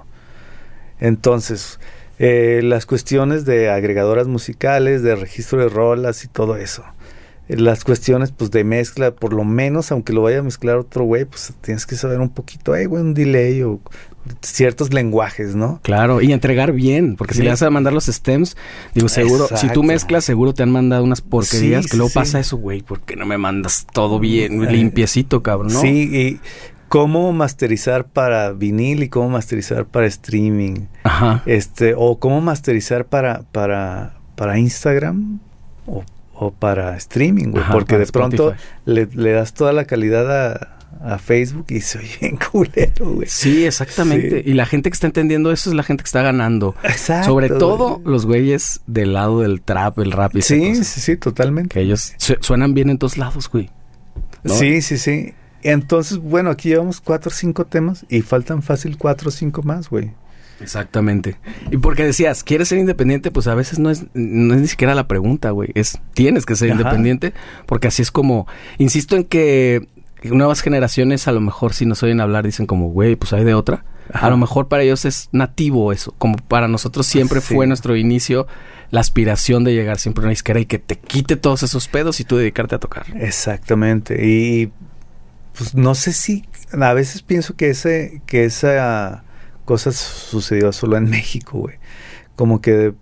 Entonces, eh, las cuestiones de agregadoras musicales, de registro de rolas y todo eso. Eh, las cuestiones, pues, de mezcla, por lo menos, aunque lo vaya a mezclar otro güey, pues tienes que saber un poquito, eh, güey, un delay o ciertos lenguajes, ¿no? Claro, y entregar bien, porque sí. si le vas a mandar los stems, digo, seguro, Exacto. si tú mezclas, seguro te han mandado unas porquerías, sí, que luego sí, pasa sí. eso, güey, ¿por qué no me mandas todo bien, eh, limpiecito, cabrón, no? Sí, y cómo masterizar para vinil y cómo masterizar para streaming. Ajá. Este, o cómo masterizar para, para, para Instagram o, o para streaming, güey, porque de pronto le, le das toda la calidad a a Facebook y soy bien culero, güey. Sí, exactamente. Sí. Y la gente que está entendiendo eso es la gente que está ganando. Exacto. Sobre todo los güeyes del lado del trap, el rap y Sí, sí, sí, sí, totalmente. Que ellos su- suenan bien en todos lados, güey, ¿no? Sí, sí, sí. Entonces, bueno, aquí llevamos cuatro o cinco temas y faltan fácil cuatro o cinco más, güey. Exactamente. Y porque decías, ¿quieres ser independiente? Pues a veces no es, no es ni siquiera la pregunta, güey. Es, tienes que ser Ajá. independiente, porque así es como, insisto en que nuevas generaciones a lo mejor si nos oyen hablar dicen como, güey, pues hay de otra. Ajá. A lo mejor para ellos es nativo eso. Como para nosotros siempre sí. fue nuestro inicio la aspiración de llegar siempre a una disquera y que te quite todos esos pedos y tú dedicarte a tocar. Exactamente. Y pues no sé si... A veces pienso que ese que esa cosa sucedió solo en México, güey. Como que de, de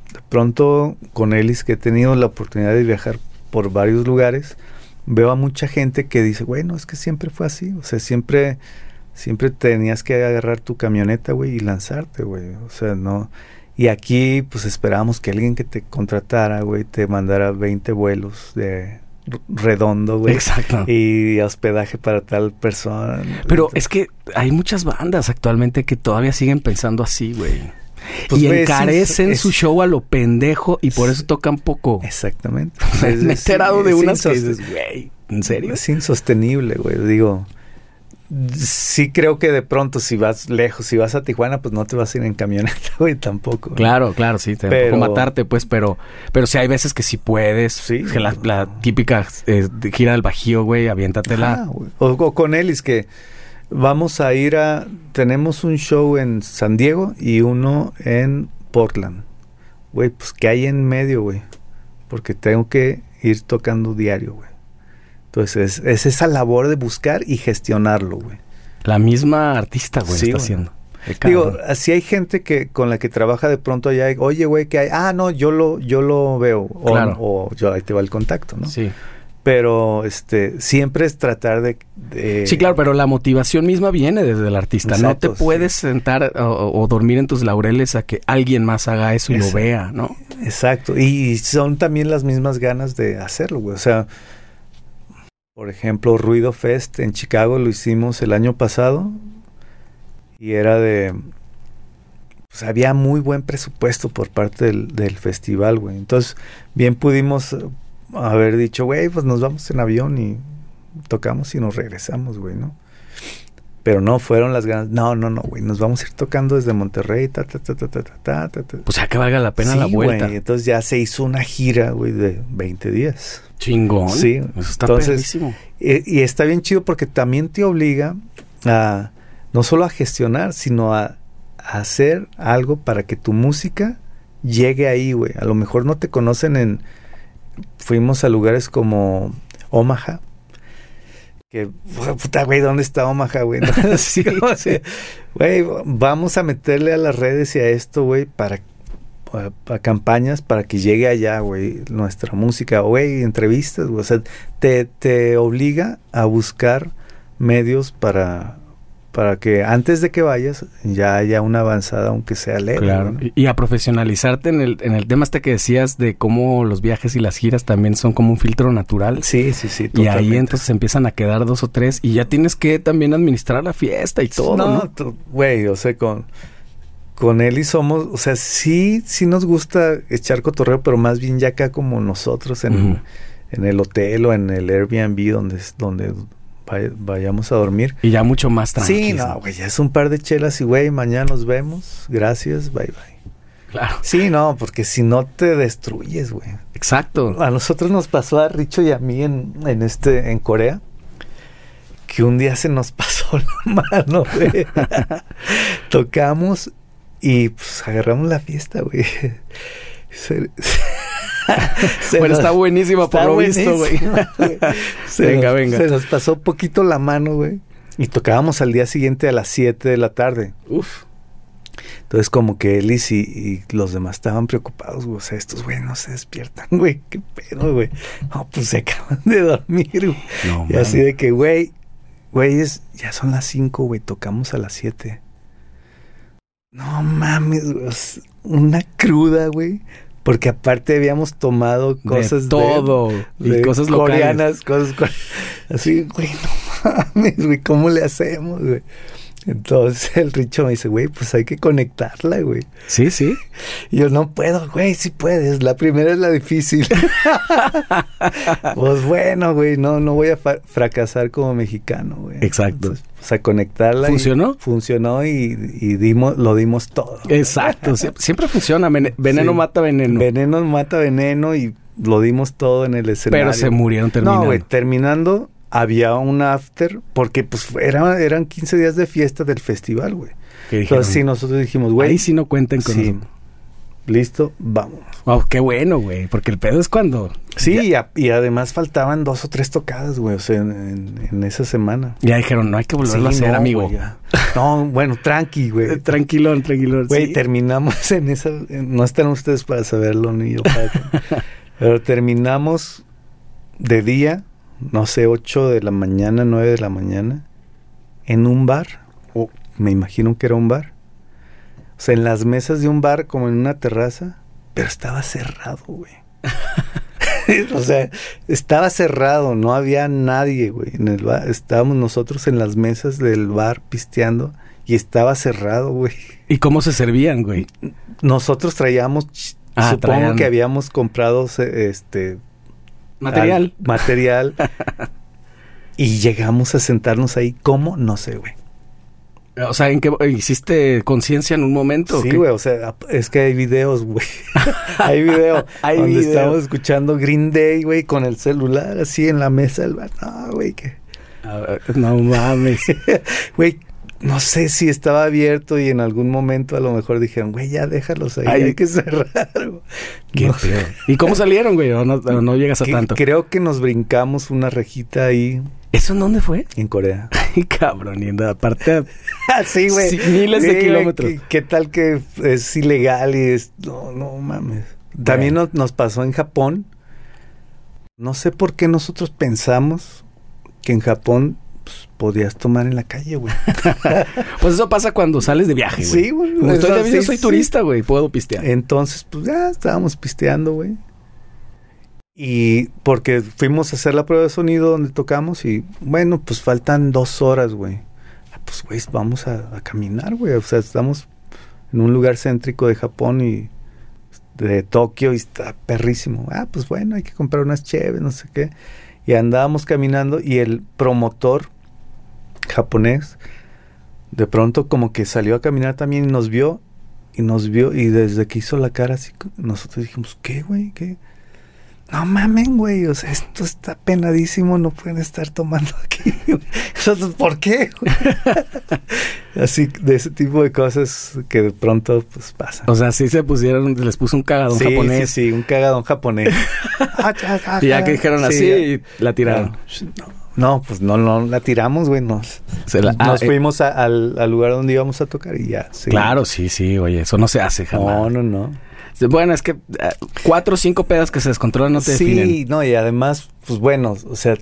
pronto con Elis, que he tenido la oportunidad de viajar por varios lugares, veo a mucha gente que dice, bueno, es que siempre fue así, o sea, siempre, siempre tenías que agarrar tu camioneta, güey, y lanzarte, güey, o sea, no, y aquí, pues, esperábamos que alguien que te contratara, güey, te mandara veinte vuelos de redondo, güey. Exacto. Y hospedaje para tal persona. Pero Entonces, es que hay muchas bandas actualmente que todavía siguen pensando así, güey. Pues, y güey, encarecen es, es, su show a lo pendejo y por eso tocan poco. Exactamente. Me he enterado de unas que insost- dices, güey, ¿en serio? Es insostenible, güey. Digo, sí creo que de pronto si vas lejos, si vas a Tijuana, pues no te vas a ir en camioneta, güey, tampoco. Claro, ¿no? Claro, sí, te pero, puedo matarte, pues, pero pero sí hay veces que sí puedes. Sí. Que la, la típica eh, gira del Bajío, güey, aviéntatela. Ah, güey. O, o con Elis, que vamos a ir a... Tenemos un show en San Diego y uno en Portland. Güey, pues, ¿qué hay en medio, güey? Porque tengo que ir tocando diario, güey. Entonces, es, es esa labor de buscar y gestionarlo, güey. La misma artista, güey, sí, está güey. haciendo. Digo, así hay gente que con la que trabaja de pronto allá, oye, güey, que hay... Ah, no, yo lo, yo lo veo. O, claro. o yo, ahí te va el contacto, ¿no? Sí. Pero este siempre es tratar de, de... Sí, claro, pero la motivación misma viene desde el artista. Exacto, no te puedes sí. sentar o, o dormir en tus laureles a que alguien más haga eso y Exacto. lo vea, ¿no? Exacto. Y son también las mismas ganas de hacerlo, güey. O sea, por ejemplo, Ruido Fest en Chicago lo hicimos el año pasado y era de... Pues había muy buen presupuesto por parte del, del festival, güey. Entonces, bien pudimos... haber dicho, güey, pues nos vamos en avión y tocamos y nos regresamos, güey, ¿no? Pero no, fueron las ganas. No, no, no, güey. Nos vamos a ir tocando desde Monterrey. Ta, ta, ta, ta, ta, ta, ta, ta. Pues ya que valga la pena sí, la vuelta. Güey. Entonces ya se hizo una gira, güey, de veinte días. Chingón. Sí. Eso está Entonces, perrísimo. Y, y está bien chido porque también te obliga a no solo a gestionar, sino a, a hacer algo para que tu música llegue ahí, güey. A lo mejor no te conocen en... Fuimos a lugares como Omaha. Que, puta, güey, ¿dónde está Omaha, güey? ¿No? Sí, sí. Güey, vamos a meterle a las redes y a esto, güey, para a, a campañas para que llegue allá, güey, nuestra música, güey, entrevistas, güey. O sea, te, te obliga a buscar medios para, para que antes de que vayas ya haya una avanzada, aunque sea leve. Claro. ¿no? Y, y a profesionalizarte en el, en el tema este que decías de cómo los viajes y las giras también son como un filtro natural. Sí, sí, sí. Y ahí entonces empiezan a quedar dos o tres y ya tienes que también administrar la fiesta y todo, ¿no? No, güey, o sea, con, con Eli somos, o sea, sí, sí nos gusta echar cotorreo, pero más bien ya acá como nosotros en, uh-huh. en el hotel o en el Airbnb donde, donde vay, vayamos a dormir. Y ya mucho más tranquilo. Sí, no, güey, ya es un par de chelas y, güey, mañana nos vemos, gracias, bye, bye. Claro. Sí, no, porque si no te destruyes, güey. Exacto. A nosotros nos pasó a Richo y a mí en, en este, en Corea, que un día se nos pasó la mano, güey. Tocamos y pues agarramos la fiesta, güey. Se, se bueno, nos, está buenísima por lo visto, güey. Venga, nos, venga. Se nos pasó poquito la mano, güey. Y tocábamos al día siguiente a las siete de la tarde. Uf. Entonces como que Elis y, y los demás estaban preocupados, güey. O sea, estos güey no se despiertan, güey. ¿Qué pedo, güey? No, pues se acaban de dormir, güey. No, y man. Así de que, güey, güey, es, ya son las cinco, güey. Tocamos a las siete. No mames, güey. Una cruda, güey. Porque aparte habíamos tomado cosas de todo. De, y de cosas coreanas, locales. cosas así, güey, no mames, güey. ¿Cómo le hacemos, güey? Entonces el Richo me dice, güey, pues hay que conectarla, güey. Sí, sí. Y yo, no puedo, güey, sí puedes. La primera es la difícil. Pues bueno, güey, no, no voy a fa- fracasar como mexicano, güey. Exacto. Entonces, pues a conectarla. ¿Funcionó? Y funcionó y, y dimos, lo dimos todo. Exacto. Sie- siempre funciona. Ven- veneno sí. mata veneno. Veneno mata veneno y lo dimos todo en el escenario. Pero se murieron terminando. No, güey, terminando... Había un after, porque pues era, eran quince días de fiesta del festival, güey. Entonces sí, nosotros dijimos, güey. Ahí sí no cuenten con sí, eso. Listo, vamos. Wow, qué bueno, güey. Porque el pedo es cuando... Sí, y, a, y además faltaban dos o tres tocadas, güey. O sea, en, en, en esa semana. Ya dijeron, no hay que volverlo sí, a hacer, no, amigo. Güey, no, bueno, tranqui, güey. Tranquilón, tranquilón. Güey, sí. terminamos en esa... No están ustedes para saberlo, ni yo para... Pero terminamos de día... no sé, ocho de la mañana, nueve de la mañana, en un bar, o oh, me imagino que era un bar, o sea, en las mesas de un bar, como en una terraza, pero estaba cerrado, güey. O sea, estaba cerrado, no había nadie, güey, en el bar, estábamos nosotros en las mesas del bar pisteando, y estaba cerrado, güey. ¿Y cómo se servían, güey? Nosotros traíamos, ah, supongo traían. que habíamos comprado, este... Material. Al, material. Y llegamos a sentarnos ahí. ¿Cómo? No sé, güey. O sea, ¿en qué hiciste conciencia en un momento? Sí, güey. O sea, es que hay videos, güey. Hay video. Hay donde video. Estamos escuchando Green Day, güey, con el celular así en la mesa del bar. No, güey, que... No mames. Güey, no sé si estaba abierto y en algún momento a lo mejor dijeron, güey, ya déjalos ahí, Ay, hay que cerrar. Qué no. Peor. ¿Y cómo salieron, güey? ¿O no, o no llegas a que, tanto? Creo que nos brincamos una rejita ahí. ¿Eso en dónde fue? En Corea. Ay, cabrón, y aparte... sí, güey. Sí, miles de sí, kilómetros. ¿qué, ¿Qué tal que es ilegal y es... No, no mames. También nos, nos pasó en Japón. No sé por qué nosotros pensamos que en Japón... Pues, podías tomar en la calle, güey. Pues eso pasa cuando sales de viaje, güey. Sí, güey. Como estoy de vida, sí, soy sí. turista, güey. Puedo pistear. Entonces, pues ya estábamos pisteando, güey. Y porque fuimos a hacer la prueba de sonido donde tocamos y, bueno, pues faltan dos horas, güey. Pues, güey, vamos a, a caminar, güey. O sea, estamos en un lugar céntrico de Japón y de Tokio y está perrísimo. Ah, pues bueno, hay que comprar unas cheves, no sé qué. Y andábamos caminando y el promotor japonés de pronto como que salió a caminar también y nos vio, y nos vio, y desde que hizo la cara así, nosotros dijimos, ¿qué, güey? ¿Qué? No mamen, güey, o sea, esto está penadísimo, no pueden estar tomando aquí. Nosotros, ¿por qué? Así, de ese tipo de cosas que de pronto, pues, pasan. O sea, sí se pusieron, les puso un cagadón sí, japonés. Sí, sí, un cagadón japonés. Y ya que dijeron así, sí, y la tiraron. No, no, pues no, no la tiramos, güey, nos, la, nos ah, fuimos eh, a, al, al lugar donde íbamos a tocar y ya. Sí. Claro, sí, sí, oye, eso no se hace jamás. No, no, no. Bueno, es que uh, cuatro o cinco pedas que se descontrolan no te sí, definen. Sí, no, y además, pues bueno, o sea,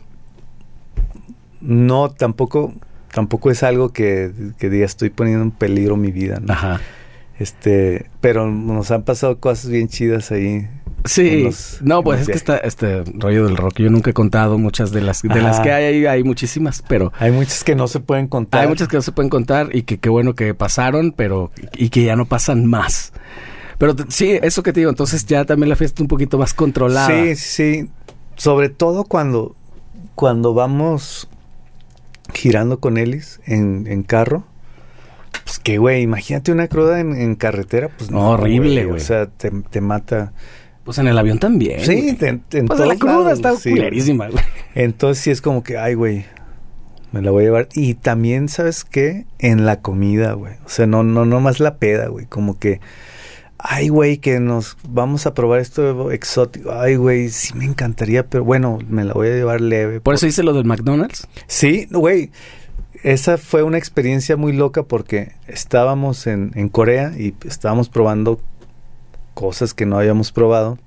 no, tampoco, tampoco es algo que, que diga estoy poniendo en peligro mi vida, ¿no? Ajá. Este, pero nos han pasado cosas bien chidas ahí. Sí, los, no, pues es que está este rollo del rock. Yo nunca he contado muchas de las de Ajá. las que hay ahí, hay muchísimas, pero hay muchas que no se pueden contar. Hay muchas que no se pueden contar y que qué bueno que pasaron, pero y que ya no pasan más. Pero t- sí, eso que te digo, entonces ya también la fiesta un poquito más controlada. Sí, sí, sobre todo cuando cuando vamos girando con Elis en, en carro. Pues que, güey, imagínate una cruda en, en carretera, pues no, horrible, güey. O sea, te, te mata. Pues en el avión también. Sí, te, te, en pues todos la cruda lados, está sí, culerísima, güey. Entonces sí es como que, ay, güey, me la voy a llevar. Y también, ¿sabes qué? En la comida, güey. O sea, no, no, no más la peda, güey. Como que, ay, güey, que nos vamos a probar esto exótico. Ay, güey, sí me encantaría, pero bueno, me la voy a llevar leve. ¿Por, por... eso hice lo del McDonald's? Sí, güey. Esa fue una experiencia muy loca porque estábamos en, en Corea y estábamos probando cosas que no habíamos probado.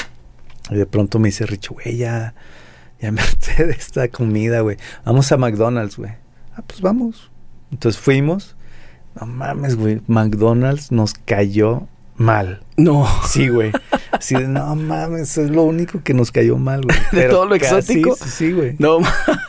Y de pronto me dice Richo, güey, ya, ya me harté de esta comida, güey. Vamos a McDonald's, güey. Ah, pues vamos. Entonces fuimos. No mames, güey. McDonald's nos cayó mal. No. Sí, güey. Así de, no mames, eso es lo único que nos cayó mal, güey. ¿De Pero todo lo exótico? Sí, sí, güey. No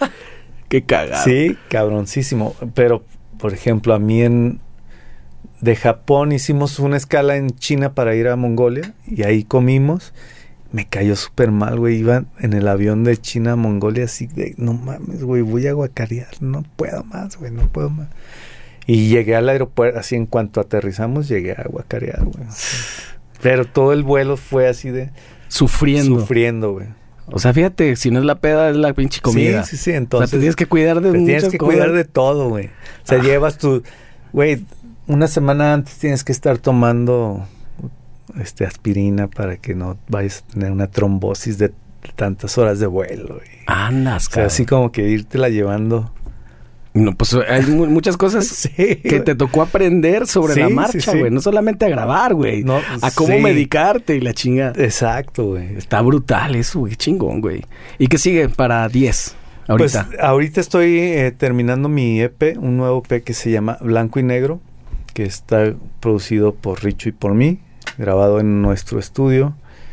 qué cagado. Sí, cabroncísimo. Pero, por ejemplo, a mí en... De Japón hicimos una escala en China para ir a Mongolia. Y ahí comimos. Me cayó súper mal, güey. Iba en el avión de China a Mongolia así de... No mames, güey. Voy a guacarear. No puedo más, güey. No puedo más. Y llegué al aeropuerto. Así en cuanto aterrizamos, llegué a guacarear, güey. Pero todo el vuelo fue así de... Sufriendo. Sufriendo, güey. O sea, fíjate, si no es la peda, es la pinche comida. Sí, sí, sí, entonces... O sea, te tienes que cuidar de muchas muchas tienes que cosas. cuidar de todo, güey. O sea, ah. llevas tu... Güey, una semana antes tienes que estar tomando este aspirina para que no vayas a tener una trombosis de tantas horas de vuelo. Güey. Andas, o sea, así como que irtela llevando... No, pues hay mu- muchas cosas sí, que güey. Te tocó aprender sobre sí, la marcha, güey. Sí, sí. No solamente a grabar, güey. No, a cómo sí. medicarte y la chingada. Exacto, güey. Está brutal eso, güey. Chingón, güey. ¿Y qué sigue para diez ahorita? Pues ahorita estoy eh, terminando mi E P, un nuevo E P que se llama Blanco y Negro, que está producido por Richo y por mí, grabado en nuestro estudio.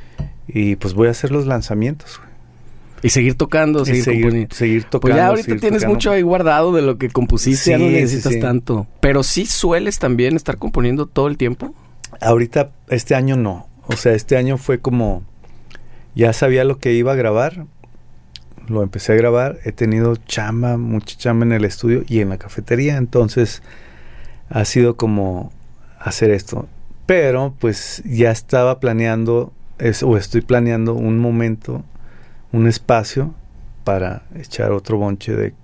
Y pues voy a hacer los lanzamientos, güey. Y seguir tocando, seguir, seguir componiendo. Seguir tocando. Pues ya ahorita tienes tocando. Mucho ahí guardado de lo que compusiste, sí, ya no necesitas sí, sí. tanto. Pero sí sueles también estar componiendo todo el tiempo. Ahorita, este año no. O sea, este año fue como... Ya sabía lo que iba a grabar. Lo empecé a grabar. He tenido chamba, mucha chamba en el estudio y en la cafetería. Entonces, ha sido como hacer esto. Pero, pues, ya estaba planeando... Es, o estoy planeando un momento... un espacio para echar otro bonche de,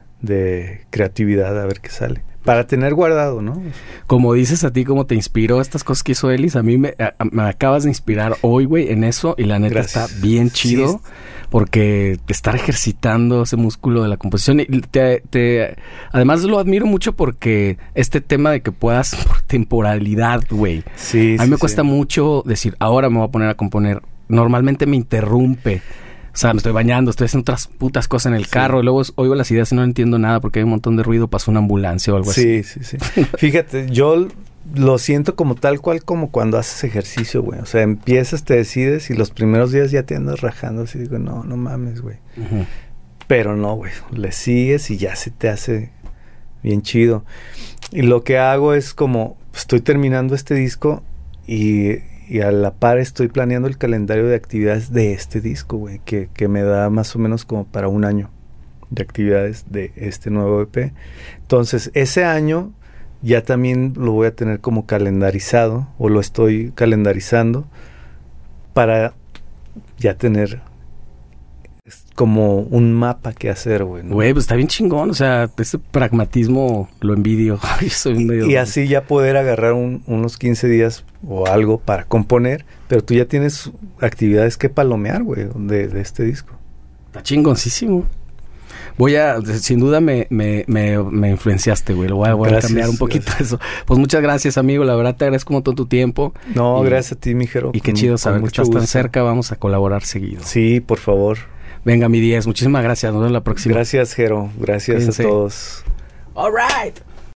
de creatividad a ver qué sale. Para tener guardado, ¿no? Como dices a ti, como te inspiró estas cosas que hizo Elis, a mí me, a, me acabas de inspirar hoy, güey, en eso. Y la neta Gracias. Está bien chido. Sí, porque te estar ejercitando ese músculo de la composición. Y te, te, además lo admiro mucho porque este tema de que puedas por temporalidad, güey. Sí, a mí sí, me cuesta sí. mucho decir, ahora me voy a poner a componer. Normalmente me interrumpe. O sea, me estoy bañando, estoy haciendo otras putas cosas en el sí. carro. Y luego oigo las ideas y no entiendo nada porque hay un montón de ruido. Pasó una ambulancia o algo sí, así. Sí, sí, sí. Fíjate, yo lo siento como tal cual como cuando haces ejercicio, güey. O sea, empiezas, te decides y los primeros días ya te andas rajando. Así digo, no, no mames, güey. Uh-huh. Pero no, güey. Le sigues y ya se te hace bien chido. Y lo que hago es como, estoy terminando este disco y... Y a la par estoy planeando el calendario de actividades de este disco, güey, que, que me da más o menos como para un año de actividades de este nuevo E P. Entonces, ese año ya también lo voy a tener como calendarizado, o lo estoy calendarizando, para ya tener como un mapa que hacer, güey, ¿no? Güey, pues está bien chingón, o sea, ese pragmatismo lo envidio. Yo soy medio... Y así ya poder agarrar un, unos quince días o algo para componer, pero tú ya tienes actividades que palomear, güey, de, de este disco. Está chingoncísimo. Voy a, sin duda me, me, me, me influenciaste, güey. Lo voy a, voy gracias, a cambiar un poquito gracias. Eso. Pues muchas gracias, amigo. La verdad te agradezco como todo tu tiempo. No, y, gracias a ti, mi Jero. Y qué chido saber que estás gusto. Tan cerca. Vamos a colaborar seguido. Sí, por favor. Venga, mi diez. Muchísimas gracias. Nos vemos la próxima. Gracias, Jero. Gracias Cuídense. A todos. All right.